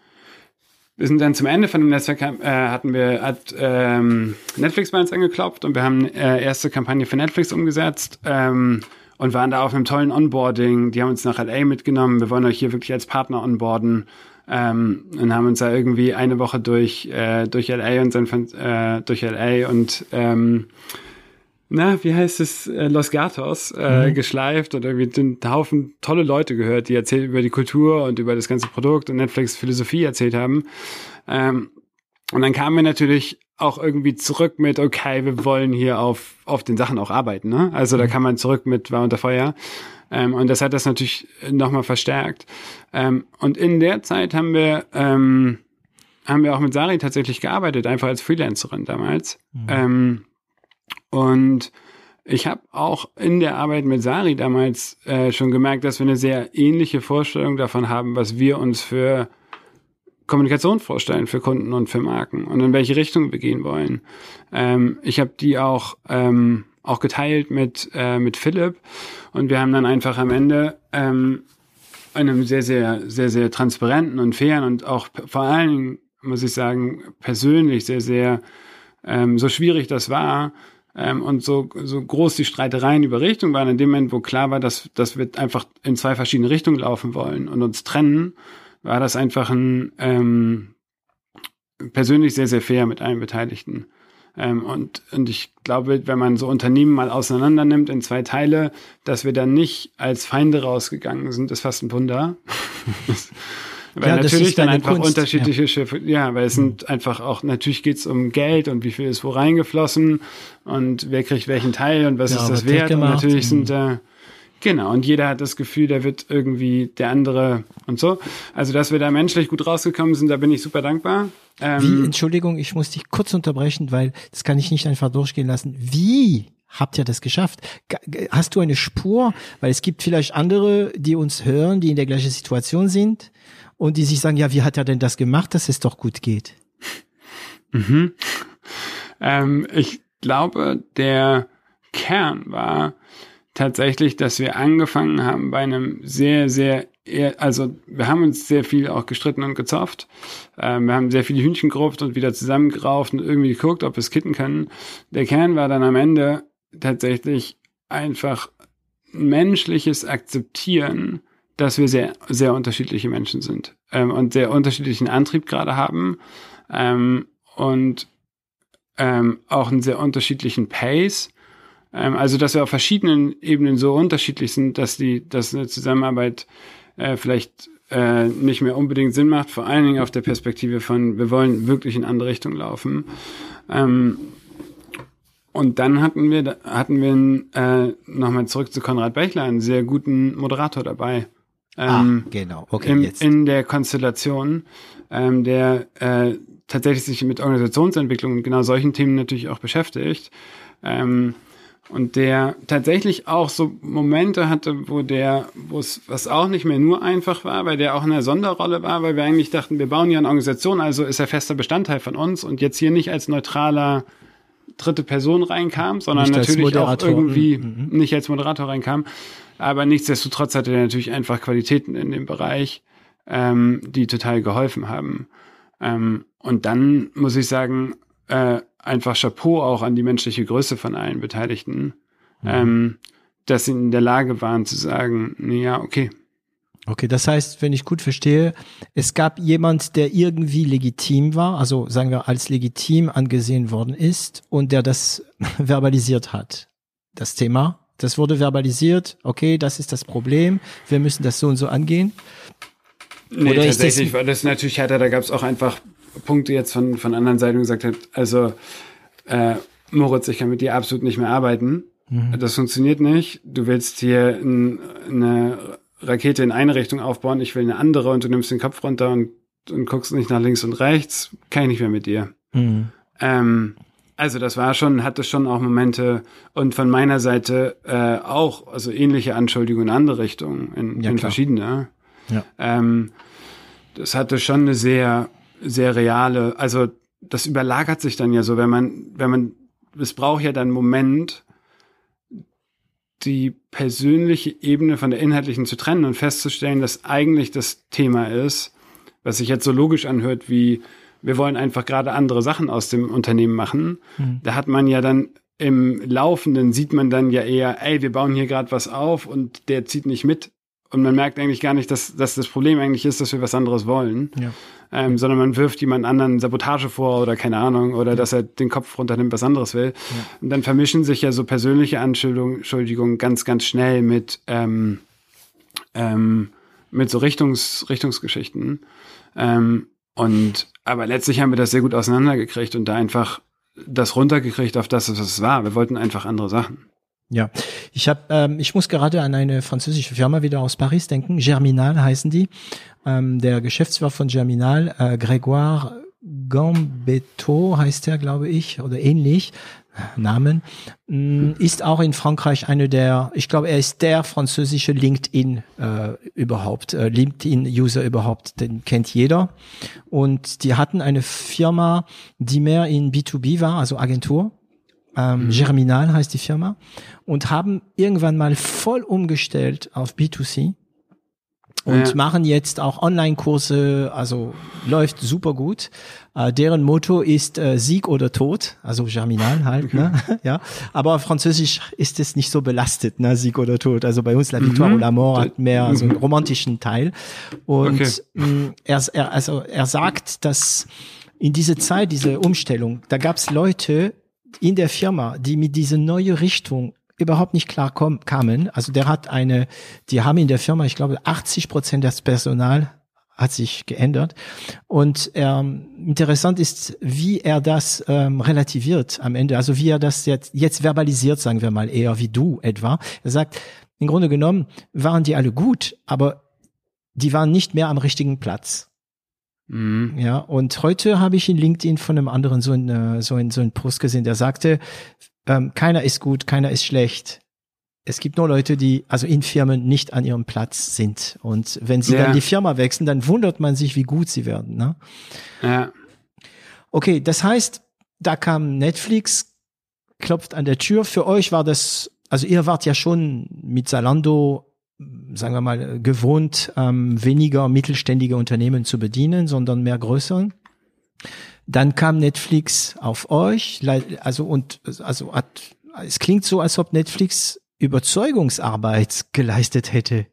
wir sind dann zum Ende von dem Netzwerk, äh, hatten wir, hat ähm, Netflix bei uns angeklopft und wir haben äh, erste Kampagne für Netflix umgesetzt ähm, und waren da auf einem tollen Onboarding. Die haben uns nach L A mitgenommen. Wir wollen euch hier wirklich als Partner onboarden. Ähm, und haben uns da irgendwie eine Woche durch, äh, durch L A und San Fran- äh, durch L A und, ähm, na, wie heißt es, äh, Los Gatos äh, mhm. geschleift und irgendwie einen Haufen tolle Leute gehört, die erzählt über die Kultur und über das ganze Produkt und Netflix Philosophie erzählt haben. Ähm, und dann kamen wir natürlich auch irgendwie zurück mit, okay, wir wollen hier auf auf den Sachen auch arbeiten, ne? Also mhm. da kann man zurück mit War unter Feuer. Ähm, und das hat das natürlich nochmal verstärkt. Ähm, und in der Zeit haben wir ähm, haben wir auch mit Sari tatsächlich gearbeitet, einfach als Freelancerin damals. Mhm. Ähm, Und ich habe auch in der Arbeit mit Sari damals äh, schon gemerkt, dass wir eine sehr ähnliche Vorstellung davon haben, was wir uns für Kommunikation vorstellen, für Kunden und für Marken und in welche Richtung wir gehen wollen. Ähm, ich habe die auch ähm, auch geteilt mit äh, mit Philipp und wir haben dann einfach am Ende ähm, einem sehr, sehr, sehr, sehr transparenten und fairen und auch vor allen Dingen, muss ich sagen, persönlich sehr, sehr ähm, so schwierig das war, Ähm, und so so groß die Streitereien über Richtung waren, in dem Moment, wo klar war, dass, dass wir einfach in zwei verschiedene Richtungen laufen wollen und uns trennen, war das einfach ein ähm, persönlich sehr, sehr fair mit allen Beteiligten. Ähm, und, und ich glaube, wenn man so Unternehmen mal auseinander nimmt in zwei Teile, dass wir dann nicht als Feinde rausgegangen sind, ist fast ein Wunder. Weil ja, natürlich dann einfach Kunst. unterschiedliche ja. Schiffe, ja, weil es sind einfach auch, natürlich geht's um Geld und wie viel ist wo reingeflossen und wer kriegt welchen Teil und was ja, ist das wert. Und natürlich sind da, äh, genau, und jeder hat das Gefühl, der wird irgendwie der andere und so. Also, dass wir da menschlich gut rausgekommen sind, da bin ich super dankbar. Ähm, Wie, Entschuldigung, ich muss dich kurz unterbrechen, weil das kann ich nicht einfach durchgehen lassen. Wie habt ihr das geschafft? Hast du eine Spur? Weil es gibt vielleicht andere, die uns hören, die in der gleichen Situation sind und die sich sagen, ja, wie hat er denn das gemacht, dass es doch gut geht? Mhm. Ähm, ich glaube, der Kern war tatsächlich, dass wir angefangen haben bei einem sehr, sehr eher, also wir haben uns sehr viel auch gestritten und gezofft. Ähm, wir haben sehr viele Hühnchen gerupft und wieder zusammengerauft und irgendwie geguckt, ob wir es kitten können. Der Kern war dann am Ende tatsächlich einfach menschliches Akzeptieren, dass wir sehr, sehr unterschiedliche Menschen sind ähm, und sehr unterschiedlichen Antrieb gerade haben ähm, und ähm, auch einen sehr unterschiedlichen Pace. Ähm, also, dass wir auf verschiedenen Ebenen so unterschiedlich sind, dass die, dass eine Zusammenarbeit äh, vielleicht äh, nicht mehr unbedingt Sinn macht, vor allen Dingen auf der Perspektive von, wir wollen wirklich in andere Richtung laufen. Ähm, Und dann hatten wir, hatten wir äh, nochmal zurück zu Konrad Bechler, einen sehr guten Moderator dabei. Ähm, ah, genau, okay, in, jetzt. In der Konstellation, ähm, der äh, tatsächlich sich mit Organisationsentwicklung und genau solchen Themen natürlich auch beschäftigt. Ähm, und der tatsächlich auch so Momente hatte, wo der, wo es, was auch nicht mehr nur einfach war, weil der auch in einer Sonderrolle war, weil wir eigentlich dachten, wir bauen ja eine Organisation, also ist er fester Bestandteil von uns und jetzt hier nicht als neutraler dritte Person reinkam, sondern nicht natürlich auch irgendwie mhm. nicht als Moderator reinkam. Aber nichtsdestotrotz hatte er natürlich einfach Qualitäten in dem Bereich, ähm, die total geholfen haben. Ähm, und dann muss ich sagen, äh, einfach Chapeau auch an die menschliche Größe von allen Beteiligten, mhm. ähm, dass sie in der Lage waren zu sagen, ja, okay. Okay, das heißt, wenn ich gut verstehe, es gab jemand, der irgendwie legitim war, also sagen wir als legitim angesehen worden ist und der das verbalisiert hat. Das Thema, das wurde verbalisiert, okay, das ist das Problem, wir müssen das so und so angehen. Nee, Oder tatsächlich ist das, war das natürlich härter, da gab es auch einfach Punkte jetzt von, von anderen Seiten, die gesagt hat, also äh, Moritz, ich kann mit dir absolut nicht mehr arbeiten, mhm. das funktioniert nicht, du willst hier ein, eine Rakete in eine Richtung aufbauen, ich will eine andere und du nimmst den Kopf runter und, und guckst nicht nach links und rechts, kann ich nicht mehr mit dir. Mhm. Ähm, also das war schon, hatte schon auch Momente und von meiner Seite äh, auch, also ähnliche Anschuldigungen in andere Richtungen, in, ja, in verschiedene. Ja. Ähm, das hatte schon eine sehr, sehr reale, also das überlagert sich dann ja so, wenn man, wenn man, es braucht ja dann einen Moment, die persönliche Ebene von der inhaltlichen zu trennen und festzustellen, dass eigentlich das Thema ist, was sich jetzt so logisch anhört, wie wir wollen einfach gerade andere Sachen aus dem Unternehmen machen. Mhm. Da hat man ja dann im Laufenden, sieht man dann ja eher, ey, wir bauen hier gerade was auf und der zieht nicht mit. Und man merkt eigentlich gar nicht, dass, dass das Problem eigentlich ist, dass wir was anderes wollen, ja. ähm, sondern man wirft jemand anderen Sabotage vor oder keine Ahnung oder ja. dass er den Kopf runternimmt, was anderes will. Ja. Und dann vermischen sich ja so persönliche Anschuldigungen ganz, ganz schnell mit ähm, ähm, mit so Richtungs, Richtungsgeschichten. Ähm, und aber letztlich haben wir das sehr gut auseinandergekriegt und da einfach das runtergekriegt auf das, was es war. Wir wollten einfach andere Sachen. Ja, ich habe, ähm, ich muss gerade an eine französische Firma wieder aus Paris denken. Germinal heißen die. Ähm, der Geschäftsführer von Germinal, äh, Grégoire Gambetto heißt er, glaube ich, oder ähnlich. Namen, mh, ist auch in Frankreich eine der, ich glaube, er ist der französische LinkedIn äh, überhaupt, äh, LinkedIn-User überhaupt, den kennt jeder. Und die hatten eine Firma, die mehr in B zwei B war, also Agentur. Ähm, mhm. Germinal heißt die Firma und haben irgendwann mal voll umgestellt auf B zwei C und ja. machen jetzt auch Online-Kurse, also läuft super gut. Äh, deren Motto ist äh, Sieg oder Tod, also Germinal halt, ne? Ja. Aber auf Französisch ist es nicht so belastet, ne? Sieg oder Tod. Also bei uns La Victoire mhm. ou la Mort hat mehr so einen romantischen Teil. Und okay. mh, er, er, also er sagt, dass in dieser Zeit, diese Umstellung, da gab es Leute in der Firma, die mit dieser neuen Richtung überhaupt nicht klar kom- kamen. Also der hat eine, die haben in der Firma, ich glaube, achtzig Prozent des Personal hat sich geändert. Und ähm, interessant ist, wie er das ähm, relativiert am Ende. Also wie er das jetzt, jetzt verbalisiert, sagen wir mal, eher wie du etwa. Er sagt, im Grunde genommen waren die alle gut, aber die waren nicht mehr am richtigen Platz. Mhm. Ja, und heute habe ich in LinkedIn von einem anderen so einen so einen so einen Post gesehen, der sagte, ähm, keiner ist gut, keiner ist schlecht. Es gibt nur Leute, die also in Firmen nicht an ihrem Platz sind. Und wenn sie ja. dann die Firma wechseln, dann wundert man sich, wie gut sie werden. Ne? Ja. Okay, das heißt, da kam Netflix, klopft an der Tür. Für euch war das, also ihr wart ja schon mit Zalando sagen wir mal, gewohnt, ähm, weniger mittelständige Unternehmen zu bedienen, sondern mehr größere. Dann kam Netflix auf euch, also und also hat, es klingt so, als ob Netflix Überzeugungsarbeit geleistet hätte.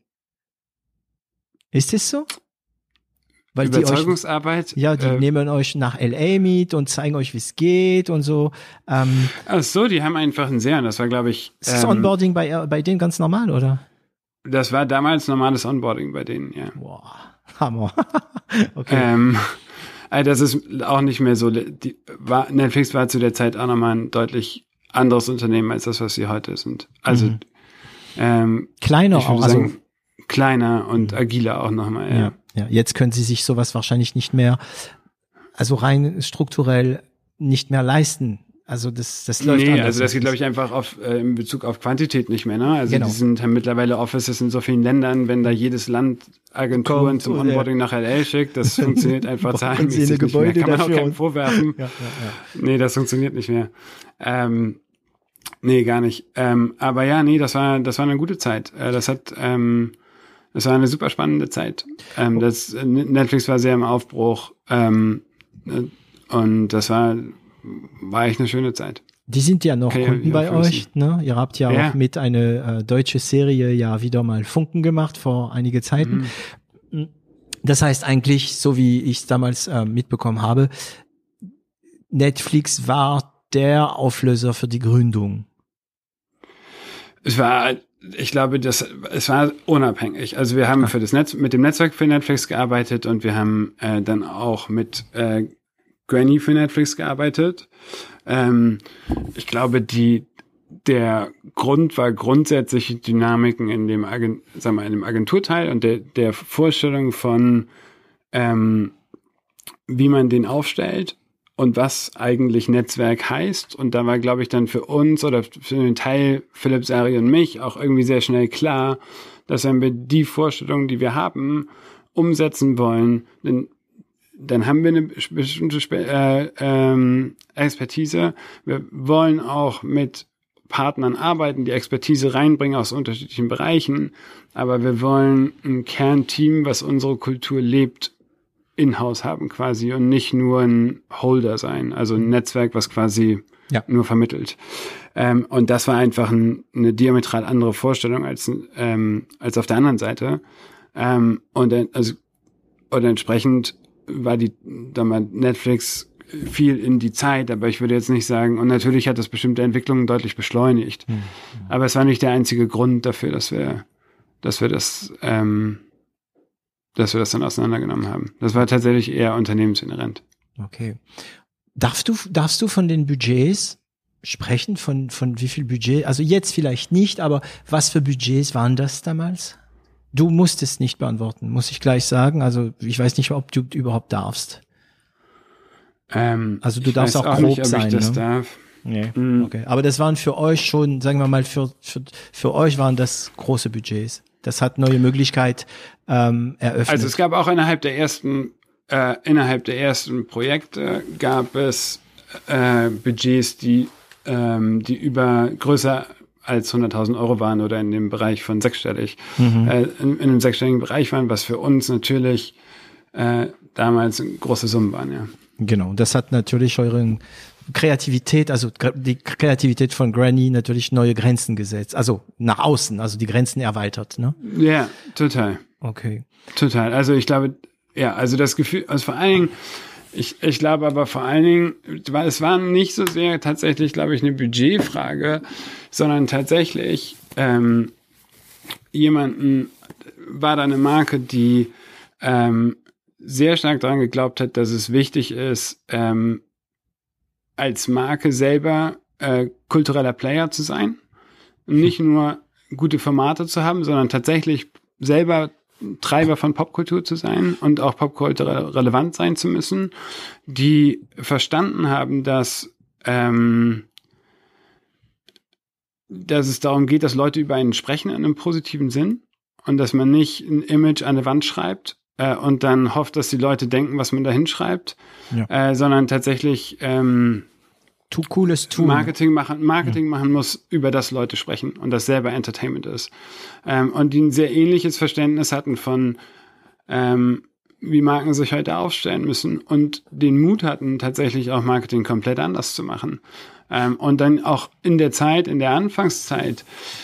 Ist es so? Weil Überzeugungsarbeit? Die euch, ja, die äh, nehmen euch nach L A mit und zeigen euch, wie es geht und so. Ähm, Ach so, die haben einfach einen sehr, das war, glaube ich. Ist das ähm, Onboarding bei, bei denen ganz normal, oder? Das war damals normales Onboarding bei denen, ja. Boah, Hammer. Okay. Ähm, also das ist auch nicht mehr so, die, war, Netflix war zu der Zeit auch nochmal ein deutlich anderes Unternehmen als das, was sie heute sind. Also, mhm. ähm, kleiner auch, sagen, also kleiner und agiler auch nochmal, ja. ja. Ja, jetzt können sie sich sowas wahrscheinlich nicht mehr, also rein strukturell nicht mehr leisten. Also das, das läuft Nee, anders. also das geht, glaube ich, einfach auf äh, in Bezug auf Quantität nicht mehr. Ne? Also genau. Die sind haben mittlerweile Offices in so vielen Ländern, wenn da jedes Land Agenturen Kommt, zum Onboarding ja. nach L A schickt, das funktioniert einfach zahlenmäßig nicht mehr. Kann man auch keinem vorwerfen. ja, ja, ja. Nee, das funktioniert nicht mehr. Ähm, nee, gar nicht. Ähm, aber ja, nee, das war das war eine gute Zeit. Äh, das hat ähm, das war eine super spannende Zeit. Ähm, das Netflix war sehr im Aufbruch ähm, und das war war echt eine schöne Zeit. Die sind ja noch okay, Kunden bei euch, ne? Ihr habt ja, ja auch mit einer äh, deutsche Serie ja wieder mal Funken gemacht vor einige Zeiten. Mhm. Das heißt eigentlich, so wie ich es damals äh, mitbekommen habe, Netflix war der Auflöser für die Gründung. Es war, ich glaube, das, es war unabhängig. Also wir haben für das Netz, mit dem Netzwerk für Netflix gearbeitet und wir haben äh, dann auch mit äh, Granny für Netflix gearbeitet. Ähm, ich glaube, die, der Grund war grundsätzlich Dynamiken in dem, Agent, sagen wir, in dem Agenturteil und der, der Vorstellung von, ähm, wie man den aufstellt und was eigentlich Netzwerk heißt. Und da war, glaube ich, dann für uns oder für den Teil Philipp, Sari und mich auch irgendwie sehr schnell klar, dass wenn wir die Vorstellungen, die wir haben, umsetzen wollen, dann dann haben wir eine bestimmte Spe- äh, ähm, Expertise. Wir wollen auch mit Partnern arbeiten, die Expertise reinbringen aus unterschiedlichen Bereichen, aber wir wollen ein Kernteam, was unsere Kultur lebt, in-house haben quasi und nicht nur ein Holder sein, also ein Netzwerk, was quasi ja. nur vermittelt. Ähm, und das war einfach ein, eine diametral andere Vorstellung als, ähm, als auf der anderen Seite. Ähm, und, also, und entsprechend war die damals Netflix viel in die Zeit, aber ich würde jetzt nicht sagen, und natürlich hat das bestimmte Entwicklungen deutlich beschleunigt. Mhm. Aber es war nicht der einzige Grund dafür, dass wir, dass wir das, ähm, dass wir das dann auseinandergenommen haben. Das war tatsächlich eher unternehmensinhärent. Okay. Darfst du, darfst du von den Budgets sprechen? Von, von wie viel Budget? Also jetzt vielleicht nicht, aber was für Budgets waren das damals? Du musst es nicht beantworten, muss ich gleich sagen. Also ich weiß nicht, ob du überhaupt darfst. Ähm, also du darfst auch, auch grob nicht, ob sein. Ich das ne? darf. Nee. Mhm. Okay. Aber das waren für euch schon, sagen wir mal, für, für, für euch waren das große Budgets. Das hat neue Möglichkeit ähm, eröffnet. Also es gab auch innerhalb der ersten, äh, innerhalb der ersten Projekte gab es äh, Budgets, die, ähm, die über größer als hunderttausend Euro waren oder in dem Bereich von sechsstellig, mhm. äh, in, in einem sechsstelligen Bereich waren, was für uns natürlich äh, damals große Summen waren, ja. Genau, das hat natürlich euren Kreativität, also die Kreativität von Granny natürlich neue Grenzen gesetzt, also nach außen, also die Grenzen erweitert, ne? Ja, total. Okay. Total, also ich glaube, ja, also das Gefühl, also vor allen Dingen, ich, ich glaube aber vor allen Dingen, weil es war nicht so sehr tatsächlich, glaube ich, eine Budgetfrage, sondern tatsächlich ähm, jemanden, war da eine Marke, die ähm, sehr stark daran geglaubt hat, dass es wichtig ist, ähm, als Marke selber äh, kultureller Player zu sein. Nicht nur gute Formate zu haben, sondern tatsächlich selber Treiber von Popkultur zu sein und auch popkulturell relevant sein zu müssen, die verstanden haben, dass, ähm, dass es darum geht, dass Leute über einen sprechen in einem positiven Sinn und dass man nicht ein Image an der Wand schreibt äh, und dann hofft, dass die Leute denken, was man da hinschreibt, ja. äh, sondern tatsächlich ähm, tu cooles tun. Marketing machen, Marketing mhm. machen muss, über das Leute sprechen und das selber Entertainment ist. Ähm, und die ein sehr ähnliches Verständnis hatten von, ähm, wie Marken sich heute aufstellen müssen und den Mut hatten, tatsächlich auch Marketing komplett anders zu machen. Ähm, und dann auch in der Zeit, in der Anfangszeit,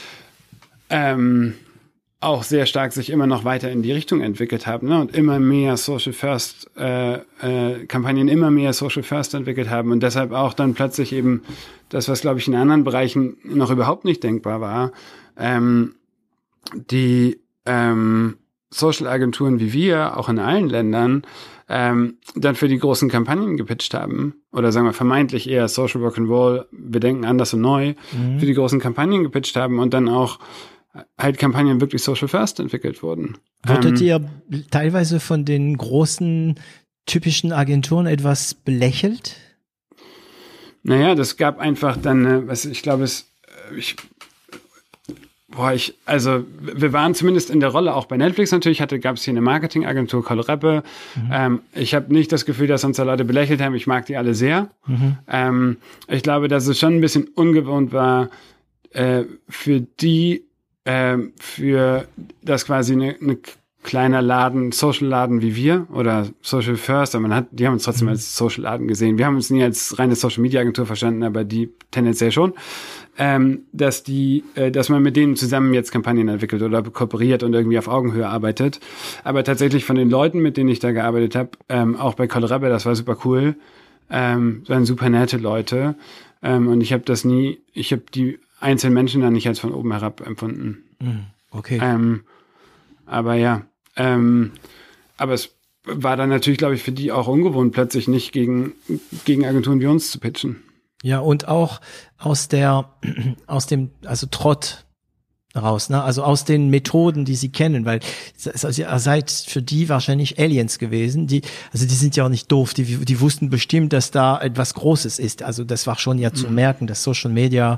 ähm, auch sehr stark sich immer noch weiter in die Richtung entwickelt haben, ne? Und immer mehr Social First äh, äh, Kampagnen, immer mehr Social First entwickelt haben und deshalb auch dann plötzlich eben das, was glaube ich in anderen Bereichen noch überhaupt nicht denkbar war, ähm, die ähm, Social Agenturen wie wir, auch in allen Ländern, ähm, dann für die großen Kampagnen gepitcht haben oder sagen wir vermeintlich eher Social Rock'n'Roll, wir denken anders und neu, mhm. für die großen Kampagnen gepitcht haben und dann auch halt Kampagnen wirklich Social First entwickelt wurden. Wurdet ähm, ihr teilweise von den großen typischen Agenturen etwas belächelt? Naja, das gab einfach dann, was ich glaube, es, ich, boah, ich, also wir waren zumindest in der Rolle, auch bei Netflix natürlich, hatte, gab es hier eine Marketingagentur, Kohlrappe. Mhm. Ähm, ich habe nicht das Gefühl, dass uns da Leute belächelt haben. Ich mag die alle sehr. Mhm. Ähm, ich glaube, dass es schon ein bisschen ungewohnt war, äh, für die Ähm, für das quasi eine, eine kleiner Laden, Social-Laden wie wir oder Social First, aber man hat, die haben uns trotzdem mhm. als Social-Laden gesehen. Wir haben uns nie als reine Social-Media-Agentur verstanden, aber die tendenziell schon, ähm, dass die, äh, dass man mit denen zusammen jetzt Kampagnen entwickelt oder kooperiert und irgendwie auf Augenhöhe arbeitet. Aber tatsächlich von den Leuten, mit denen ich da gearbeitet habe, ähm, auch bei Kohlrappe, das war super cool, ähm, waren super nette Leute ähm, und ich habe das nie, ich habe die einzelnen Menschen dann nicht als von oben herab empfunden. Okay. Ähm, aber ja, ähm, aber es war dann natürlich, glaube ich, für die auch ungewohnt, plötzlich nicht gegen, gegen Agenturen wie uns zu pitchen. Ja, und auch aus der, aus dem, also Trott raus, ne? Also aus den Methoden, die sie kennen, weil also ihr seid für die wahrscheinlich Aliens gewesen, die, also die sind ja auch nicht doof, die, die wussten bestimmt, dass da etwas Großes ist. Also das war schon ja zu mhm. merken, dass Social Media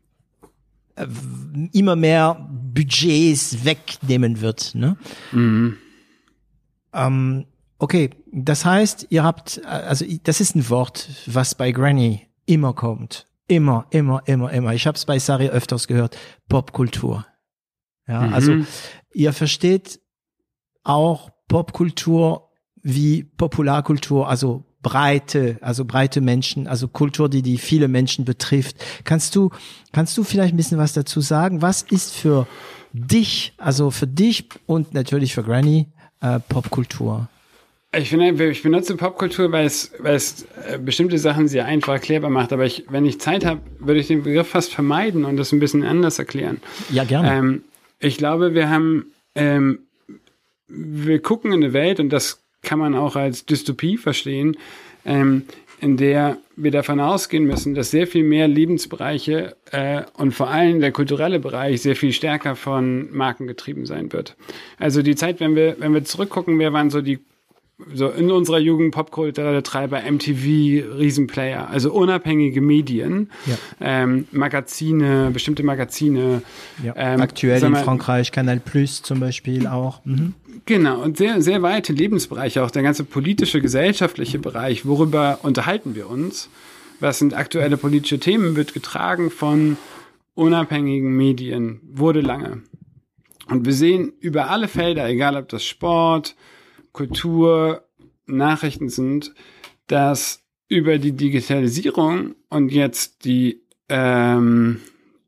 immer mehr Budgets wegnehmen wird, ne? Mhm. Ähm, okay, das heißt, ihr habt, also das ist ein Wort, was bei Granny immer kommt. Immer, immer, immer, immer. Ich habe es bei Sari öfters gehört, Popkultur. Ja, mhm. Also ihr versteht auch Popkultur wie Popularkultur, also breite, also breite Menschen, also Kultur, die die viele Menschen betrifft. Kannst du, kannst du vielleicht ein bisschen was dazu sagen? Was ist für dich, also für dich und natürlich für Granny äh, Popkultur? Ich finde, ich benutze Popkultur, weil es, weil es äh, bestimmte Sachen sehr einfach erklärbar macht. Aber ich, wenn ich Zeit habe, würde ich den Begriff fast vermeiden und das ein bisschen anders erklären. Ja, gerne. Ähm, ich glaube, wir haben, ähm, wir gucken in eine Welt und das kann man auch als Dystopie verstehen, ähm, in der wir davon ausgehen müssen, dass sehr viel mehr Lebensbereiche äh, und vor allem der kulturelle Bereich sehr viel stärker von Marken getrieben sein wird. Also die Zeit, wenn wir, wenn wir zurückgucken, wer waren so die so in unserer Jugend popkulturelle Treiber, M T V, Riesenplayer, also unabhängige Medien, ja. ähm, Magazine, bestimmte Magazine. Ja. Ähm, Aktuell in Frankreich, Canal Plus zum Beispiel auch. Mhm. Genau, und sehr, sehr weite Lebensbereiche, auch der ganze politische, gesellschaftliche Bereich, worüber unterhalten wir uns, was sind aktuelle politische Themen, wird getragen von unabhängigen Medien, wurde lange. Und wir sehen über alle Felder, egal ob das Sport, Kultur, Nachrichten sind, dass über die Digitalisierung und jetzt die, ähm,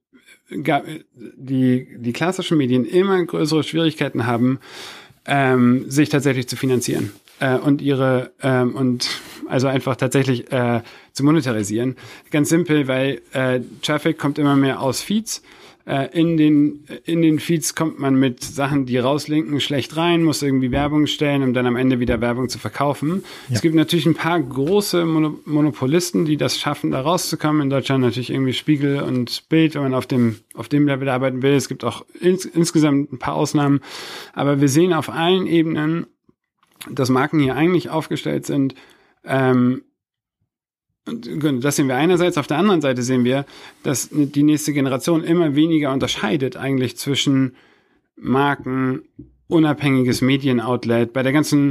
die, die klassischen Medien immer größere Schwierigkeiten haben, ähm, sich tatsächlich zu finanzieren äh, und ihre ähm, und also einfach tatsächlich äh, zu monetarisieren. Ganz simpel, weil äh, Traffic kommt immer mehr aus Feeds. In den, in den Feeds kommt man mit Sachen, die rauslinken, schlecht rein, muss irgendwie Werbung stellen, um dann am Ende wieder Werbung zu verkaufen. Ja. Es gibt natürlich ein paar große Mono- Monopolisten, die das schaffen, da rauszukommen. In Deutschland natürlich irgendwie Spiegel und Bild, wenn man auf dem, auf dem Level arbeiten will. Es gibt auch ins, insgesamt ein paar Ausnahmen. Aber wir sehen auf allen Ebenen, dass Marken hier eigentlich aufgestellt sind, ähm, das sehen wir einerseits, auf der anderen Seite sehen wir, dass die nächste Generation immer weniger unterscheidet eigentlich zwischen Marken, unabhängiges Medienoutlet. Bei der ganzen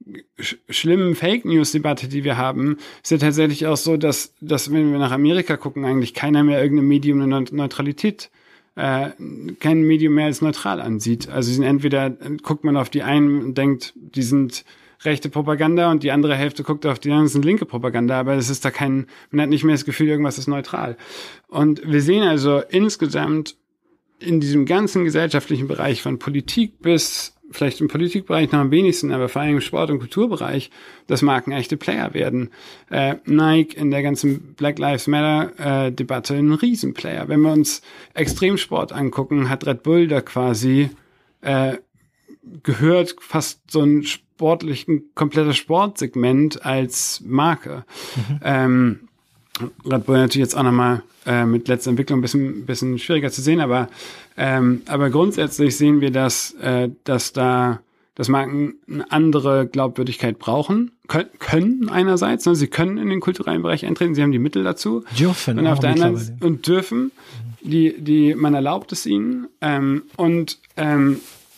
sch- schlimmen Fake-News-Debatte, die wir haben, ist ja tatsächlich auch so, dass, dass wenn wir nach Amerika gucken, eigentlich keiner mehr irgendein Medium eine Neu- Neutralität, äh, kein Medium mehr als neutral ansieht. Also sie sind entweder, guckt man auf die einen und denkt, die sind rechte Propaganda und die andere Hälfte guckt auf die anderen, das sind linke Propaganda, aber es ist da kein, man hat nicht mehr das Gefühl, irgendwas ist neutral. Und wir sehen also insgesamt in diesem ganzen gesellschaftlichen Bereich von Politik bis, vielleicht im Politikbereich noch am wenigsten, aber vor allem im Sport- und Kulturbereich, dass Marken echte Player werden. Äh, Nike in der ganzen Black Lives Matter äh, Debatte ein Riesenplayer. Wenn wir uns Extremsport angucken, hat Red Bull da quasi äh, gehört fast so ein sportlichen, komplettes Sportsegment als Marke. Mhm. Ähm, Red Bull natürlich jetzt auch nochmal äh, mit letzter Entwicklung ein bisschen, bisschen schwieriger zu sehen, aber, ähm, aber grundsätzlich sehen wir, dass, äh, dass da, dass Marken eine andere Glaubwürdigkeit brauchen, können, können einerseits, ne, sie können in den kulturellen Bereich eintreten, sie haben die Mittel dazu. Dürfen. Und auf der anderen Seite, und dürfen, mhm. die, die, man erlaubt es ihnen, ähm, und, ähm,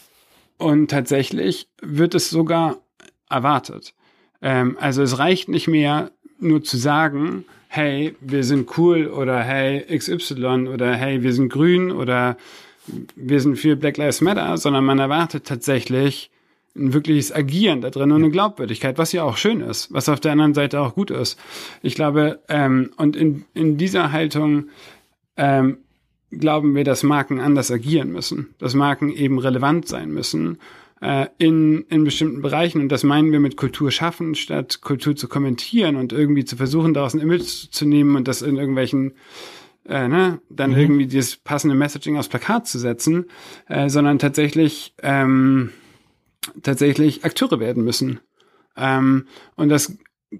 und tatsächlich wird es sogar erwartet. Ähm, also es reicht nicht mehr, nur zu sagen, hey, wir sind cool oder hey, X Y oder hey, wir sind grün oder wir sind für Black Lives Matter, sondern man erwartet tatsächlich ein wirkliches Agieren da drin und eine Glaubwürdigkeit, was ja auch schön ist, was auf der anderen Seite auch gut ist. Ich glaube, ähm, und in, in dieser Haltung ähm, glauben wir, dass Marken anders agieren müssen, dass Marken eben relevant sein müssen äh, in, in bestimmten Bereichen. Und das meinen wir mit Kultur schaffen, statt Kultur zu kommentieren und irgendwie zu versuchen, daraus ein Image zu nehmen und das in irgendwelchen, äh, ne, dann mhm. irgendwie dieses passende Messaging aufs Plakat zu setzen, äh, sondern tatsächlich, ähm, tatsächlich Akteure werden müssen. Ähm, und das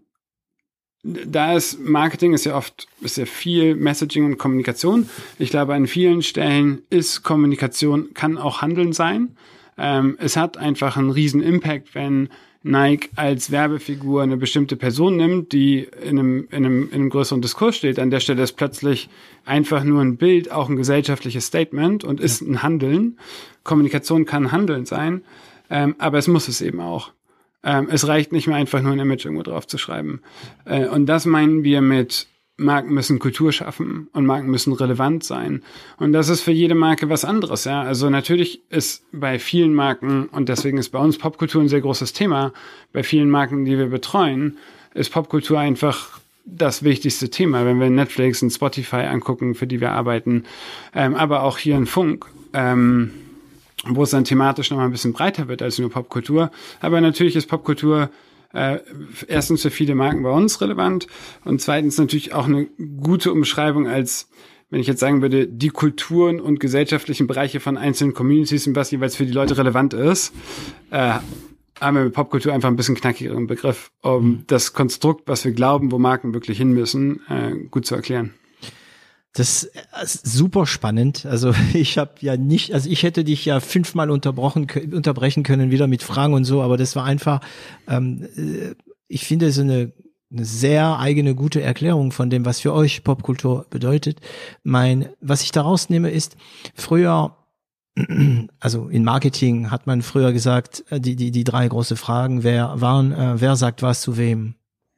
Da ist Marketing ist ja oft, ist ja viel Messaging und Kommunikation. Ich glaube, an vielen Stellen ist Kommunikation, kann auch Handeln sein. Ähm, es hat einfach einen riesen Impact, wenn Nike als Werbefigur eine bestimmte Person nimmt, die in einem, in einem, in einem größeren Diskurs steht. An der Stelle ist plötzlich einfach nur ein Bild, auch ein gesellschaftliches Statement und ist ein Handeln. Kommunikation kann Handeln sein, ähm, aber es muss es eben auch. Ähm, es reicht nicht mehr einfach nur ein Image irgendwo drauf zu schreiben. Äh, und das meinen wir mit Marken müssen Kultur schaffen und Marken müssen relevant sein. Und das ist für jede Marke was anderes, ja. Also natürlich ist bei vielen Marken, und deswegen ist bei uns Popkultur ein sehr großes Thema, bei vielen Marken, die wir betreuen, ist Popkultur einfach das wichtigste Thema, wenn wir Netflix und Spotify angucken, für die wir arbeiten, ähm, aber auch hier in Funk, ähm, wo es dann thematisch noch mal ein bisschen breiter wird als nur Popkultur. Aber natürlich ist Popkultur äh, erstens für viele Marken bei uns relevant und zweitens natürlich auch eine gute Umschreibung als, wenn ich jetzt sagen würde, die Kulturen und gesellschaftlichen Bereiche von einzelnen Communities und was jeweils für die Leute relevant ist, äh, haben wir mit Popkultur einfach ein bisschen knackigeren Begriff, um mhm. das Konstrukt, was wir glauben, wo Marken wirklich hin müssen, äh, gut zu erklären. Das ist super spannend. Also ich habe ja nicht, also ich hätte dich ja fünfmal unterbrochen, unterbrechen können wieder mit Fragen und so, aber das war einfach, ähm, ich finde es eine, eine sehr eigene, gute Erklärung von dem, was für euch Popkultur bedeutet. Mein, was ich daraus nehme, ist früher, also in Marketing hat man früher gesagt, die die die drei große Fragen, wer waren, äh, wer sagt was zu wem.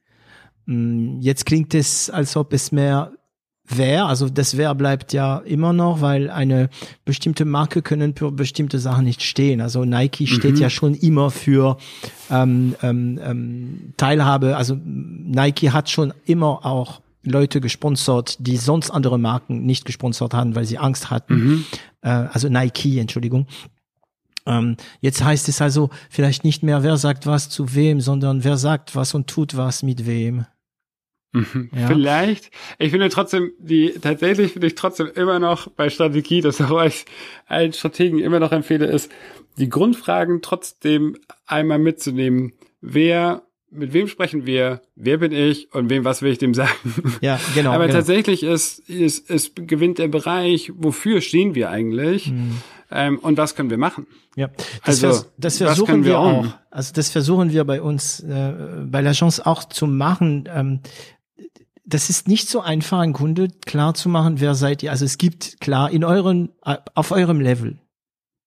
Jetzt klingt es, als ob es mehr Wer, also das Wer bleibt ja immer noch, weil eine bestimmte Marke können für bestimmte Sachen nicht stehen. Also Nike mhm. steht ja schon immer für ähm, ähm, Teilhabe. Also Nike hat schon immer auch Leute gesponsert, die sonst andere Marken nicht gesponsert haben, weil sie Angst hatten. Mhm. Äh, also Nike, Entschuldigung. Ähm, jetzt heißt es also vielleicht nicht mehr, wer sagt was zu wem, sondern wer sagt was und tut was mit wem. Ja. Vielleicht. Ich finde trotzdem, die, tatsächlich finde ich trotzdem immer noch bei Strategie, das auch euch allen Strategen immer noch empfehle, ist, die Grundfragen trotzdem einmal mitzunehmen. Wer, mit wem sprechen wir? Wer bin ich? Und wem, was will ich dem sagen? Ja, genau. Aber genau. tatsächlich ist, ist, ist, gewinnt der Bereich, wofür stehen wir eigentlich? Mhm. Ähm, und was können wir machen? Ja, das, also, vers- das versuchen wir, wir auch. Also das versuchen wir bei uns, äh, bei l'Agence auch zu machen. Ähm, Das ist nicht so einfach, im Grunde klar zu machen, wer seid ihr. Also es gibt klar in euren, auf eurem Level.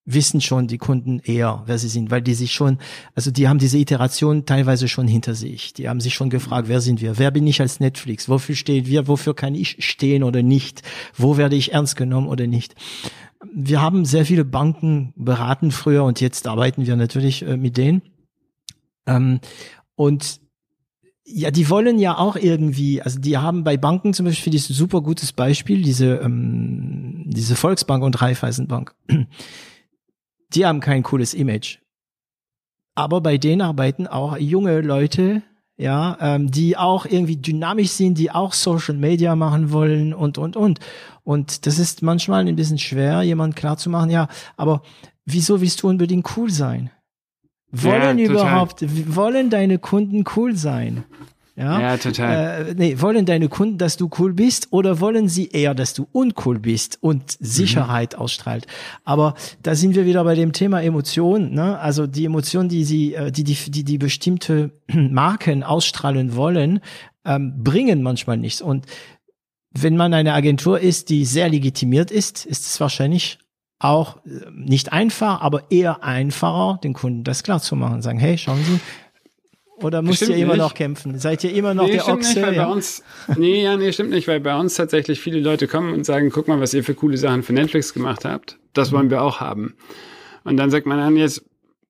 wissen schon die Kunden eher, wer sie sind, weil die sich schon, also die haben diese Iteration teilweise schon hinter sich. Die haben sich schon gefragt, wer sind wir? Wer bin ich als Netflix? Wofür stehen wir? Wofür kann ich stehen oder nicht? Wo werde ich ernst genommen oder nicht? Wir haben sehr viele Banken beraten früher und jetzt arbeiten wir natürlich äh, mit denen. Ähm, und ja, die wollen ja auch irgendwie, also die haben bei Banken zum Beispiel dieses super gutes Beispiel, diese ähm, diese Volksbank und Raiffeisenbank. Die haben kein cooles Image. Aber bei denen arbeiten auch junge Leute, ja, ähm, die auch irgendwie dynamisch sind, die auch Social Media machen wollen und, und, und. Und das ist manchmal ein bisschen schwer, jemand klarzumachen, ja, aber wieso willst du unbedingt cool sein? Wollen ja, überhaupt, wollen deine Kunden cool sein? Ja, ja total. Äh, nee, wollen deine Kunden, dass du cool bist, oder wollen sie eher, dass du uncool bist und Sicherheit mhm. ausstrahlt? Aber da sind wir wieder bei dem Thema Emotionen, ne? Also die Emotionen, die sie, die die die, die bestimmte Marken ausstrahlen wollen, ähm, bringen manchmal nichts. Und wenn man eine Agentur ist, die sehr legitimiert ist, ist es wahrscheinlich auch nicht einfach, aber eher einfacher, den Kunden das klar zu machen. Sagen, hey, schauen Sie, oder müsst ihr immer nicht. noch kämpfen? Seid ihr immer noch nee, der Ochse? Nicht, weil ja? bei uns, nee, ja, nee, stimmt nicht, weil bei uns tatsächlich viele Leute kommen und sagen, guck mal, was ihr für coole Sachen für Netflix gemacht habt. Das wollen wir auch haben. Und dann sagt man dann jetzt,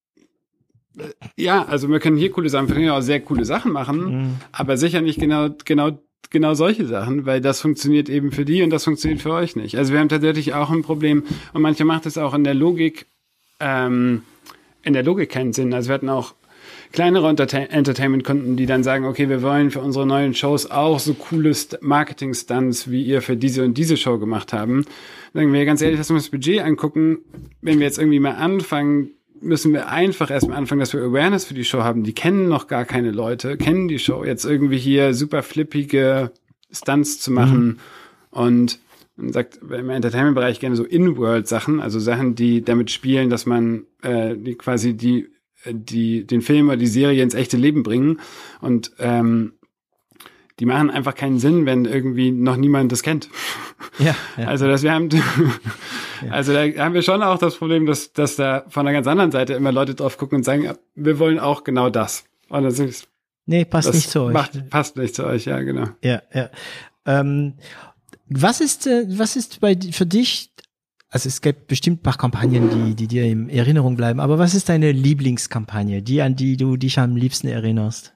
ja, also wir können hier coole Sachen, wir können ja auch sehr coole Sachen machen, mhm. aber sicher nicht genau, genau, genau solche Sachen, weil das funktioniert eben für die und das funktioniert für euch nicht. Also wir haben tatsächlich auch ein Problem und manche macht es auch in der Logik, ähm, in der Logik keinen Sinn. Also wir hatten auch kleinere Entertainment-Kunden, die dann sagen, okay, wir wollen für unsere neuen Shows auch so coole Marketing-Stunts, wie ihr für diese und diese Show gemacht haben. Sagen wir ganz ehrlich, lass uns das Budget angucken. Wenn wir jetzt irgendwie mal anfangen, müssen wir einfach erstmal anfangen, dass wir Awareness für die Show haben. Die kennen noch gar keine Leute, kennen die Show. Jetzt irgendwie hier super flippige Stunts zu machen mhm. und man sagt im Entertainment-Bereich gerne so In-World-Sachen, also Sachen, die damit spielen, dass man äh, die quasi die die den Film oder die Serie ins echte Leben bringen und ähm, die machen einfach keinen Sinn, wenn irgendwie noch niemand das kennt. Ja, ja. Also das wir haben ja. also da haben wir schon auch das Problem, dass dass da von der ganz anderen Seite immer Leute drauf gucken und sagen, wir wollen auch genau das. Und das ist, nee, passt das nicht zu euch. Macht, passt nicht zu euch, ja, genau. Ja, ja. Ähm, was ist äh, was ist bei für dich? Also es gibt bestimmt ein paar Kampagnen, die, die dir in Erinnerung bleiben. Aber was ist deine Lieblingskampagne, die, an die du dich am liebsten erinnerst?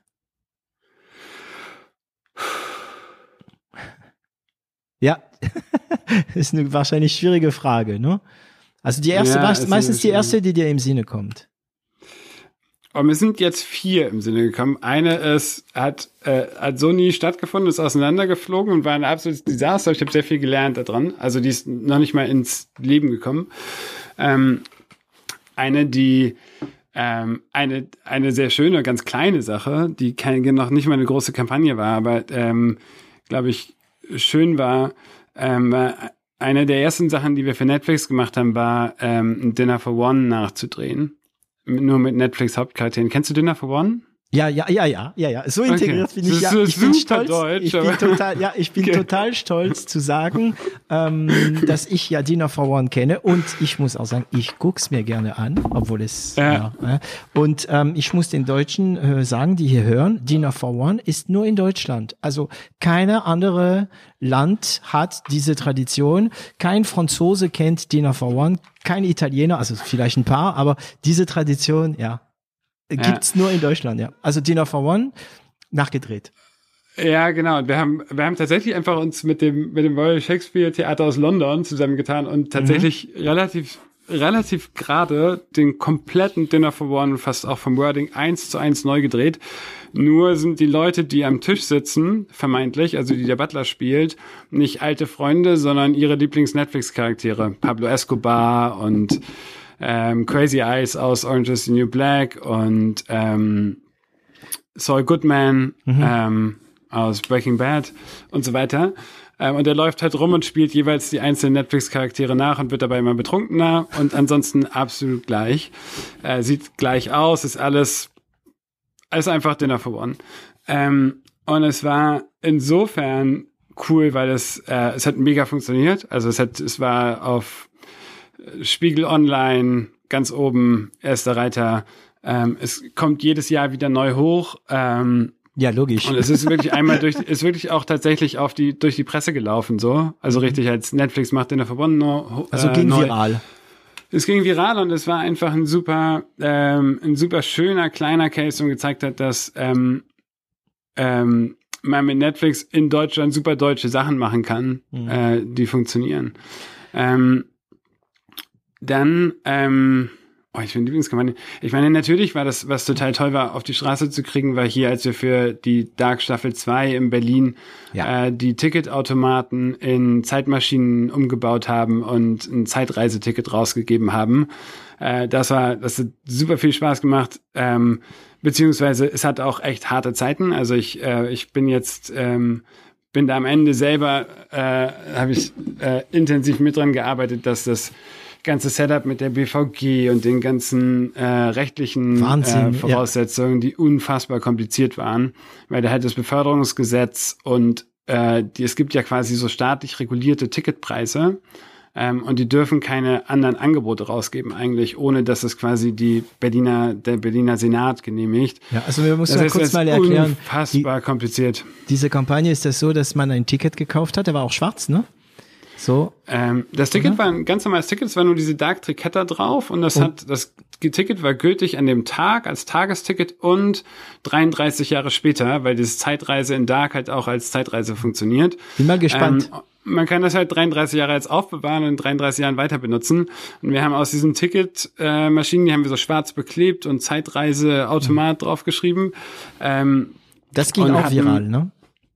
Ja, das ist eine wahrscheinlich schwierige Frage, ne? Also die erste, ja, meistens die erste, die dir im Sinne kommt. Aber wir sind jetzt vier im Sinne gekommen. Eine ist, hat, äh, hat so nie stattgefunden, ist auseinandergeflogen und war ein absolutes Desaster. Ich habe sehr viel gelernt daran. Also die ist noch nicht mal ins Leben gekommen. Ähm, eine, die, ähm, eine, eine sehr schöne, ganz kleine Sache, die keine, noch nicht mal eine große Kampagne war, aber, ähm, glaube ich, schön war, ähm, eine der ersten Sachen, die wir für Netflix gemacht haben, war, ähm, ein Dinner for One nachzudrehen. Nur mit Netflix-Hauptcharakteren. Kennst du Dinner for One? Ja, ja, ja, ja, ja, ja. So integriert okay. bin ich. Ja, so ich bin stolz. Deutsch, ich bin total, ja, ich bin okay. total stolz zu sagen, ähm, dass ich ja Dinner for One kenne und ich muss auch sagen, ich guck's mir gerne an, obwohl es. Ja. Ja, äh, und ähm, ich muss den Deutschen äh, sagen, die hier hören, Dinner for One ist nur in Deutschland. Also keine andere Land hat diese Tradition. Kein Franzose kennt Dinner for One, kein Italiener, also vielleicht ein paar, aber diese Tradition, ja. Gibt's ja. nur in Deutschland, ja. Also Dinner for One nachgedreht. Ja, genau. Wir haben, wir haben tatsächlich einfach uns mit dem, mit dem Royal Shakespeare Theater aus London zusammengetan und tatsächlich mhm. relativ, relativ gerade den kompletten Dinner for One, fast auch vom Wording eins zu eins neu gedreht. Nur sind die Leute, die am Tisch sitzen, vermeintlich, also die der Butler spielt, nicht alte Freunde, sondern ihre Lieblings-Netflix-Charaktere. Pablo Escobar und Ähm, Crazy Eyes aus Orange is the New Black und ähm, Saul Goodman mhm. ähm, aus Breaking Bad und so weiter. Ähm, und er läuft halt rum und spielt jeweils die einzelnen Netflix-Charaktere nach und wird dabei immer betrunkener und ansonsten absolut gleich. Äh, sieht gleich aus, ist alles, alles einfach Dinner for One. Ähm, und es war insofern cool, weil es, äh, es hat mega funktioniert. Also es hat, es war auf Spiegel Online, ganz oben, erster Reiter. Ähm, es kommt jedes Jahr wieder neu hoch. Ähm, ja, logisch. Und es ist wirklich einmal durch, ist wirklich auch tatsächlich auf die, durch die Presse gelaufen, so. Also richtig, als Netflix macht in der Verbund no, Also äh, ging neu. viral. Es ging viral und es war einfach ein super, ähm, ein super schöner, kleiner Case und gezeigt hat, dass, ähm, ähm, man mit Netflix in Deutschland super deutsche Sachen machen kann, mhm. äh, die funktionieren. Ähm, dann, ähm, oh, ich finde Lieblingskampagne. Ich meine, natürlich war das, was total toll war, auf die Straße zu kriegen, war hier, als wir für die Dark Staffel zwei in Berlin ja. äh, die Ticketautomaten in Zeitmaschinen umgebaut haben und ein Zeitreiseticket rausgegeben haben. Äh, das war, das hat super viel Spaß gemacht. Ähm, beziehungsweise es hat auch echt harte Zeiten. Also ich, äh, ich bin jetzt, ähm, bin da am Ende selber, äh, habe ich äh, intensiv mit dran gearbeitet, dass das ganze Setup mit der B V G und den ganzen äh, rechtlichen Wahnsinn, äh, Voraussetzungen, ja. die unfassbar kompliziert waren, weil da halt das Beförderungsgesetz und äh, die, es gibt ja quasi so staatlich regulierte Ticketpreise. Ähm, und die dürfen keine anderen Angebote rausgeben eigentlich, ohne dass es quasi die Berliner, der Berliner Senat genehmigt. Ja, also wir müssen das ja heißt, kurz mal erklären. Unfassbar die, kompliziert. Diese Kampagne ist das so, dass man ein Ticket gekauft hat, der war auch schwarz, ne? So. Ähm, das Ticket oder? war ein ganz normales Ticket, es war nur diese Dark Triketta drauf und das und? hat, das Ticket war gültig an dem Tag als Tagesticket und dreiunddreißig Jahre später, weil diese Zeitreise in Dark halt auch als Zeitreise funktioniert. Bin mal gespannt. Ähm, man kann das halt dreiunddreißig Jahre jetzt aufbewahren und in dreiunddreißig Jahren weiter benutzen. Und wir haben aus diesen Ticketmaschinen, äh, die haben wir so schwarz beklebt und Zeitreise-Automat mhm. draufgeschrieben. Ähm, das ging auch hatten, viral, ne?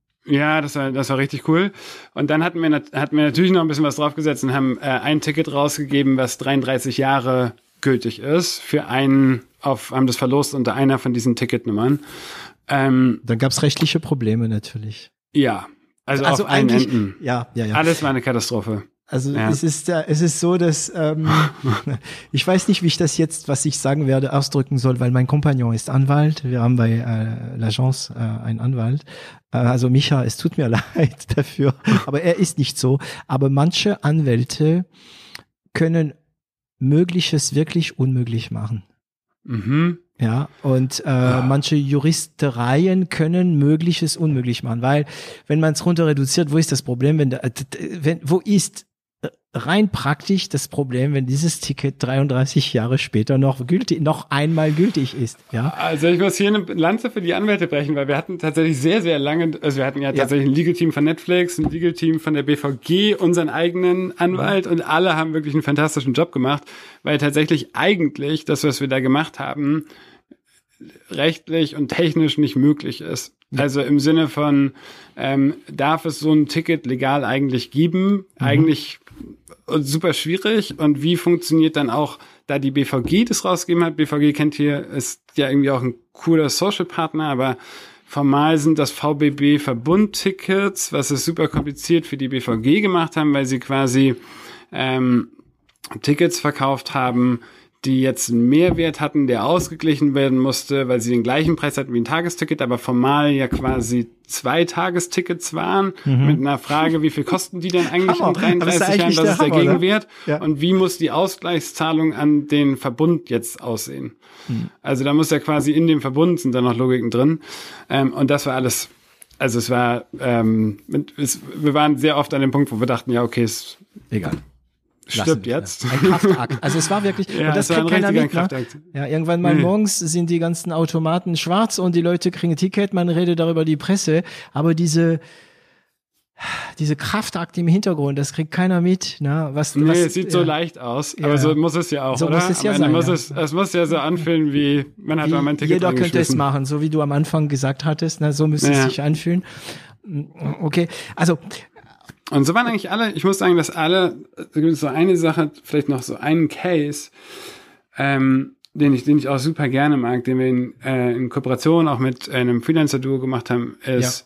Ja, das war, das war richtig cool. Und dann hatten wir, hatten wir natürlich noch ein bisschen was draufgesetzt und haben äh, ein Ticket rausgegeben, was dreiunddreißig Jahre gültig ist, für einen, auf, haben das verlost unter einer von diesen Ticketnummern. Ähm, da gab's rechtliche Probleme natürlich. Ja. Also, also auf allen Enden. Ja, ja, ja. Alles war eine Katastrophe. Also ja. es ist ja, es ist so, dass ähm, ich weiß nicht, wie ich das jetzt, was ich sagen werde, ausdrücken soll, weil mein Kompagnon ist Anwalt. Wir haben bei äh, l'Agence äh, einen Anwalt. Äh, also Micha, es tut mir leid dafür, aber er ist nicht so. Aber manche Anwälte können Mögliches wirklich unmöglich machen. Mhm. Ja, und äh, ja. manche Juristereien können Mögliches unmöglich machen, weil wenn man es runter reduziert, wo ist das Problem, wenn, da, wenn wo ist rein praktisch das Problem, wenn dieses Ticket dreiunddreißig Jahre später noch gültig, noch einmal gültig ist, ja? Also ich muss hier eine Lanze für die Anwälte brechen, weil wir hatten tatsächlich sehr, sehr lange, also wir hatten ja tatsächlich ja. ein Legal-Team von Netflix, ein Legal-Team von der B V G, unseren eigenen Anwalt mhm. und alle haben wirklich einen fantastischen Job gemacht, weil tatsächlich eigentlich das, was wir da gemacht haben, rechtlich und technisch nicht möglich ist. Also im Sinne von, ähm, darf es so ein Ticket legal eigentlich geben? Mhm. Eigentlich super schwierig. Und wie funktioniert dann auch, da die B V G das rausgegeben hat? B V G kennt hier, ist ja irgendwie auch ein cooler Social-Partner, aber formal sind das V B B-Verbund-Tickets, was es super kompliziert für die B V G gemacht haben, weil sie quasi ähm, Tickets verkauft haben, die jetzt einen Mehrwert hatten, der ausgeglichen werden musste, weil sie den gleichen Preis hatten wie ein Tagesticket, aber formal ja quasi zwei Tagestickets waren, mhm. mit einer Frage, wie viel kosten die denn eigentlich Hammer. in dreiunddreißig Jahren, was ist der Hammer, Gegenwert ja. und wie muss die Ausgleichszahlung an den Verbund jetzt aussehen. Mhm. Also da muss ja quasi in dem Verbund, sind da noch Logiken drin, ähm, und das war alles, also es war, ähm, es, wir waren sehr oft an dem Punkt, wo wir dachten, ja okay, ist egal. Stirbt jetzt. Ja. Ein Kraftakt. Also es war wirklich, ja, und das kriegt keiner mit, ne? Ja, irgendwann mal nee. morgens sind die ganzen Automaten schwarz und die Leute kriegen ein Ticket, man redet darüber die Presse, aber diese diese Kraftakt im Hintergrund, das kriegt keiner mit, ne? Was, nee, was, es sieht ja. so leicht aus, aber ja. so muss es ja auch, so oder? muss es ja Am Ende sein, muss ja. es, es muss ja so anfühlen, wie man hat wie mal mein Ticket jeder könnte es machen, so wie du am Anfang gesagt hattest, ne? So müsste ja. es sich anfühlen. Okay, also und so waren eigentlich alle, ich muss sagen, dass alle, so eine Sache, vielleicht noch so einen Case, ähm, den ich, den ich auch super gerne mag, den wir in, äh, in Kooperation auch mit einem Freelancer-Duo gemacht haben, ist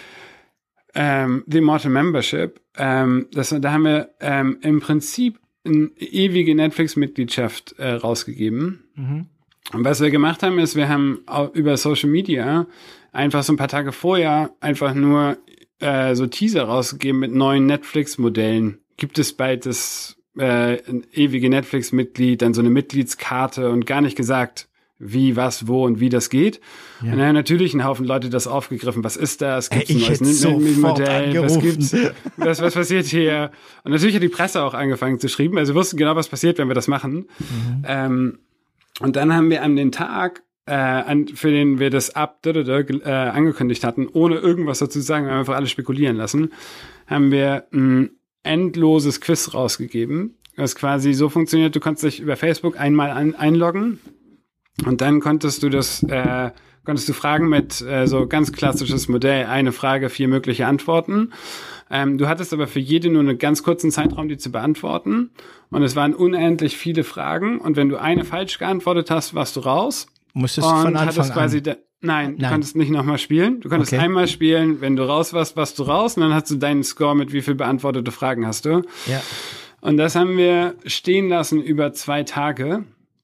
ja. ähm, The Immortal Membership. Ähm, das, da haben wir ähm, im Prinzip eine ewige Netflix-Mitgliedschaft äh, rausgegeben. Mhm. Und was wir gemacht haben, ist, wir haben auch über Social Media einfach so ein paar Tage vorher einfach nur so Teaser rausgegeben mit neuen Netflix-Modellen. Gibt es bald das äh, ein ewige Netflix-Mitglied, dann so eine Mitgliedskarte und gar nicht gesagt, wie, was, wo und wie das geht. Ja. Und dann haben natürlich ein Haufen Leute das aufgegriffen. Was ist das? Gibt's hey, ein neues Modell? Was gibt's? Was, was passiert hier? Und natürlich hat die Presse auch angefangen zu schreiben. Also wir wussten genau, was passiert, wenn wir das machen. Mhm. Ähm, und dann haben wir an den Tag, äh, an, für den wir das ab äh, angekündigt hatten, ohne irgendwas dazu zu sagen, wir haben einfach alle spekulieren lassen, haben wir ein endloses Quiz rausgegeben, was quasi so funktioniert, du konntest dich über Facebook einmal ein, einloggen. Und dann konntest du das, äh, konntest du fragen mit äh, so ganz klassisches Modell, eine Frage, vier mögliche Antworten. Ähm, du hattest aber für jede nur einen ganz kurzen Zeitraum, die zu beantworten. Und es waren unendlich viele Fragen. Und wenn du eine falsch geantwortet hast, warst du raus. Musstest du von Anfang quasi an? De- Nein, du Nein. konntest nicht nochmal spielen. Du konntest Okay. einmal spielen, wenn du raus warst, warst du raus. Und dann hast du deinen Score mit wie viel beantwortete Fragen hast du. Ja. Und das haben wir stehen lassen über zwei Tage.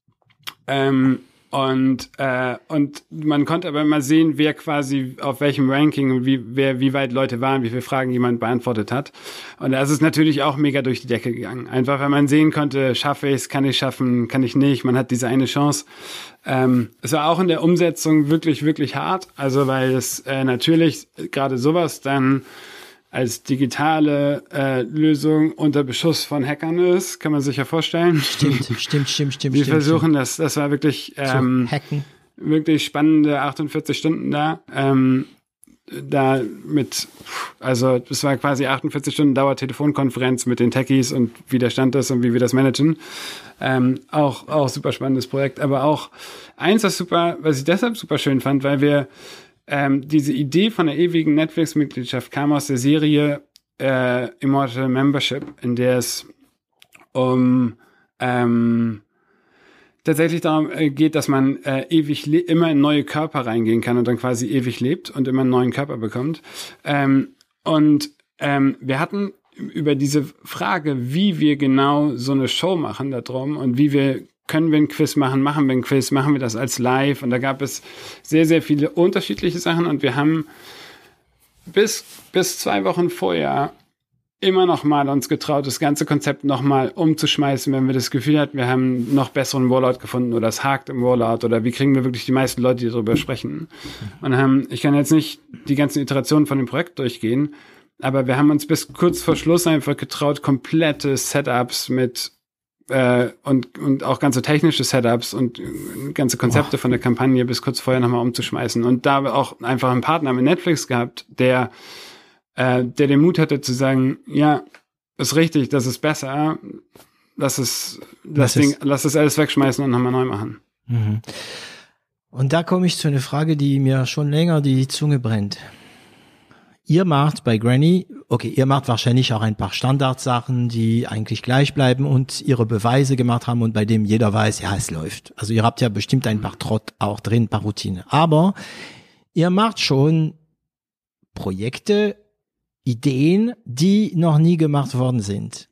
Ähm, Und, äh, und man konnte aber immer sehen, wer quasi auf welchem Ranking und wie, wer, wie weit Leute waren, wie viele Fragen jemand beantwortet hat. Und da ist es natürlich auch mega durch die Decke gegangen. Einfach, weil man sehen konnte, schaffe ich es, kann ich schaffen, kann ich nicht. Man hat diese eine Chance. Ähm, es war auch in der Umsetzung wirklich, wirklich hart. Also, weil es äh, natürlich gerade sowas dann als digitale äh, Lösung unter Beschuss von Hackern ist, kann man sich ja vorstellen. Stimmt, stimmt, stimmt, stimmt. Wir stimmt, versuchen das, das war wirklich ähm, hacken. wirklich spannende achtundvierzig Stunden da. Ähm, da mit, also das war quasi achtundvierzig Stunden Dauer Telefonkonferenz mit den Techies und wie der Stand ist und wie wir das managen. Ähm, auch, auch super spannendes Projekt, aber auch eins, was super, was ich deshalb super schön fand, weil wir Ähm, diese Idee von der ewigen Netflix-Mitgliedschaft kam aus der Serie äh, Immortal Membership, in der es um ähm, tatsächlich darum äh, geht, dass man äh, ewig le- immer in neue Körper reingehen kann und dann quasi ewig lebt und immer einen neuen Körper bekommt. Ähm, und ähm, wir hatten über diese Frage, wie wir genau so eine Show machen da drum und wie wir können wir ein Quiz machen, machen wir ein Quiz, machen wir das als live. Und da gab es sehr, sehr viele unterschiedliche Sachen. Und wir haben bis, bis zwei Wochen vorher immer noch mal uns getraut, das ganze Konzept noch mal umzuschmeißen, wenn wir das Gefühl hatten, wir haben einen noch besseren Rollout gefunden oder es hakt im Rollout oder wie kriegen wir wirklich die meisten Leute, die darüber sprechen. Und ähm, ich kann jetzt nicht die ganzen Iterationen von dem Projekt durchgehen, aber wir haben uns bis kurz vor Schluss einfach getraut, komplette Setups mit Äh, und, und auch ganze technische Setups und äh, ganze Konzepte oh. von der Kampagne bis kurz vorher nochmal umzuschmeißen. Und da auch einfach einen Partner mit Netflix gehabt, der, äh, der den Mut hatte zu sagen, ja, ist richtig, das ist besser, lass es, das Ding, ist, lass es alles wegschmeißen und nochmal neu machen. Mhm. Und da komme ich zu einer Frage, die mir schon länger die Zunge brennt. Ihr macht bei Granny, okay, ihr macht wahrscheinlich auch ein paar Standardsachen, die eigentlich gleich bleiben und ihre Beweise gemacht haben und bei dem jeder weiß, ja, es läuft. Also ihr habt ja bestimmt ein paar Trott auch drin, ein paar Routine. Aber ihr macht schon Projekte, Ideen, die noch nie gemacht worden sind.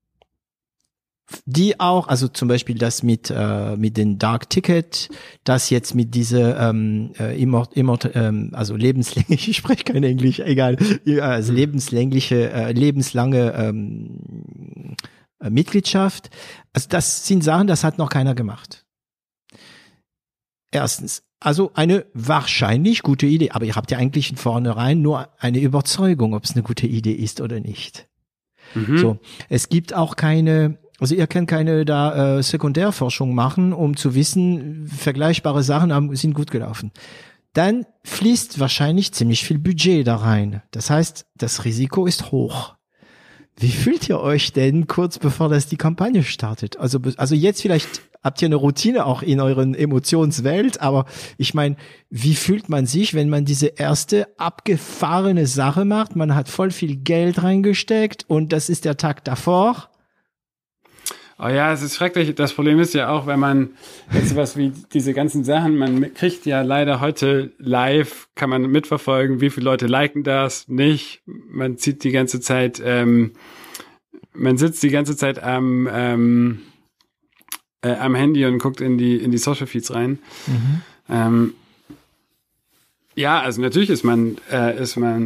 Die auch, also zum Beispiel das mit äh, mit den Dark Ticket, das jetzt mit diese ähm, äh, immer immer ähm, also lebenslänglich, ich spreche kein Englisch, egal, also lebenslängliche äh, lebenslange ähm, äh, Mitgliedschaft. Also das sind Sachen, das hat noch keiner gemacht. Erstens, also eine wahrscheinlich gute Idee, aber ihr habt ja eigentlich von vornherein nur eine Überzeugung, ob es eine gute Idee ist oder nicht. Mhm. So, es gibt auch keine Also ihr könnt keine da äh, Sekundärforschung machen, um zu wissen, vergleichbare Sachen haben, sind gut gelaufen. Dann fließt wahrscheinlich ziemlich viel Budget da rein. Das heißt, das Risiko ist hoch. Wie fühlt ihr euch denn kurz bevor das die Kampagne startet? Also also jetzt vielleicht habt ihr eine Routine auch in euren Emotionswelt, aber ich meine, wie fühlt man sich, wenn man diese erste abgefahrene Sache macht? Man hat voll viel Geld reingesteckt und das ist der Tag davor. Oh ja, es ist schrecklich. Das Problem ist ja auch, wenn man jetzt sowas wie diese ganzen Sachen, man kriegt ja leider heute live, kann man mitverfolgen, wie viele Leute liken das, nicht. Man zieht die ganze Zeit, ähm, man sitzt die ganze Zeit am, ähm, äh, am Handy und guckt in die, in die Social Feeds rein. Mhm. Ähm, ja, also natürlich ist man, äh, ist man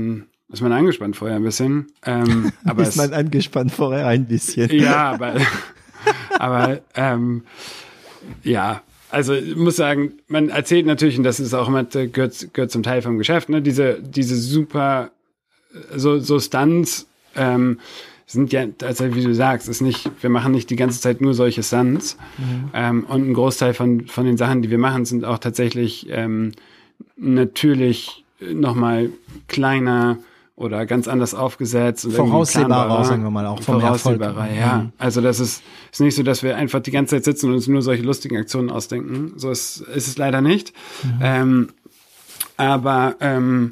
ist man angespannt vorher ein bisschen. Ähm, aber ist man angespannt vorher ein bisschen. Ja, aber, aber ähm, ja, also ich muss sagen, man erzählt natürlich, und das ist auch immer, gehört, gehört zum Teil vom Geschäft, ne, diese, diese super, so, so Stunts, ähm, sind ja, also wie du sagst, ist nicht, wir machen nicht die ganze Zeit nur solche Stunts. Mhm. Ähm, und ein Großteil von, von den Sachen, die wir machen, sind auch tatsächlich ähm, natürlich nochmal kleiner oder ganz anders aufgesetzt. Und voraussehbarer, sagen wir mal, auch vom voraussehbarer, ja. Mhm. Also das ist, ist nicht so, dass wir einfach die ganze Zeit sitzen und uns nur solche lustigen Aktionen ausdenken. So ist, ist es leider nicht. Mhm. Ähm, aber ähm,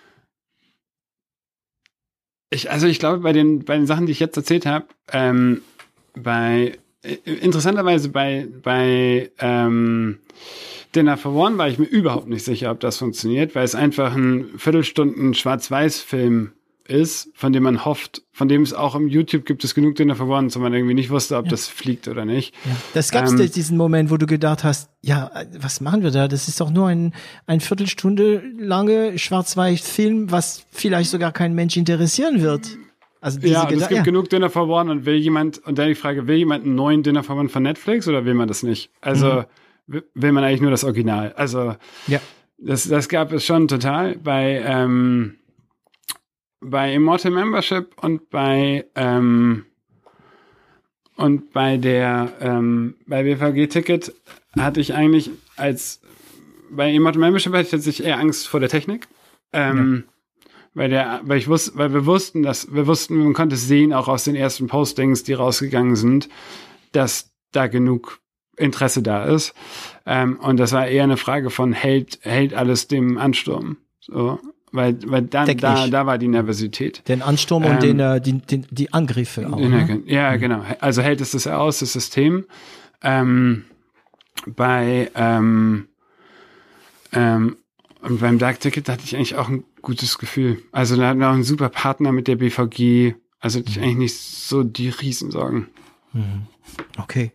Ich, also ich glaube, bei den, bei den Sachen, die ich jetzt erzählt habe, ähm, bei interessanterweise bei, bei ähm, Dinner for One war ich mir überhaupt nicht sicher, ob das funktioniert, weil es einfach ein Viertelstunden Schwarz-Weiß-Film ist, von dem man hofft, von dem es auch im YouTube gibt es genug Dinner for One, so man irgendwie nicht wusste, ob ja. das fliegt oder nicht. Ja. Das gab es ähm, diesen Moment, wo du gedacht hast, ja, was machen wir da? Das ist doch nur ein, ein Viertelstunde lange Schwarz-Weiß-Film, was vielleicht sogar kein Mensch interessieren wird. Also diese ja, und Geda- es gibt ja. genug Dinner for One und will jemand, und dann die Frage, will jemand einen neuen Dinner for One von Netflix oder will man das nicht? Also mhm. will man eigentlich nur das Original? Also ja. das, das gab es schon total bei ähm, bei Immortal Membership und bei ähm, und bei der ähm, bei B V G-Ticket hatte ich eigentlich als bei Immortal Membership hatte ich tatsächlich eher Angst vor der Technik, ähm, ja. weil der weil ich wusste, weil wir wussten, dass wir wussten, man konnte es sehen auch aus den ersten Postings, die rausgegangen sind, dass da genug Interesse da ist, ähm, und das war eher eine Frage von hält hält alles dem Ansturm, so. Weil, weil dann, da, da war die Nervosität. Den Ansturm ähm, und den, äh, die, die, die Angriffe auch. Ne? Ja, genau. Also hält es das aus, das System. Ähm, bei, ähm, ähm, und beim Dark Ticket hatte ich eigentlich auch ein gutes Gefühl. Also da hatten wir auch einen super Partner mit der B V G. Also hatte ich eigentlich nicht so die Riesensorgen. Okay.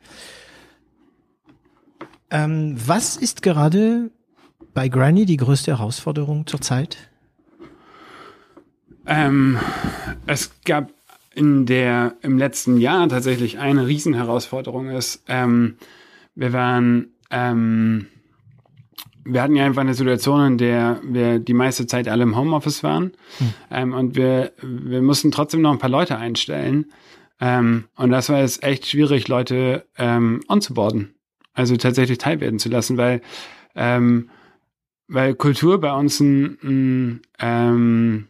Ähm, was ist gerade bei Granny die größte Herausforderung zurzeit? Ähm, es gab in der, im letzten Jahr tatsächlich eine Riesenherausforderung ist, ähm, wir waren, ähm, wir hatten ja einfach eine Situation, in der wir die meiste Zeit alle im Homeoffice waren, hm. ähm, und wir, wir mussten trotzdem noch ein paar Leute einstellen, ähm, und das war jetzt echt schwierig, Leute, ähm, onzuboarden, also tatsächlich teilwerden zu lassen, weil, ähm, weil Kultur bei uns ein, ein ähm,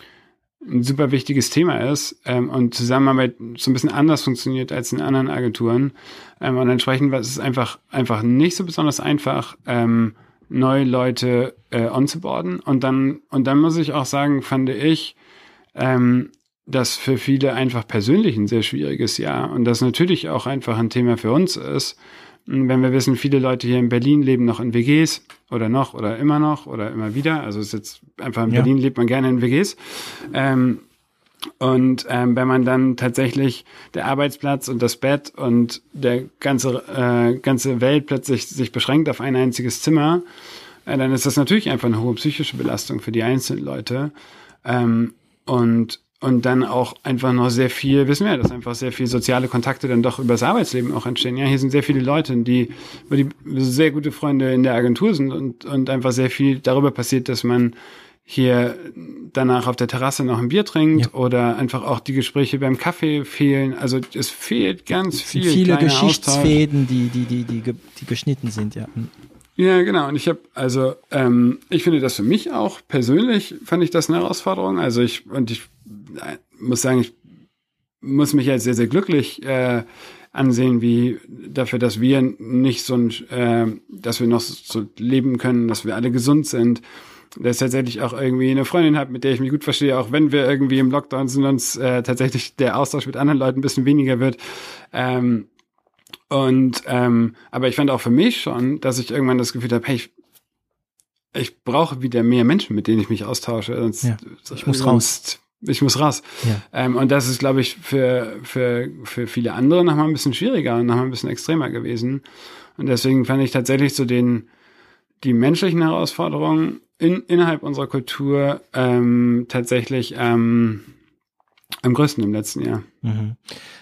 ein super wichtiges Thema ist, ähm, und Zusammenarbeit so ein bisschen anders funktioniert als in anderen Agenturen. Ähm, und entsprechend war es einfach einfach nicht so besonders einfach, ähm, neue Leute äh, onzuboarden. Und dann und dann muss ich auch sagen, fand ich, ähm, das für viele einfach persönlich ein sehr schwieriges Jahr und das natürlich auch einfach ein Thema für uns ist. Wenn wir wissen, viele Leute hier in Berlin leben noch in W Gs oder noch oder immer noch oder immer wieder. Also es ist jetzt einfach in ja. Berlin lebt man gerne in W Gs. Ähm, und ähm, wenn man dann tatsächlich der Arbeitsplatz und das Bett und der ganze äh, ganze Welt plötzlich sich beschränkt auf ein einziges Zimmer, äh, dann ist das natürlich einfach eine hohe psychische Belastung für die einzelnen Leute. Ähm, und Und dann auch einfach noch sehr viel, wissen wir, dass einfach sehr viel soziale Kontakte dann doch über das Arbeitsleben auch entstehen. Ja, hier sind sehr viele Leute, die, die sehr gute Freunde in der Agentur sind und, und einfach sehr viel darüber passiert, dass man hier danach auf der Terrasse noch ein Bier trinkt ja. oder einfach auch die Gespräche beim Kaffee fehlen. Also es fehlt ganz viel. Viele Geschichtsfäden, die, die, die, die, die geschnitten sind, ja. Ja, genau. Und ich habe, also, ähm, ich finde das für mich auch persönlich, fand ich das eine Herausforderung. Also ich, und ich muss sagen, ich muss mich als sehr, sehr glücklich äh, ansehen, wie dafür, dass wir nicht so ein, äh, dass wir noch so leben können, dass wir alle gesund sind. Dass ich tatsächlich auch irgendwie eine Freundin habe, mit der ich mich gut verstehe, auch wenn wir irgendwie im Lockdown sind, uns äh, tatsächlich der Austausch mit anderen Leuten ein bisschen weniger wird. Ähm, Und ähm, aber ich fand auch für mich schon, dass ich irgendwann das Gefühl habe, hey, ich, ich brauche wieder mehr Menschen, mit denen ich mich austausche. Sonst, ja, ich muss raus. Ich muss raus. Ja. Ähm, und das ist, glaube ich, für für für viele andere nochmal ein bisschen schwieriger und nochmal ein bisschen extremer gewesen. Und deswegen fand ich tatsächlich so den die menschlichen Herausforderungen in, innerhalb unserer Kultur ähm, tatsächlich ähm, am größten im letzten Jahr. Mhm.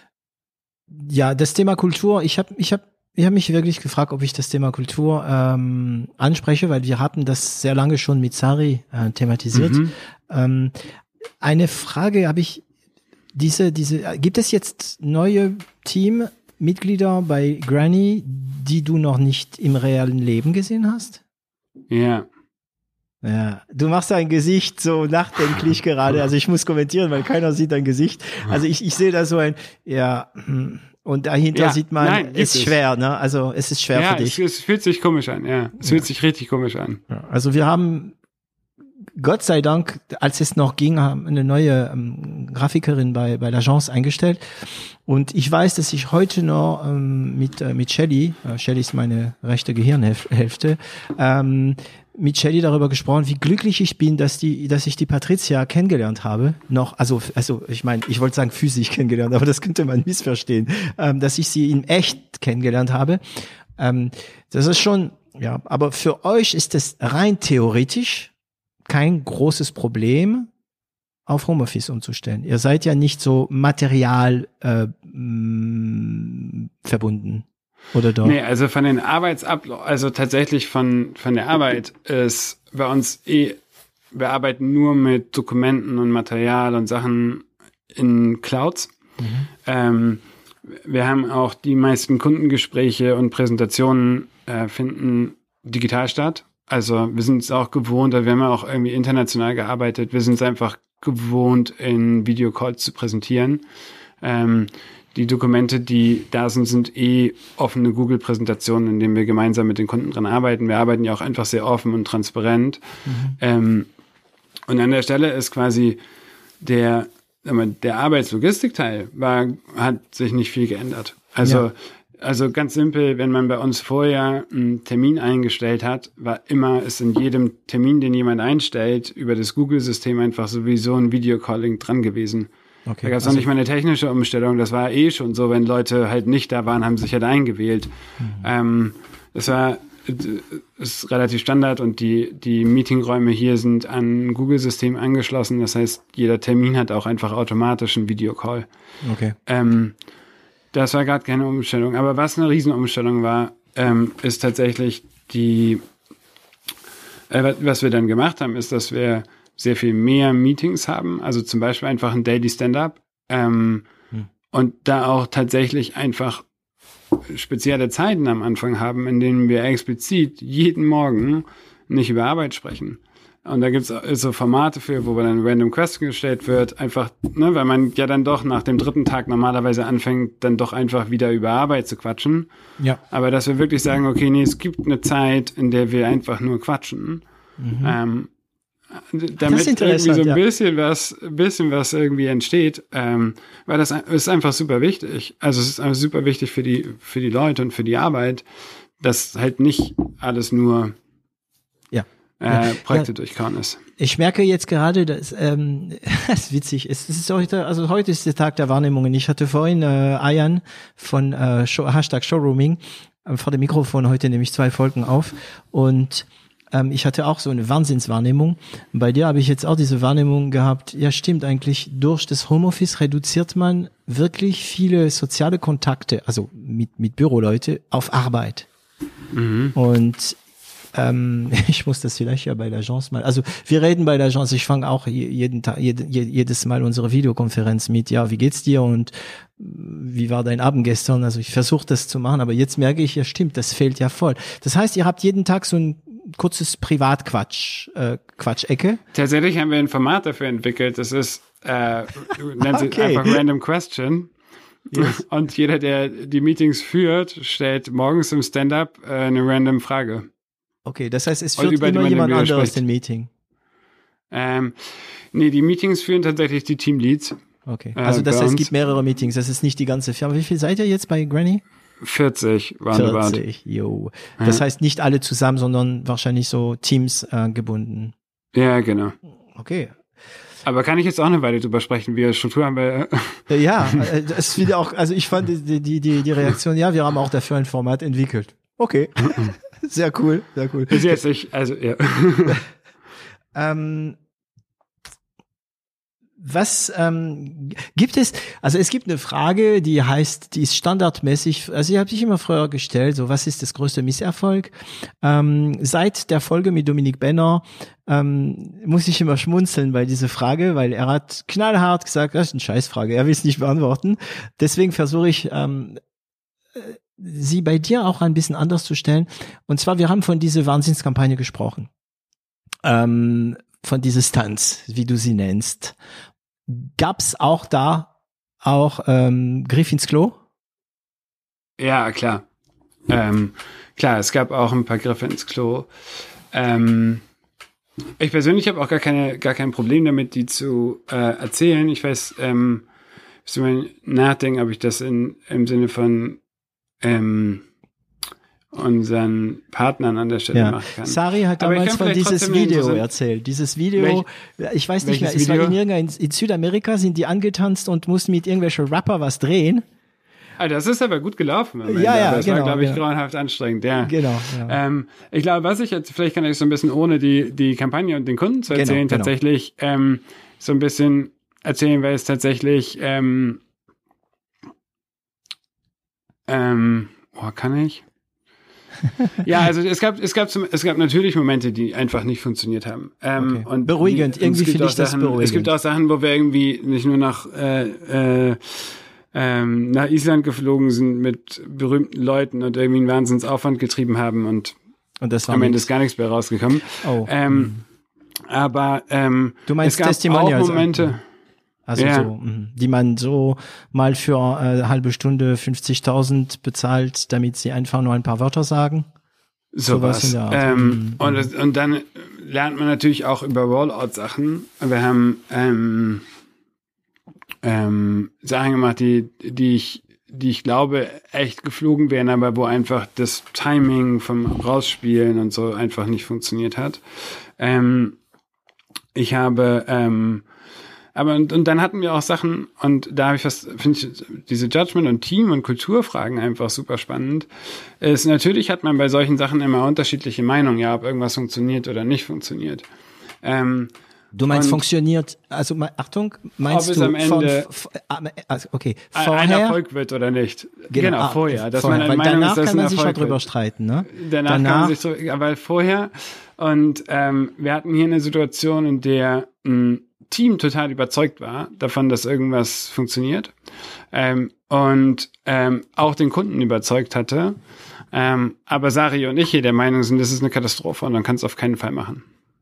Ja, das Thema Kultur, ich habe ich hab, ich hab mich wirklich gefragt, ob ich das Thema Kultur ähm, anspreche, weil wir haben das sehr lange schon mit Sari äh, thematisiert. Mhm. Ähm, eine Frage habe ich, diese, diese, gibt es jetzt neue Teammitglieder bei Granny, die du noch nicht im realen Leben gesehen hast? Ja. Ja, du machst ein Gesicht so nachdenklich gerade, also ich muss kommentieren, weil keiner sieht dein Gesicht. Also ich, ich sehe da so ein, ja, und dahinter ja, sieht man, nein, es ist schwer, ne? Also es ist schwer ja, für dich. Es, es fühlt sich komisch an, ja. Es ja. fühlt sich richtig komisch an. Ja, also wir haben, Gott sei Dank, als es noch ging, haben eine neue ähm, Grafikerin bei bei l'Agence eingestellt. Und ich weiß, dass ich heute noch ähm, mit äh, mit Shelly, äh, Shelly ist meine rechte Gehirnhälfte, ähm, mit Shelly darüber gesprochen, wie glücklich ich bin, dass die, dass ich die Patricia kennengelernt habe. Noch, also, also ich meine, ich wollte sagen physisch kennengelernt, aber das könnte man missverstehen, ähm, dass ich sie in echt kennengelernt habe. Ähm, das ist schon, ja, aber für euch ist es rein theoretisch kein großes Problem, auf Homeoffice umzustellen. Ihr seid ja nicht so material äh, mh, verbunden. Oder doch? Nee, also von den Arbeitsabläufen, also tatsächlich von, von der Arbeit ist bei uns eh, wir arbeiten nur mit Dokumenten und Material und Sachen in Clouds. Mhm. Ähm, wir haben auch die meisten Kundengespräche und Präsentationen äh, finden digital statt. Also wir sind es auch gewohnt, wir haben ja auch irgendwie international gearbeitet, wir sind es einfach gewohnt, in Videocalls zu präsentieren. Ähm, Die Dokumente, die da sind, sind eh offene Google-Präsentationen, in denen wir gemeinsam mit den Kunden dran arbeiten. Wir arbeiten ja auch einfach sehr offen und transparent. Mhm. Ähm, und an der Stelle ist quasi der, der Arbeitslogistikteil war, hat sich nicht viel geändert. Also, ja. also ganz simpel, wenn man bei uns vorher einen Termin eingestellt hat, war immer, ist in jedem Termin, den jemand einstellt, über das Google-System einfach sowieso ein Videocalling dran gewesen. Okay, da gab es also noch nicht mal eine technische Umstellung, das war eh schon so, wenn Leute halt nicht da waren, haben sie sich halt eingewählt. Mhm. Ähm, das war ist relativ Standard und die, die Meetingräume hier sind an ein Google-System angeschlossen, das heißt, jeder Termin hat auch einfach automatisch einen Videocall. Okay. Ähm, das war gerade keine Umstellung, aber was eine Riesenumstellung war, ähm, ist tatsächlich die, äh, was wir dann gemacht haben, ist, dass wir sehr viel mehr Meetings haben, also zum Beispiel einfach ein Daily Stand-Up ähm, hm. und da auch tatsächlich einfach spezielle Zeiten am Anfang haben, in denen wir explizit jeden Morgen nicht über Arbeit sprechen. Und da gibt's so Formate für, wo dann ein Random Question gestellt wird, einfach, ne, weil man ja dann doch nach dem dritten Tag normalerweise anfängt, dann doch einfach wieder über Arbeit zu quatschen. Ja. Aber dass wir wirklich sagen, okay, nee, es gibt eine Zeit, in der wir einfach nur quatschen. Mhm. Ähm, damit irgendwie so ein bisschen ja. was, bisschen was irgendwie entsteht, ähm, weil das ist einfach super wichtig. Also es ist einfach super wichtig für die, für die Leute und für die Arbeit, dass halt nicht alles nur ja. Äh, Projekte ja. durchkauen ist. Ich merke jetzt gerade, dass ähm, das ist witzig. Es ist heute, also heute ist der Tag der Wahrnehmungen. Ich hatte vorhin äh, Ayan von äh, Show, Hashtag Showrooming äh, vor dem Mikrofon heute nämlich zwei Folgen auf und Ähm, ich hatte auch so eine Wahnsinnswahrnehmung. Bei dir habe ich jetzt auch diese Wahrnehmung gehabt, ja stimmt eigentlich, durch das Homeoffice reduziert man wirklich viele soziale Kontakte, also mit, mit Büroleute, auf Arbeit. Mhm. Und ähm, ich muss das vielleicht ja bei l'Agence mal, also wir reden bei l'Agence, ich fange auch jeden Tag, jed, jedes Mal unsere Videokonferenz mit, ja, wie geht's dir und wie war dein Abend gestern? Also ich versuche das zu machen, aber jetzt merke ich, ja stimmt, das fehlt ja voll. Das heißt, ihr habt jeden Tag so ein kurzes Privatquatsch, äh, Quatschecke. Tatsächlich haben wir ein Format dafür entwickelt. Das ist, äh, nennt sich okay. einfach Random Question. Yes. Und jeder, der die Meetings führt, stellt morgens im Stand-up äh, eine random Frage. Okay, das heißt, es führt über immer jemand anderes den Meeting. Ähm, nee, die Meetings führen tatsächlich die Teamleads. Okay, also das heißt, es gibt mehrere Meetings. Das ist nicht die ganze Firma. Wie viel seid ihr jetzt bei Granny? vierzig, roundabout. vierzig, jo. Das ja. heißt nicht alle zusammen, sondern wahrscheinlich so Teams äh, gebunden. Ja, genau. Okay. Aber kann ich jetzt auch eine Weile drüber sprechen, wie Struktur haben wir? Ja, das ist wieder auch, also ich fand die, die, die, die Reaktion, ja, wir haben auch dafür ein Format entwickelt. Okay. Sehr cool, sehr cool. Bis jetzt nicht, also, ja. Ähm, Was ähm, gibt es, also es gibt eine Frage, die heißt, die ist standardmäßig, also ich habe dich immer früher gestellt, so was ist das größte Misserfolg? Ähm, seit der Folge mit Dominik Benner ähm, muss ich immer schmunzeln bei dieser Frage, weil er hat knallhart gesagt, das ist eine Scheißfrage, er will es nicht beantworten. Deswegen versuche ich, ähm, sie bei dir auch ein bisschen anders zu stellen. Und zwar, wir haben von dieser Wahnsinnskampagne gesprochen. Ähm, von dieser Stunts, wie du sie nennst. Gab's auch da auch ähm, Griff ins Klo? Ja, klar. Ähm, klar, es gab auch ein paar Griffe ins Klo. Ähm, ich persönlich habe auch gar keine, gar kein Problem damit, die zu äh, erzählen. Ich weiß, ähm, ich muss mal nachdenken, ob ich das in, im Sinne von ähm, unseren Partnern an der Stelle ja. machen kann. Sari hat damals von dieses Video erzählt. Dieses Video, Welch, ich weiß nicht mehr, es war in, in, in Südamerika, sind die angetanzt und mussten mit irgendwelchen Rapper was drehen. Ah, das ist aber gut gelaufen. Ja, ja, das genau, war, glaube ich, genau. grauenhaft anstrengend. Ja. Genau. Ja. Ähm, ich glaube, was ich jetzt, vielleicht kann ich so ein bisschen ohne die, die Kampagne und den Kunden zu erzählen, genau, tatsächlich genau. Ähm, so ein bisschen erzählen, weil es tatsächlich ähm, ähm, oh, kann ich? Ja, also es gab es gab zum, es gab natürlich Momente, die einfach nicht funktioniert haben. Ähm, okay. und beruhigend, die, irgendwie finde ich Sachen, das beruhigend. Es gibt auch Sachen, wo wir irgendwie nicht nur nach äh, äh, ähm, nach Island geflogen sind mit berühmten Leuten und irgendwie einen Wahnsinnsaufwand getrieben haben und, und das war am Ende ist gar nichts mehr rausgekommen. Oh. Ähm, aber ähm, du meinst es gab Testimonials, auch Momente. Also ja. so, die man so mal für äh, eine halbe Stunde fünfzigtausend bezahlt, damit sie einfach nur ein paar Wörter sagen. So was. Ähm, mhm. und, und dann lernt man natürlich auch über Rollout-Sachen. Wir haben ähm, ähm, Sachen gemacht, die, die ich, die ich glaube echt geflogen wären, aber wo einfach das Timing vom Rausspielen und so einfach nicht funktioniert hat. Ähm, ich habe ähm, Aber und, und dann hatten wir auch Sachen, und da habe ich was, finde ich, diese Judgment- und Team- und Kulturfragen einfach super spannend. Ist, natürlich hat man bei solchen Sachen immer unterschiedliche Meinungen, ja, ob irgendwas funktioniert oder nicht funktioniert. Ähm, du meinst funktioniert, also Achtung, meinst ob du es am Ende von, also okay, vorher, ein Erfolg wird oder nicht. Genau, genau ah, vorher. Dass vorher. man Weil Meinung danach ist, dass kann man ein sich Erfolg ja drüber wird. streiten, ne? Danach, danach kann man sich so, aber vorher, und ähm, wir hatten hier eine Situation, in der ein Team total überzeugt war davon, dass irgendwas funktioniert, ähm, und ähm, auch den Kunden überzeugt hatte, ähm, aber Sari und ich hier der Meinung sind, das ist eine Katastrophe und man kann es auf keinen Fall machen.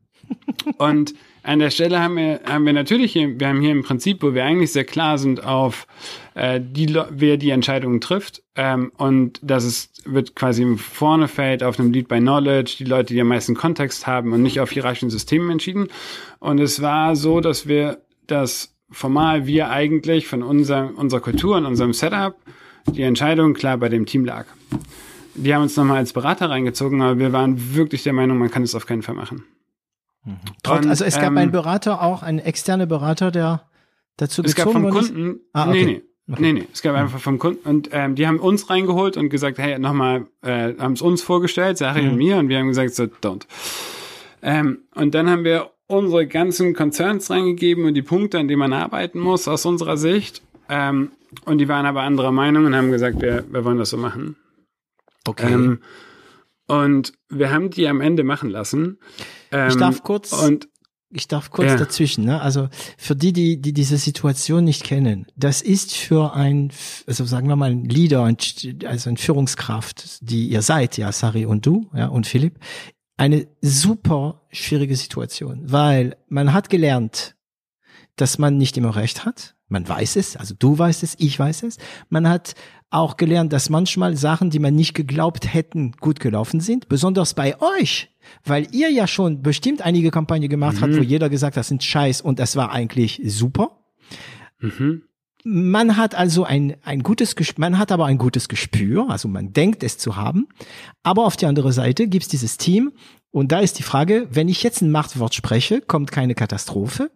Und an der Stelle haben wir, haben wir natürlich, hier, wir haben hier im Prinzip, wo wir eigentlich sehr klar sind auf, äh, die, wer die Entscheidungen trifft, ähm, und das ist, wird quasi vorne fällt auf einem Lead by Knowledge, die Leute, die am meisten Kontext haben und nicht auf hierarchischen Systemen entschieden. Und es war so, dass wir, dass formal wir eigentlich von unser, unserer Kultur und unserem Setup die Entscheidung klar bei dem Team lag. Die haben uns nochmal als Berater reingezogen, aber wir waren wirklich der Meinung, man kann es auf keinen Fall machen. Und, also es gab ähm, einen Berater, auch einen externen Berater, der dazu es gezogen gab vom wurde? Kunden, Ah, okay. nee, nee, okay. nee, nee, es gab einfach vom Kunden, und ähm, die haben uns reingeholt und gesagt, hey, nochmal, äh, haben es uns vorgestellt, Sari mhm. und mir, und wir haben gesagt, so, don't. Ähm, und dann haben wir unsere ganzen Concerns reingegeben und die Punkte, an denen man arbeiten muss, aus unserer Sicht, ähm, und die waren aber anderer Meinung und haben gesagt, wir, wir wollen das so machen. Okay. Ähm, und wir haben die am Ende machen lassen. Ähm, ich darf kurz, und, ich darf kurz ja. dazwischen, ne? Also für die, die, die diese Situation nicht kennen, das ist für ein, also sagen wir mal, ein Leader, ein, also eine Führungskraft, die ihr seid, ja, Sari und du, ja, und Philipp, eine super schwierige Situation, weil man hat gelernt, dass man nicht immer recht hat. Man weiß es, also du weißt es, ich weiß es. Man hat auch gelernt, dass manchmal Sachen, die man nicht geglaubt hätten, gut gelaufen sind. Besonders bei euch, weil ihr ja schon bestimmt einige Kampagnen gemacht mhm. habt, wo jeder gesagt hat, das sind Scheiß und das war eigentlich super. Mhm. Man hat also ein, ein gutes Gespür, man hat aber ein gutes Gespür, also man denkt es zu haben. Aber auf der anderen Seite gibt's dieses Team und da ist die Frage, wenn ich jetzt ein Machtwort spreche, kommt keine Katastrophe.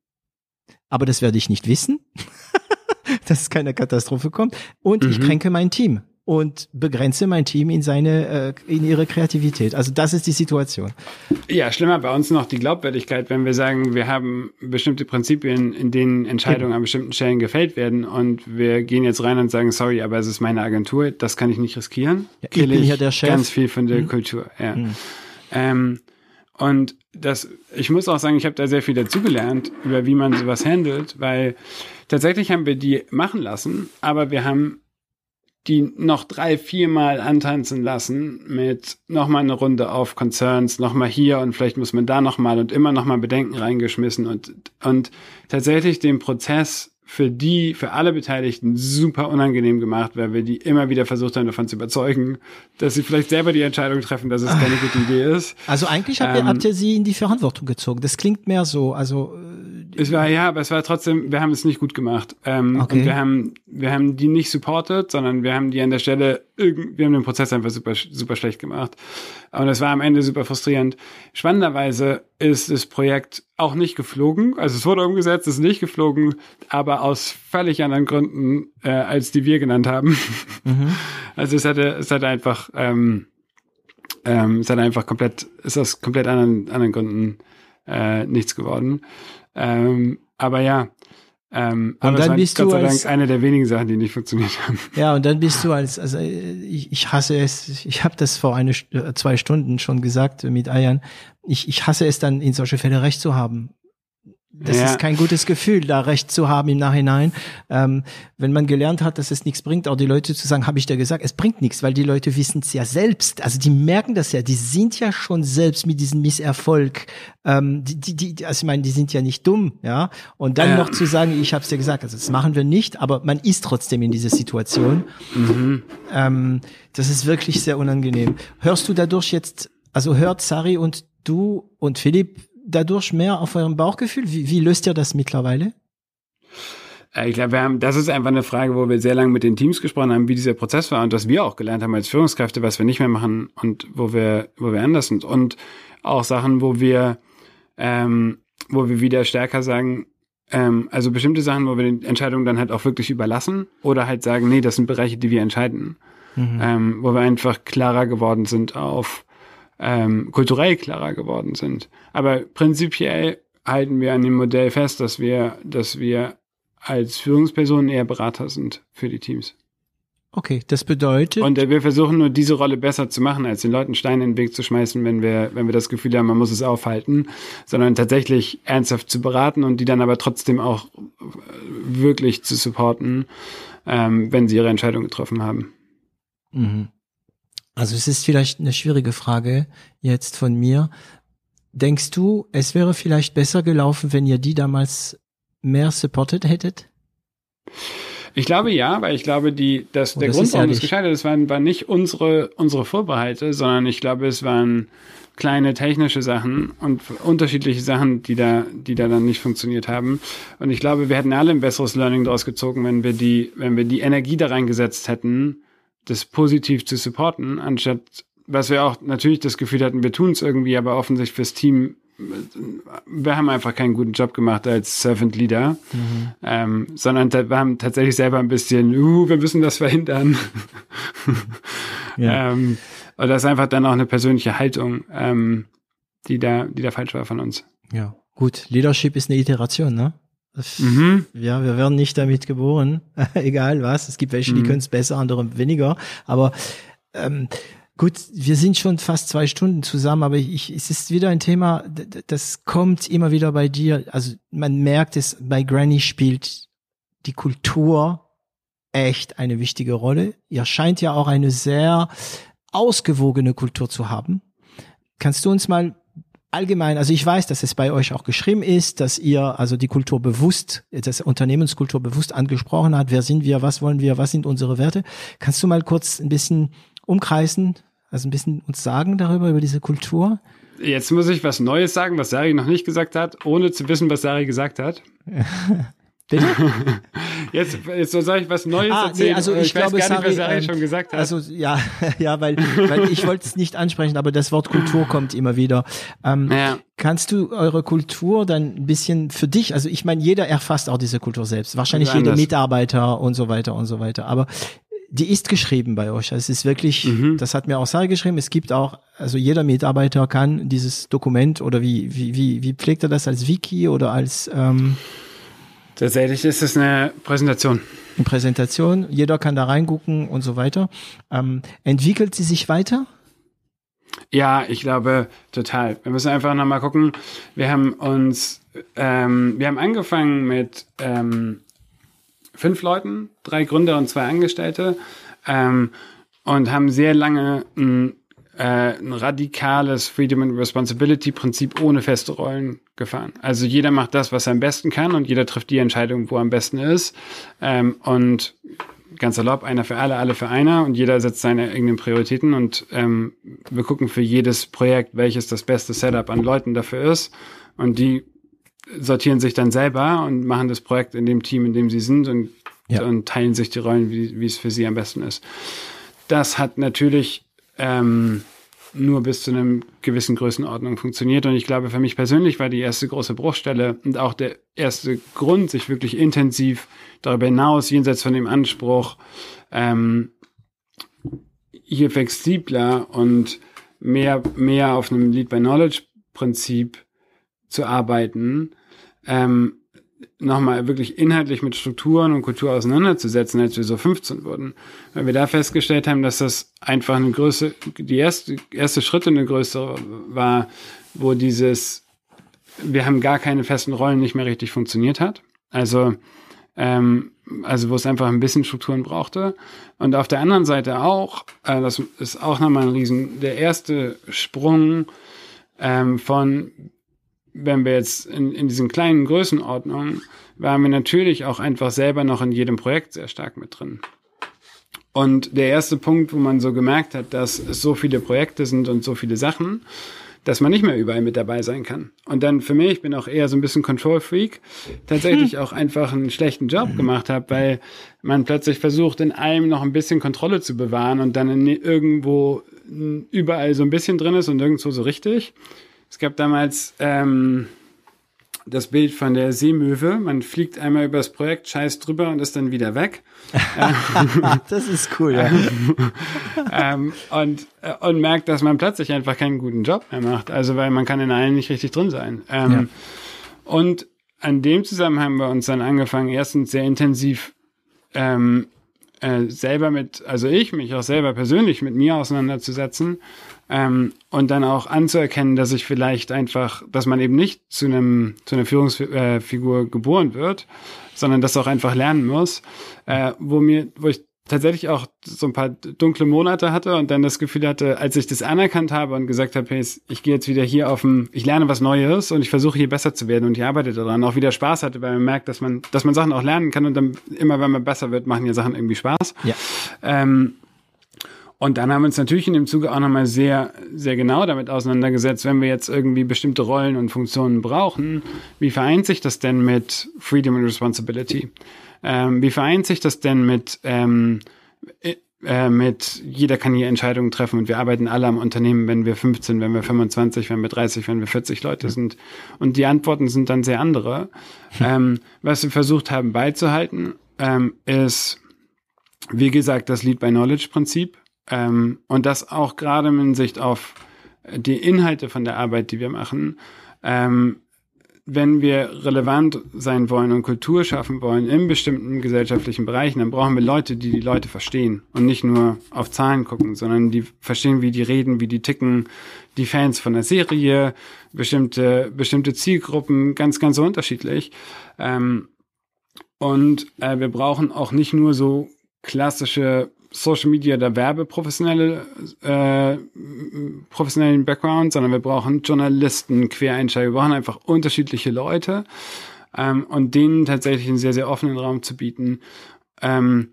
Aber das werde ich nicht wissen, dass es keine Katastrophe kommt. Und mhm. ich kränke mein Team. und begrenze mein Team in seine, äh, in ihre Kreativität. Also das ist die Situation. Ja, schlimmer bei uns noch die Glaubwürdigkeit, wenn wir sagen, wir haben bestimmte Prinzipien, in denen Entscheidungen an bestimmten Stellen gefällt werden und wir gehen jetzt rein und sagen, sorry, aber es ist meine Agentur, das kann ich nicht riskieren. Ja, ich bin hier der Chef. Ganz viel von der mhm. Kultur, ja. Mhm. Ähm, und das, ich muss auch sagen, ich habe da sehr viel dazugelernt, über wie man sowas handelt, weil tatsächlich haben wir die machen lassen, aber wir haben die noch drei, viermal antanzen lassen mit nochmal eine Runde auf Concerns, nochmal hier und vielleicht muss man da nochmal und immer nochmal Bedenken reingeschmissen und, und tatsächlich den Prozess für die, für alle Beteiligten super unangenehm gemacht, weil wir die immer wieder versucht haben, davon zu überzeugen, dass sie vielleicht selber die Entscheidung treffen, dass es keine gute Idee ist. Also eigentlich habt ihr, ähm, habt ihr sie in die Verantwortung gezogen. Das klingt mehr so, also es war, ja, aber es war trotzdem, wir haben es nicht gut gemacht. Ähm, okay. Und wir haben, wir haben die nicht supported, sondern wir haben die an der Stelle, irgend, wir haben den Prozess einfach super, super schlecht gemacht. Und es war am Ende super frustrierend. Spannenderweise ist das Projekt auch nicht geflogen. Also es wurde umgesetzt, es ist nicht geflogen, aber aus völlig anderen Gründen, äh, als die wir genannt haben. Mhm. Also es hatte, es hatte einfach, ähm, ähm, es hat einfach komplett, ist aus komplett anderen, anderen Gründen äh, nichts geworden. Ähm, aber ja, ähm, und aber dann es bist war Gott du sei als, Dank eine der wenigen Sachen, die nicht funktioniert haben. Ja, und dann bist du als, also ich, ich hasse es, ich habe das vor eine, zwei Stunden schon gesagt mit Ayan, ich, ich hasse es dann in solche Fälle recht zu haben. Das ja. ist kein gutes Gefühl, da Recht zu haben im Nachhinein. Ähm, wenn man gelernt hat, dass es nichts bringt, auch die Leute zu sagen, habe ich dir gesagt, es bringt nichts, weil die Leute wissen es ja selbst. Also die merken das ja, die sind ja schon selbst mit diesem Misserfolg. Ähm, die, die, die, also ich meine, die sind ja nicht dumm, ja. Und dann ja. noch zu sagen, ich habe es dir gesagt, also das machen wir nicht, aber man ist trotzdem in dieser Situation. Mhm. Ähm, das ist wirklich sehr unangenehm. Hörst du dadurch jetzt, also hört Sari und du und Philipp dadurch mehr auf eurem Bauchgefühl? Wie, wie löst ihr das mittlerweile? Ich glaube, wir haben, das ist einfach eine Frage, wo wir sehr lange mit den Teams gesprochen haben, wie dieser Prozess war und was wir auch gelernt haben als Führungskräfte, was wir nicht mehr machen und wo wir, wo wir anders sind. Und auch Sachen, wo wir, ähm, wo wir wieder stärker sagen, ähm, also bestimmte Sachen, wo wir die Entscheidungen dann halt auch wirklich überlassen oder halt sagen, nee, das sind Bereiche, die wir entscheiden. Mhm. Ähm, wo wir einfach klarer geworden sind auf, Ähm, kulturell klarer geworden sind. Aber prinzipiell halten wir an dem Modell fest, dass wir, dass wir als Führungspersonen eher Berater sind für die Teams. Okay, das bedeutet... Und äh, wir versuchen nur diese Rolle besser zu machen, als den Leuten Steine in den Weg zu schmeißen, wenn wir, wenn wir das Gefühl haben, man muss es aufhalten, sondern tatsächlich ernsthaft zu beraten und die dann aber trotzdem auch wirklich zu supporten, ähm, wenn sie ihre Entscheidung getroffen haben. Mhm. Also es ist vielleicht eine schwierige Frage jetzt von mir. Denkst du, es wäre vielleicht besser gelaufen, wenn ihr die damals mehr supported hättet? Ich glaube ja, weil ich glaube, die, dass oh, der das Grund, warum es gescheitert ist, waren, waren nicht unsere, unsere Vorbehalte, sondern ich glaube, es waren kleine technische Sachen und unterschiedliche Sachen, die da, die da dann nicht funktioniert haben. Und ich glaube, wir hätten alle ein besseres Learning daraus gezogen, wenn wir die, wenn wir die Energie da reingesetzt hätten, das positiv zu supporten, anstatt, was wir auch natürlich das Gefühl hatten, wir tun es irgendwie, aber offensichtlich fürs Team, wir haben einfach keinen guten Job gemacht als Servant Leader, mhm. ähm, sondern wir haben tatsächlich selber ein bisschen, uh, wir müssen das verhindern. ja. ähm, und das ist einfach dann auch eine persönliche Haltung, ähm, die da, die da falsch war von uns. Ja, gut. Leadership ist eine Iteration, ne? Mhm. Ja, wir werden nicht damit geboren, egal was. Es gibt welche, die mhm. können es besser, andere weniger. Aber ähm, gut, wir sind schon fast zwei Stunden zusammen, aber ich, es ist wieder ein Thema, das kommt immer wieder bei dir. Also man merkt es, bei Granny spielt die Kultur echt eine wichtige Rolle. Ihr scheint ja auch eine sehr ausgewogene Kultur zu haben. Kannst du uns mal allgemein, also ich weiß, dass es bei euch auch geschrieben ist, dass ihr also die Kultur bewusst, das Unternehmenskultur bewusst angesprochen hat. Wer sind wir? Was wollen wir? Was sind unsere Werte? Kannst du mal kurz ein bisschen umkreisen, also ein bisschen uns sagen darüber, über diese Kultur? Jetzt muss ich was Neues sagen, was Sari noch nicht gesagt hat, ohne zu wissen, was Sari gesagt hat. Bitte? Jetzt, jetzt soll ich was Neues ah, erzählen. Nee, also ich, ich weiß glaube, gar Sari, nicht, was Sari ähm, schon gesagt hat. Also ja, ja, weil, weil ich wollte es nicht ansprechen, aber das Wort Kultur kommt immer wieder. Ähm, ja. Kannst du eure Kultur dann ein bisschen für dich, also ich meine, jeder erfasst auch diese Kultur selbst, wahrscheinlich jeder Mitarbeiter und so weiter und so weiter, aber die ist geschrieben bei euch. Also es ist wirklich, mhm. das hat mir auch Sarah geschrieben, es gibt auch, also jeder Mitarbeiter kann dieses Dokument oder wie, wie, wie, wie pflegt er das als Wiki oder als ähm, tatsächlich ist es eine Präsentation. Eine Präsentation, jeder kann da reingucken und so weiter. Ähm, entwickelt sie sich weiter? Ja, ich glaube, total. Wir müssen einfach nochmal gucken. Wir haben uns, ähm, wir haben angefangen mit ähm, fünf Leuten, drei Gründer und zwei Angestellte ähm, und haben sehr lange ein, äh, ein radikales Freedom and Responsibility Prinzip ohne feste Rollen gefahren. Also jeder macht das, was er am besten kann und jeder trifft die Entscheidung, wo er am besten ist. Ähm, und ganz erlaubt, einer für alle, alle für einer und jeder setzt seine eigenen Prioritäten und ähm, wir gucken für jedes Projekt, welches das beste Setup an Leuten dafür ist und die sortieren sich dann selber und machen das Projekt in dem Team, in dem sie sind und, ja. und teilen sich die Rollen, wie, wie es für sie am besten ist. Das hat natürlich ähm, nur bis zu einer gewissen Größenordnung funktioniert und ich glaube, für mich persönlich war die erste große Bruchstelle und auch der erste Grund, sich wirklich intensiv darüber hinaus, jenseits von dem Anspruch, ähm, hier flexibler und mehr, mehr auf einem Lead-by-Knowledge-Prinzip zu arbeiten, ähm, nochmal wirklich inhaltlich mit Strukturen und Kultur auseinanderzusetzen, als wir so fünfzehn wurden. Weil wir da festgestellt haben, dass das einfach eine Größe, die erste, erste Schritte eine größere war, wo dieses, wir haben gar keine festen Rollen nicht mehr richtig funktioniert hat. Also, ähm, also wo es einfach ein bisschen Strukturen brauchte. Und auf der anderen Seite auch, äh, das ist auch nochmal ein Riesen, der erste Sprung ähm, von wenn wir jetzt in, in diesen kleinen Größenordnungen, waren wir natürlich auch einfach selber noch in jedem Projekt sehr stark mit drin. Und der erste Punkt, wo man so gemerkt hat, dass es so viele Projekte sind und so viele Sachen, dass man nicht mehr überall mit dabei sein kann. Und dann für mich, ich bin auch eher so ein bisschen Control-Freak, tatsächlich auch einfach einen schlechten Job gemacht habe, weil man plötzlich versucht, in allem noch ein bisschen Kontrolle zu bewahren und dann in, irgendwo überall so ein bisschen drin ist und nirgendwo so richtig. Es gab damals ähm, das Bild von der Seemöwe. Man fliegt einmal über das Projekt, scheißt drüber und ist dann wieder weg. Das ist cool, ja. ähm, und, äh, und merkt, dass man plötzlich einfach keinen guten Job mehr macht. Also weil man kann in allen nicht richtig drin sein. Ähm, ja. Und an dem Zusammenhang haben wir uns dann angefangen, erstens sehr intensiv ähm, äh, selber mit, also ich, mich auch selber persönlich mit mir auseinanderzusetzen. Ähm, und dann auch anzuerkennen, dass ich vielleicht einfach, dass man eben nicht zu einem zu einer Führungsfigur äh, geboren wird, sondern das auch einfach lernen muss, äh, wo mir, wo ich tatsächlich auch so ein paar dunkle Monate hatte und dann das Gefühl hatte, als ich das anerkannt habe und gesagt habe, hey, ich gehe jetzt wieder hier auf ein, ich lerne was Neues und ich versuche hier besser zu werden und ich arbeite daran, auch wieder Spaß hatte, weil man merkt, dass man, dass man Sachen auch lernen kann und dann immer, wenn man besser wird, machen ja Sachen irgendwie Spaß. Ja. Ähm, Und dann haben wir uns natürlich in dem Zuge auch nochmal sehr, sehr genau damit auseinandergesetzt, wenn wir jetzt irgendwie bestimmte Rollen und Funktionen brauchen, wie vereint sich das denn mit Freedom and Responsibility? Ähm, wie vereint sich das denn mit, ähm, äh, mit jeder kann hier Entscheidungen treffen und wir arbeiten alle am Unternehmen, wenn wir fünfzehn, wenn wir fünfundzwanzig, wenn wir dreißig, wenn wir vierzig Leute sind. Und die Antworten sind dann sehr andere. ähm, was wir versucht haben beizuhalten, ähm, ist, wie gesagt, das Lead-by-Knowledge-Prinzip. Ähm, und das auch gerade in Hinsicht auf die Inhalte von der Arbeit, die wir machen. Ähm, wenn wir relevant sein wollen und Kultur schaffen wollen in bestimmten gesellschaftlichen Bereichen, dann brauchen wir Leute, die die Leute verstehen und nicht nur auf Zahlen gucken, sondern die verstehen, wie die reden, wie die ticken, die Fans von der Serie, bestimmte bestimmte Zielgruppen, ganz, ganz so unterschiedlich. Ähm, und äh, wir brauchen auch nicht nur so klassische Social Media oder Werbeprofessionelle äh, professionellen Background, sondern wir brauchen Journalisten, Quereinsteiger, wir brauchen einfach unterschiedliche Leute ähm, und denen tatsächlich einen sehr, sehr offenen Raum zu bieten. Ähm,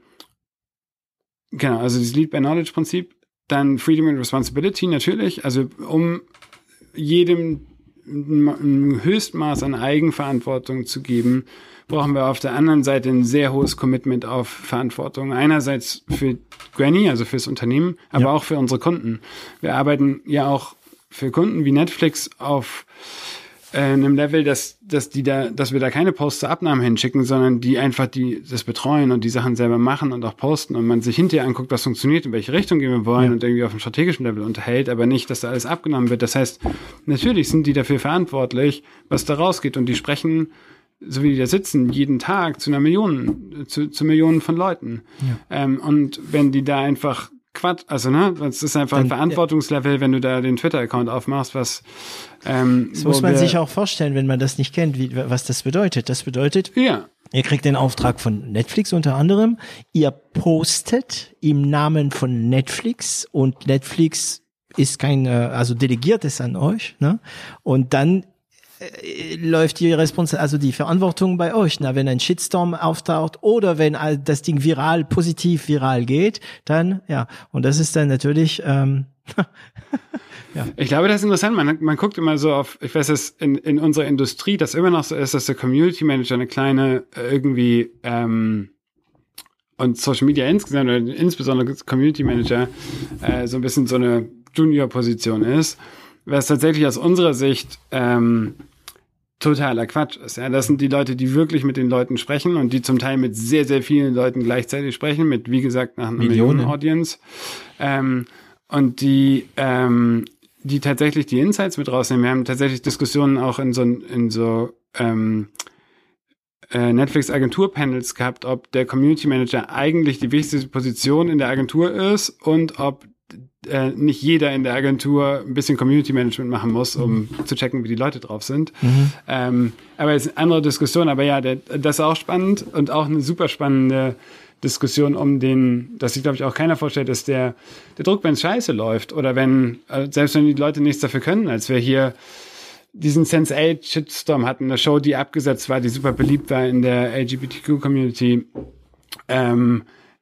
genau, also dieses Lead-by-Knowledge-Prinzip, dann Freedom and Responsibility natürlich, also um jedem ein Höchstmaß an Eigenverantwortung zu geben, brauchen wir auf der anderen Seite ein sehr hohes Commitment auf Verantwortung. Einerseits für Granny, also fürs Unternehmen, aber ja. auch für unsere Kunden. Wir arbeiten ja auch für Kunden wie Netflix auf äh, einem Level, dass, dass die da, dass wir da keine Posts zur Abnahme hinschicken, sondern die einfach die, das betreuen und die Sachen selber machen und auch posten und man sich hinterher anguckt, was funktioniert, in welche Richtung gehen wir wollen ja. und irgendwie auf einem strategischen Level unterhält, aber nicht, dass da alles abgenommen wird. Das heißt, natürlich sind die dafür verantwortlich, was da rausgeht und die sprechen, so wie die da sitzen, jeden Tag zu einer Million, zu, zu Millionen von Leuten. Ja. Ähm, und wenn die da einfach Quatsch, also ne, das ist einfach Dann, ein Verantwortungslevel, ja. wenn du da den Twitter-Account aufmachst, was ähm, das muss man wir, sich auch vorstellen, wenn man das nicht kennt, wie, was das bedeutet. Das bedeutet, ja. ihr kriegt den Auftrag von Netflix unter anderem, ihr postet im Namen von Netflix und Netflix ist kein, also delegiert es an euch, ne? Und dann läuft die Respons- also die Verantwortung bei euch. Na, wenn ein Shitstorm auftaucht oder wenn das Ding viral, positiv viral geht, dann, ja, und das ist dann natürlich, ähm, ja. Ich glaube, das ist interessant. Man, man guckt immer so auf, ich weiß, dass in, in unserer Industrie das immer noch so ist, dass der Community Manager eine kleine, irgendwie, ähm, und Social Media insgesamt, oder insbesondere Community Manager, äh, so ein bisschen so eine Junior-Position ist. Was tatsächlich aus unserer Sicht ähm, totaler Quatsch ist. Ja, das sind die Leute, die wirklich mit den Leuten sprechen und die zum Teil mit sehr, sehr vielen Leuten gleichzeitig sprechen, mit, wie gesagt, nach einer Millionen-Audience. Ähm, und die, ähm, die tatsächlich die Insights mit rausnehmen. Wir haben tatsächlich Diskussionen auch in so, in so ähm, äh, Netflix-Agentur-Panels gehabt, ob der Community Manager eigentlich die wichtigste Position in der Agentur ist und ob Äh, nicht jeder in der Agentur ein bisschen Community Management machen muss, um mhm. zu checken, wie die Leute drauf sind. Mhm. Ähm, aber es ist eine andere Diskussion. Aber ja, der, das ist auch spannend und auch eine super spannende Diskussion um den, dass sich, glaube ich, auch keiner vorstellt, dass der, der Druck, wenn es scheiße läuft oder wenn, äh, selbst wenn die Leute nichts dafür können, als wir hier diesen Sense eight Shitstorm hatten, eine Show, die abgesetzt war, die super beliebt war in der L G B T Q-Community, ähm,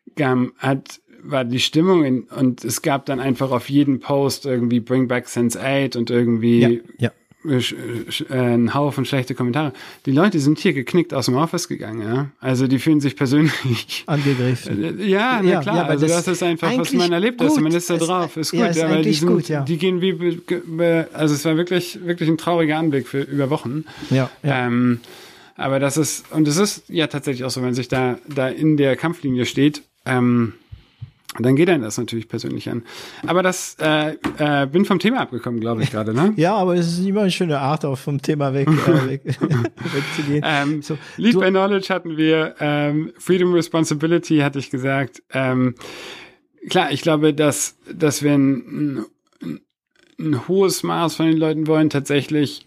hat war die Stimmung in, und es gab dann einfach auf jeden Post irgendwie Bring Back Sense eight und irgendwie ja, ja. Sch, sch, äh, ein Haufen schlechte Kommentare. Die Leute sind hier geknickt aus dem Office gegangen, ja. Also die fühlen sich persönlich angegriffen. Äh, ja, na klar. Ja, also das, das ist einfach, was man erlebt hat. Man ist da drauf. Ist gut, ja, ist aber die sind, gut, ja. die gehen wie, also es war wirklich, wirklich ein trauriger Anblick für über Wochen. Ja, ja. Ähm, aber das ist, und es ist ja tatsächlich auch so, wenn man sich da, da in der Kampflinie steht, ähm, dann geht einem das natürlich persönlich an. Aber das, äh, äh, bin vom Thema abgekommen, glaube ich, gerade, ne? Ja, aber es ist immer eine schöne Art, auch vom Thema weg, äh, weg wegzugehen. Ähm, so, Lead by Knowledge hatten wir, ähm, Freedom Responsibility hatte ich gesagt. Ähm, klar, ich glaube, dass, dass wir ein, ein, ein hohes Maß von den Leuten wollen, tatsächlich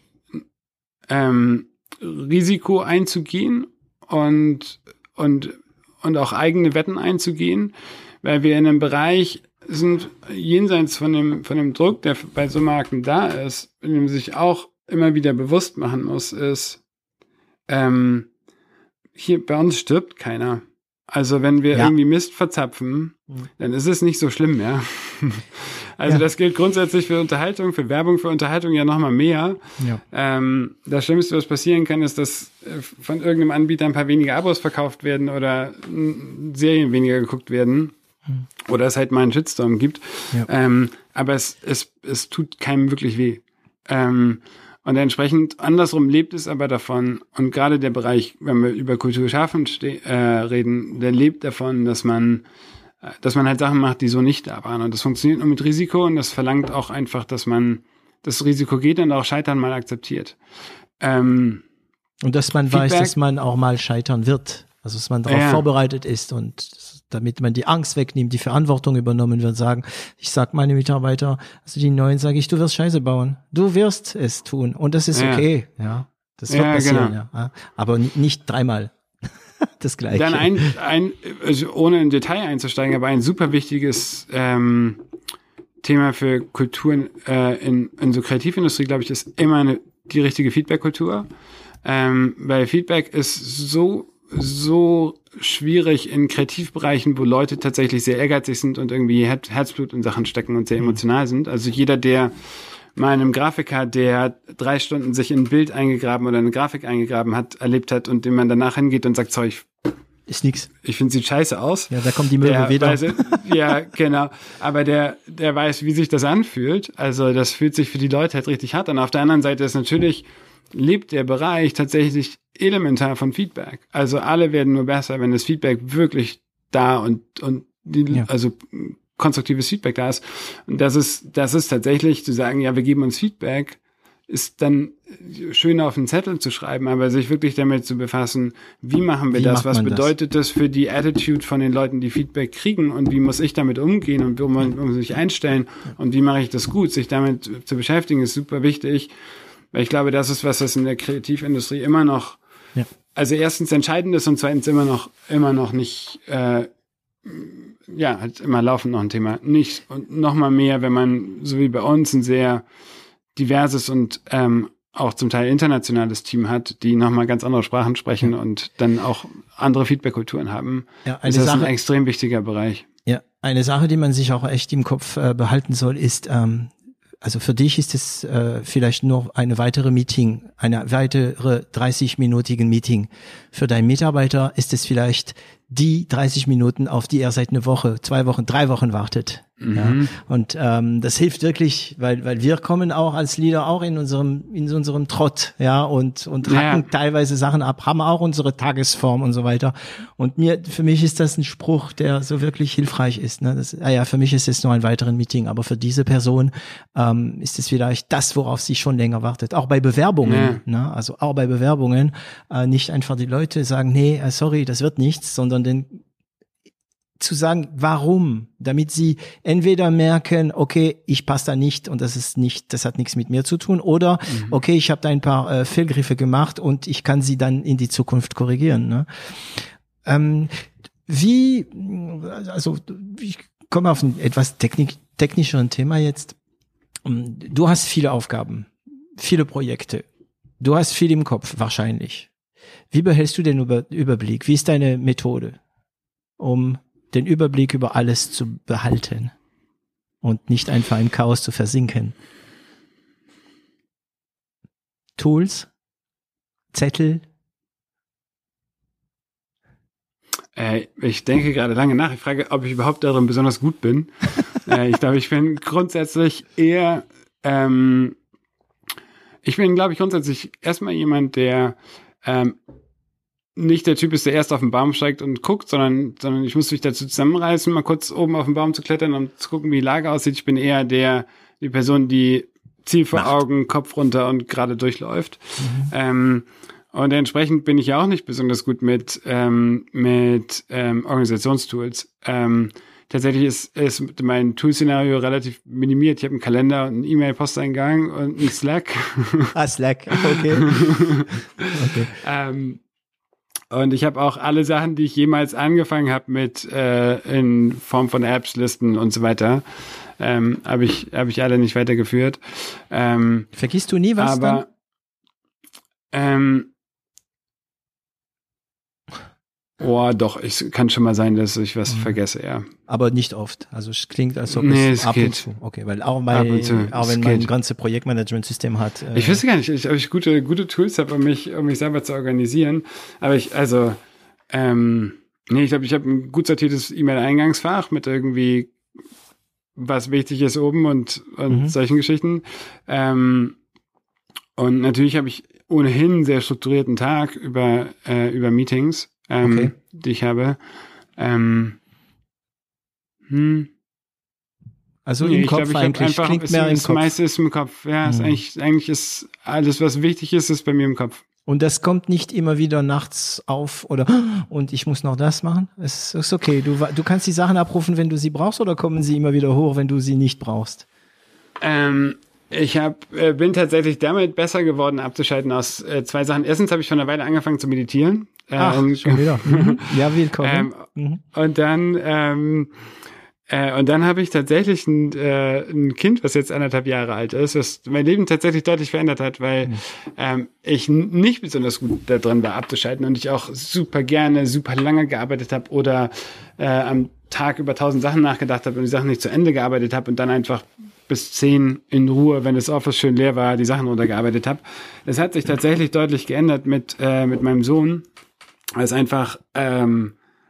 ähm, Risiko einzugehen und, und, und auch eigene Wetten einzugehen, weil wir in einem Bereich sind, jenseits von dem, von dem Druck, der bei so Marken da ist, in dem man sich auch immer wieder bewusst machen muss, ist, ähm, hier bei uns stirbt keiner. Also wenn wir ja. irgendwie Mist verzapfen, dann ist es nicht so schlimm mehr. Also ja. das gilt grundsätzlich für Unterhaltung, für Werbung, für Unterhaltung ja nochmal mehr. Ja. Ähm, das Schlimmste, was passieren kann, ist, dass von irgendeinem Anbieter ein paar weniger Abos verkauft werden oder Serien weniger geguckt werden. Oder es halt mal einen Shitstorm gibt. Ja. Ähm, aber es, es, es tut keinem wirklich weh. Ähm, und entsprechend andersrum lebt es aber davon. Und gerade der Bereich, wenn wir über Kulturschaffen ste- äh, reden, der lebt davon, dass man, dass man halt Sachen macht, die so nicht da waren. Und das funktioniert nur mit Risiko und das verlangt auch einfach, dass man das Risiko geht und auch Scheitern mal akzeptiert. Ähm, und dass man Feedback, weiß, dass man auch mal scheitern wird. Also dass man darauf ja. vorbereitet ist und damit man die Angst wegnimmt, die Verantwortung übernommen wird, sagen, ich sag meine Mitarbeiter, also die Neuen sage ich, du wirst Scheiße bauen. Du wirst es tun. Und das ist ja. okay. Ja, das wird ja, passieren. Genau. Ja. Aber nicht dreimal das Gleiche. Dann ein, ein also ohne in Detail einzusteigen, aber ein super wichtiges ähm, Thema für Kulturen äh, in, in so Kreativindustrie, glaube ich, ist immer eine, die richtige Feedback-Kultur. Ähm, weil Feedback ist so so schwierig in Kreativbereichen, wo Leute tatsächlich sehr ehrgeizig sind und irgendwie Herzblut in Sachen stecken und sehr emotional sind. Also jeder, der mal einem Grafiker, der drei Stunden sich in ein Bild eingegraben oder eine Grafik eingegraben hat, erlebt hat und dem man danach hingeht und sagt, Zeug, ist nix. Ich finde, sieht scheiße aus. Ja, da kommt die Möwe wieder. Weiß, ja, genau. Aber der, der weiß, wie sich das anfühlt. Also das fühlt sich für die Leute halt richtig hart an. Auf der anderen Seite ist natürlich lebt der Bereich tatsächlich elementar von Feedback. Also alle werden nur besser, wenn das Feedback wirklich da und, und die, ja. also konstruktives Feedback da ist. Und das ist, das ist tatsächlich zu sagen, ja, wir geben uns Feedback, ist dann schön auf einen Zettel zu schreiben, aber sich wirklich damit zu befassen, wie machen wir wie das, was bedeutet das? das für die Attitude von den Leuten, die Feedback kriegen und wie muss ich damit umgehen und wie muss man sich einstellen und wie mache ich das gut, sich damit zu beschäftigen, ist super wichtig, weil ich glaube, das ist was, das in der Kreativindustrie immer noch, ja. also erstens entscheidend ist und zweitens immer noch, immer noch nicht, äh, ja, halt immer laufend noch ein Thema, nicht und noch mal mehr, wenn man, so wie bei uns, ein sehr diverses und ähm, auch zum Teil internationales Team hat, die nochmal ganz andere Sprachen sprechen ja. und dann auch andere Feedback-Kulturen haben. Ja, eine ist das Sache, ein extrem wichtiger Bereich. Ja, eine Sache, die man sich auch echt im Kopf äh, behalten soll, ist, ähm, also für dich ist es äh, vielleicht nur eine weitere Meeting, eine weitere dreißig-minütige Meeting. Für deinen Mitarbeiter ist es vielleicht die dreißig Minuten, auf die er seit einer Woche, zwei Wochen, drei Wochen wartet. Mhm. Ja, und ähm, das hilft wirklich, weil weil wir kommen auch als Leader auch in unserem in unserem Trott, ja, und und hacken ja. teilweise Sachen ab, haben auch unsere Tagesform und so weiter. Und mir für mich ist das ein Spruch, der so wirklich hilfreich ist. Ne? Das, ah ja, für mich ist es nur ein weiteres Meeting, aber für diese Person ähm, ist es vielleicht das, worauf sie schon länger wartet. Auch bei Bewerbungen, ja. ne? Also auch bei Bewerbungen äh, nicht einfach die Leute sagen, nee, äh, sorry, das wird nichts, sondern den zu sagen, warum, damit sie entweder merken, okay, ich passe da nicht und das ist nicht, das hat nichts mit mir zu tun, oder mhm. okay, ich habe da ein paar äh, Fehlgriffe gemacht und ich kann sie dann in die Zukunft korrigieren. Ne? Ähm, wie, also ich komme auf ein etwas technik, technischeren Thema jetzt. Du hast viele Aufgaben, viele Projekte, du hast viel im Kopf wahrscheinlich. Wie behältst du den Über- Überblick? Wie ist deine Methode, um den Überblick über alles zu behalten und nicht einfach im Chaos zu versinken? Tools? Zettel? Äh, ich denke gerade lange nach. Ich frage, ob ich überhaupt darin besonders gut bin. äh, ich glaube, ich bin grundsätzlich eher, ähm, ich bin, glaube ich, grundsätzlich erstmal jemand, der ähm, nicht der Typ ist, der erst auf den Baum steigt und guckt, sondern, sondern ich muss mich dazu zusammenreißen, mal kurz oben auf den Baum zu klettern und zu gucken, wie die Lage aussieht. Ich bin eher der, die Person, die Ziel vor Macht. Augen, Kopf runter und gerade durchläuft. Mhm. Ähm, und entsprechend bin ich ja auch nicht besonders gut mit, ähm, mit ähm, Organisationstools. Ähm, tatsächlich ist, ist mein Tool-Szenario relativ minimiert. Ich habe einen Kalender und einen E-Mail-Posteingang und einen Slack. Ah, Slack, okay. okay. ähm, Und ich habe auch alle Sachen, die ich jemals angefangen habe mit äh, in Form von Apps, Listen und so weiter, ähm, habe ich habe ich alle nicht weitergeführt. Ähm, Vergisst du nie was aber, dann? Ähm, oh, doch, es kann schon mal sein, dass ich was mhm. vergesse, ja. Aber nicht oft. Also es klingt, als ob nee, es, es ab geht. und zu. Okay, weil auch, mein, zu, auch wenn man ein ganzes Projektmanagement-System hat. Äh, ich wüsste gar nicht, ob ich gute gute Tools habe, um mich um mich selber zu organisieren. Aber ich, also, ähm, nee, ich glaube, ich habe ein gut sortiertes E-Mail-Eingangsfach mit irgendwie was wichtig ist oben und und mhm. solchen Geschichten. Ähm, und natürlich habe ich ohnehin einen sehr strukturierten Tag über äh, über Meetings. Ähm, okay. die ich habe. Ähm, hm. Also nee, im Kopf glaub, eigentlich, einfach, klingt mehr im Kopf. Das meiste ist im Kopf, ja. Mhm. Ist eigentlich, eigentlich ist alles, was wichtig ist, ist bei mir im Kopf. Und das kommt nicht immer wieder nachts auf oder und ich muss noch das machen? Es ist okay, du, du kannst die Sachen abrufen, wenn du sie brauchst, oder kommen sie immer wieder hoch, wenn du sie nicht brauchst? Ähm, Ich hab, äh, bin tatsächlich damit besser geworden, abzuschalten aus äh, zwei Sachen. Erstens habe ich vor einer Weile angefangen zu meditieren. Ach, ähm, schon wieder. Mhm. Ja, willkommen. Ähm, mhm. Und dann, ähm, äh, und dann habe ich tatsächlich ein, äh, ein Kind, was jetzt anderthalb Jahre alt ist, was mein Leben tatsächlich deutlich verändert hat, weil mhm. ähm, ich n- nicht besonders gut da drin war, abzuschalten und ich auch super gerne, super lange gearbeitet habe oder äh, am Tag über tausend Sachen nachgedacht habe und die Sachen nicht zu Ende gearbeitet habe und dann einfach bis zehn in Ruhe, wenn das Office schön leer war, die Sachen runtergearbeitet habe. Das hat sich tatsächlich deutlich geändert mit äh, mit meinem Sohn, weil es einfach ähm,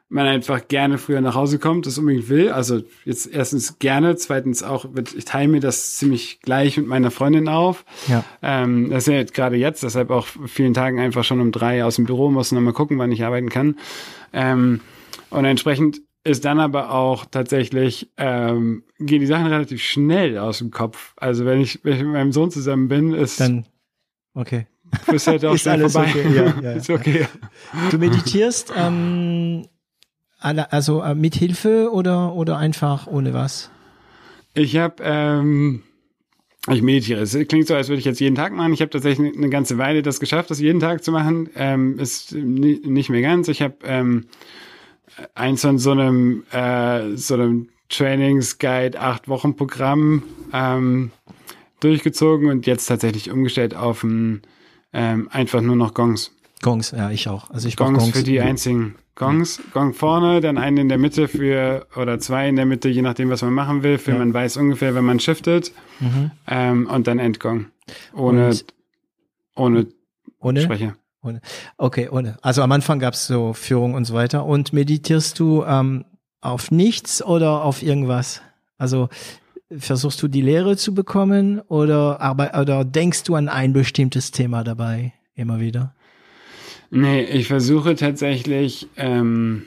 man einfach gerne früher nach Hause kommt, das unbedingt will. Also jetzt erstens gerne, zweitens auch, ich teile mir das ziemlich gleich mit meiner Freundin auf. Ja. Ähm, das ist ja gerade jetzt, deshalb auch vielen Tagen einfach schon um drei aus dem Büro, muss noch mal gucken, wann ich arbeiten kann. Ähm, und entsprechend ist dann aber auch tatsächlich, ähm, gehen die Sachen relativ schnell aus dem Kopf. Also wenn ich, wenn ich mit meinem Sohn zusammen bin, ist Dann, okay. ist halt auch Ist schnell alles vorbei. okay, ja, ja, ja. Ist okay. Du meditierst, ähm, alle- also äh, mit Hilfe oder, oder einfach ohne was? Ich habe, ähm, ich meditiere. Es klingt so, als würde ich jetzt jeden Tag machen. Ich habe tatsächlich eine ganze Weile das geschafft, das jeden Tag zu machen. Ähm, ist ni- nicht mehr ganz. Ich habe ähm, eins von so einem äh, so einem Trainingsguide acht Wochen Programm ähm, durchgezogen und jetzt tatsächlich umgestellt auf ein ähm, einfach nur noch Gongs. Gongs, ja, ich auch. Also ich mach Gongs, Gongs für die einzigen Gongs. Gong vorne, dann einen in der Mitte für, oder zwei in der Mitte, je nachdem, was man machen will, für Ja. man weiß ungefähr, wenn man shiftet. Mhm. Ähm, und dann Endgong. Ohne, Und- ohne Ohne? Sprecher. Ohne. Okay, ohne. Also am Anfang gab's so Führung und so weiter. Und meditierst du ähm, auf nichts oder auf irgendwas? Also versuchst du die Lehre zu bekommen oder, aber, oder denkst du an ein bestimmtes Thema dabei immer wieder? Nee, ich versuche tatsächlich, ähm,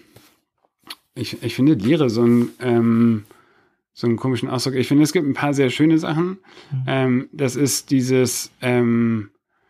ich, ich finde Lehre so ein, ähm, so einen komischen Ausdruck. Ich finde, es gibt ein paar sehr schöne Sachen. Mhm. Ähm, das ist dieses, ähm,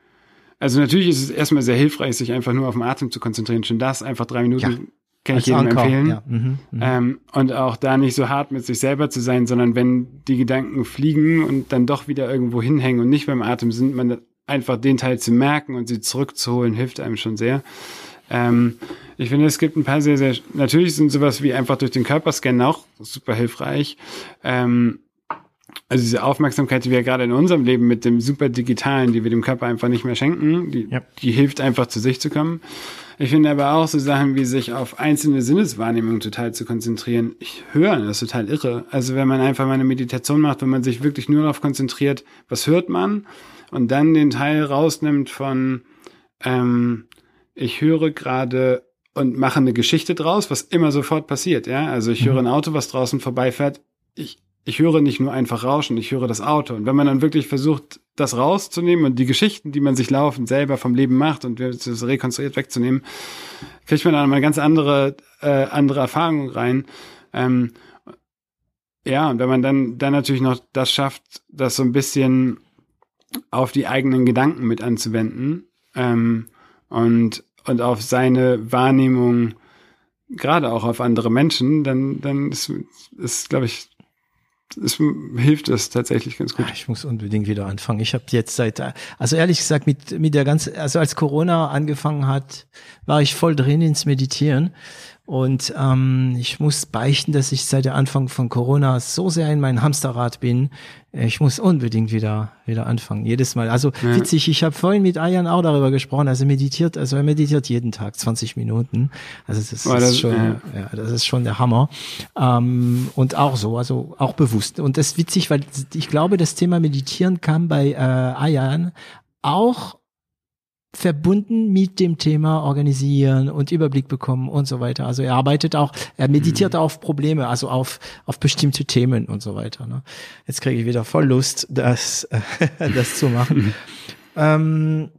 also natürlich ist es erstmal sehr hilfreich, sich einfach nur auf den Atem zu konzentrieren. Schon das, einfach drei Minuten, Ja. kann ich Als jedem Anker, empfehlen. ja. Mhm, mhm. Ähm, und auch da nicht so hart mit sich selber zu sein, sondern wenn die Gedanken fliegen und dann doch wieder irgendwo hinhängen und nicht beim Atem sind, man einfach den Teil zu merken und sie zurückzuholen, hilft einem schon sehr. Ähm, ich finde, es gibt ein paar sehr, sehr, natürlich sind sowas wie einfach durch den Körper scannen auch super hilfreich. Ähm, also diese Aufmerksamkeit, die wir gerade in unserem Leben mit dem super Digitalen, die wir dem Körper einfach nicht mehr schenken, die, Ja. die hilft einfach zu sich zu kommen. Ich finde aber auch so Sachen wie sich auf einzelne Sinneswahrnehmungen total zu konzentrieren. Ich höre, das ist total irre. Also wenn man einfach mal eine Meditation macht, wenn man sich wirklich nur darauf konzentriert, was hört man und dann den Teil rausnimmt von ähm, ich höre gerade und mache eine Geschichte draus, was immer sofort passiert, ja. Also ich höre ein Auto, was draußen vorbeifährt. Ich Ich höre nicht nur einfach Rauschen, ich höre das Auto. Und wenn man dann wirklich versucht, das rauszunehmen und die Geschichten, die man sich laufend selber vom Leben macht und das rekonstruiert wegzunehmen, kriegt man dann mal ganz andere äh, andere Erfahrungen rein. Ähm, ja, und wenn man dann dann natürlich noch das schafft, das so ein bisschen auf die eigenen Gedanken mit anzuwenden ähm, und und auf seine Wahrnehmung, gerade auch auf andere Menschen, dann dann ist, ist glaube ich, es hilft es tatsächlich ganz gut. Ja, ich muss unbedingt wieder anfangen. Ich habe jetzt seit, also ehrlich gesagt, mit mit der ganzen, also als Corona angefangen hat, war ich voll drin ins Meditieren. Und ähm, ich muss beichten, dass ich seit der Anfang von Corona so sehr in mein Hamsterrad bin. Ich muss unbedingt wieder wieder anfangen, jedes Mal. Also Ja. witzig, ich habe vorhin mit Ayan auch darüber gesprochen. Also meditiert, also er meditiert jeden Tag zwanzig Minuten. Also das, Oh, das das- ist schon, ja. ja, das ist schon der Hammer. Ähm, und auch so, also auch bewusst. Und das ist witzig, weil ich glaube, das Thema Meditieren kam bei äh, Ayan auch verbunden mit dem Thema organisieren und Überblick bekommen und so weiter. Also er arbeitet auch, er meditiert Mhm. auf Probleme, also auf auf bestimmte Themen und so weiter. Ne? Jetzt kriege ich wieder voll Lust, das das zu machen. ähm,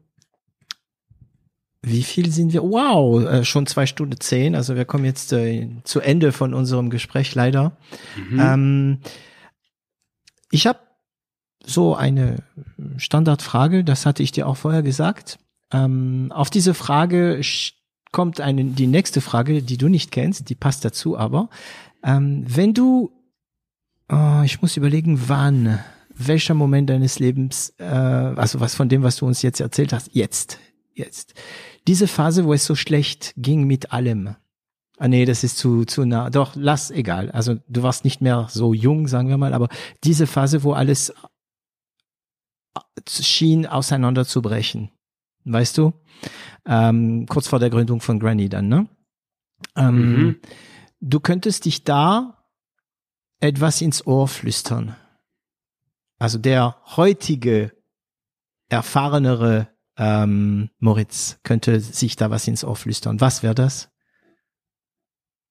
wie viel sind wir? Wow, äh, schon zwei Stunden zehn. Also wir kommen jetzt äh, zu Ende von unserem Gespräch leider. Mhm. Ähm, ich habe so eine Standardfrage, das hatte ich dir auch vorher gesagt. Ähm, auf diese Frage sch- kommt eine, die nächste Frage, die du nicht kennst, die passt dazu aber. Ähm, wenn du, oh, ich muss überlegen, wann, welcher Moment deines Lebens, äh, also was von dem, was du uns jetzt erzählt hast, jetzt, jetzt. Diese Phase, wo es so schlecht ging mit allem. Ah nee, das ist zu zu nah. Doch, lass, egal. Also du warst nicht mehr so jung, sagen wir mal, aber diese Phase, wo alles schien auseinanderzubrechen. Weißt du? Ähm, kurz vor der Gründung von Granny dann, ne? Ähm, Mhm. Du könntest dich da etwas ins Ohr flüstern. Also der heutige, erfahrenere ähm, Moritz könnte sich da was ins Ohr flüstern. Was wäre das?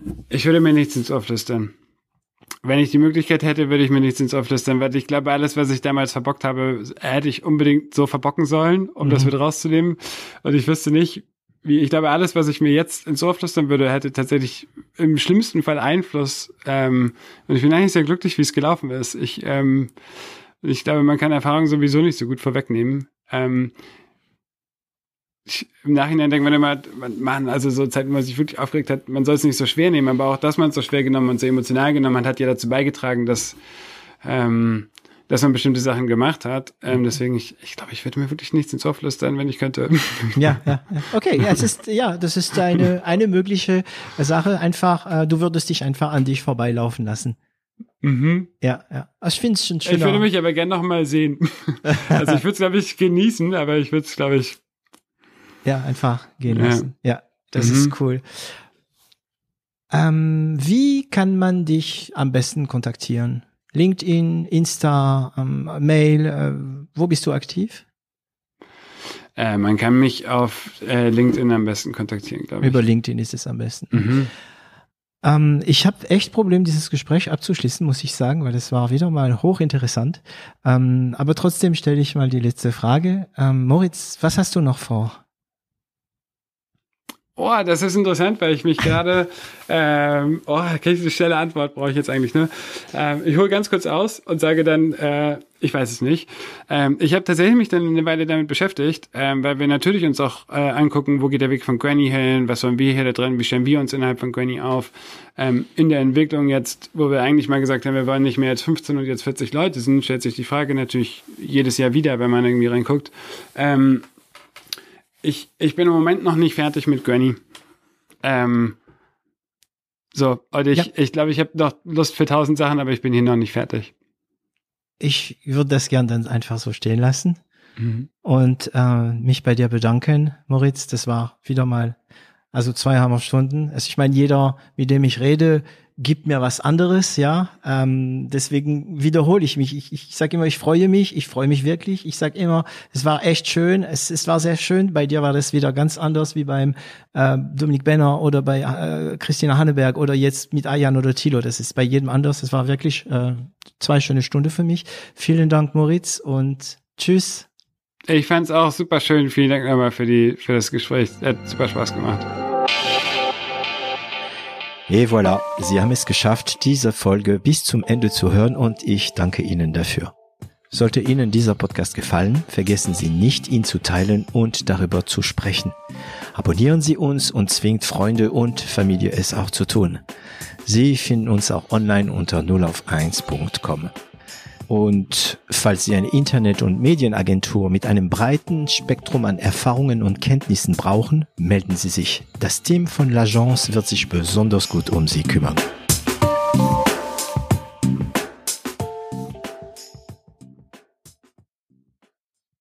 Ich würde mir nichts ins Ohr flüstern. Wenn ich die Möglichkeit hätte, würde ich mir nichts ins Ohr flüstern, weil ich glaube, alles, was ich damals verbockt habe, hätte ich unbedingt so verbocken sollen, um mhm. das wieder rauszunehmen. Und ich wüsste nicht, wie, ich glaube, alles, was ich mir jetzt ins Ohr flüstern würde, hätte tatsächlich im schlimmsten Fall Einfluss. Ähm, und ich bin eigentlich sehr glücklich, wie es gelaufen ist. Ich, ähm, ich glaube, man kann Erfahrungen sowieso nicht so gut vorwegnehmen. Ähm, Ich, im Nachhinein denkt man immer, man, also so Zeiten, wo man sich wirklich aufgeregt hat, man soll es nicht so schwer nehmen, aber auch, dass man es so schwer genommen und so emotional genommen hat, hat ja dazu beigetragen, dass, ähm, dass man bestimmte Sachen gemacht hat. Ähm, deswegen, ich, ich glaube, ich würde mir wirklich nichts ins Ohr flüstern, wenn ich könnte. Ja, ja, ja. Okay, ja, es ist, ja, das ist eine, eine mögliche Sache. Einfach, äh, du würdest dich einfach an dich vorbeilaufen lassen. Mhm. Ja, ja. Also ich finde es schon schön. Ich würde mich aber gerne noch mal sehen. Also ich würde es, glaube ich, genießen, aber ich würde es, glaube ich, ja, einfach gehen lassen. Ja, ja, das mhm. ist cool. Ähm, wie kann man dich am besten kontaktieren? LinkedIn, Insta, ähm, Mail, äh, wo bist du aktiv? Äh, man kann mich auf äh, LinkedIn am besten kontaktieren, glaube ich. Über LinkedIn ist es am besten. Mhm. Ähm, ich habe echt Problem, dieses Gespräch abzuschließen, muss ich sagen, weil es war wieder mal hochinteressant. Ähm, aber trotzdem stelle ich mal die letzte Frage. Ähm, Moritz, was hast du noch vor? Oh, das ist interessant, weil ich mich gerade, ähm, oh, kann ich eine schnelle Antwort, brauche ich jetzt eigentlich, ne? Ähm, ich hole ganz kurz aus und sage dann, äh, ich weiß es nicht. Ähm, ich habe tatsächlich mich dann eine Weile damit beschäftigt, ähm, weil wir natürlich uns auch äh, angucken, wo geht der Weg von Granny hin, was wollen wir hier da drin, wie stellen wir uns innerhalb von Granny auf. Ähm, in der Entwicklung jetzt, wo wir eigentlich mal gesagt haben, wir wollen nicht mehr als fünfzehn und jetzt vierzig Leute sind, stellt sich die Frage natürlich jedes Jahr wieder, wenn man irgendwie reinguckt. Ähm, Ich, ich bin im Moment noch nicht fertig mit Granny. Ähm, so, und ich, ja. ich glaube, ich habe noch Lust für tausend Sachen, aber ich bin hier noch nicht fertig. Ich würde das gern dann einfach so stehen lassen mhm. und äh, mich bei dir bedanken, Moritz. Das war wieder mal, also zwei Hammerstunden. Also ich meine, jeder, mit dem ich rede, gibt mir was anderes, ja. Ähm, deswegen wiederhole ich mich. Ich, ich sage immer, ich freue mich, ich freue mich wirklich. Ich sage immer, es war echt schön, es, es war sehr schön. Bei dir war das wieder ganz anders wie beim äh, Dominik Benner oder bei äh, Christina Hanneberg oder jetzt mit Ayan oder Thilo. Das ist bei jedem anders. Es war wirklich äh, zwei schöne Stunden für mich. Vielen Dank, Moritz, und tschüss. Ich fand es auch super schön. Vielen Dank nochmal für die für das Gespräch. Hat super Spaß gemacht. Et voilà, Sie haben es geschafft, diese Folge bis zum Ende zu hören und ich danke Ihnen dafür. Sollte Ihnen dieser Podcast gefallen, vergessen Sie nicht, ihn zu teilen und darüber zu sprechen. Abonnieren Sie uns und zwingt Freunde und Familie es auch zu tun. Sie finden uns auch online unter null auf eins punkt com. Und falls Sie eine Internet- und Medienagentur mit einem breiten Spektrum an Erfahrungen und Kenntnissen brauchen, melden Sie sich. Das Team von L'Agence wird sich besonders gut um Sie kümmern.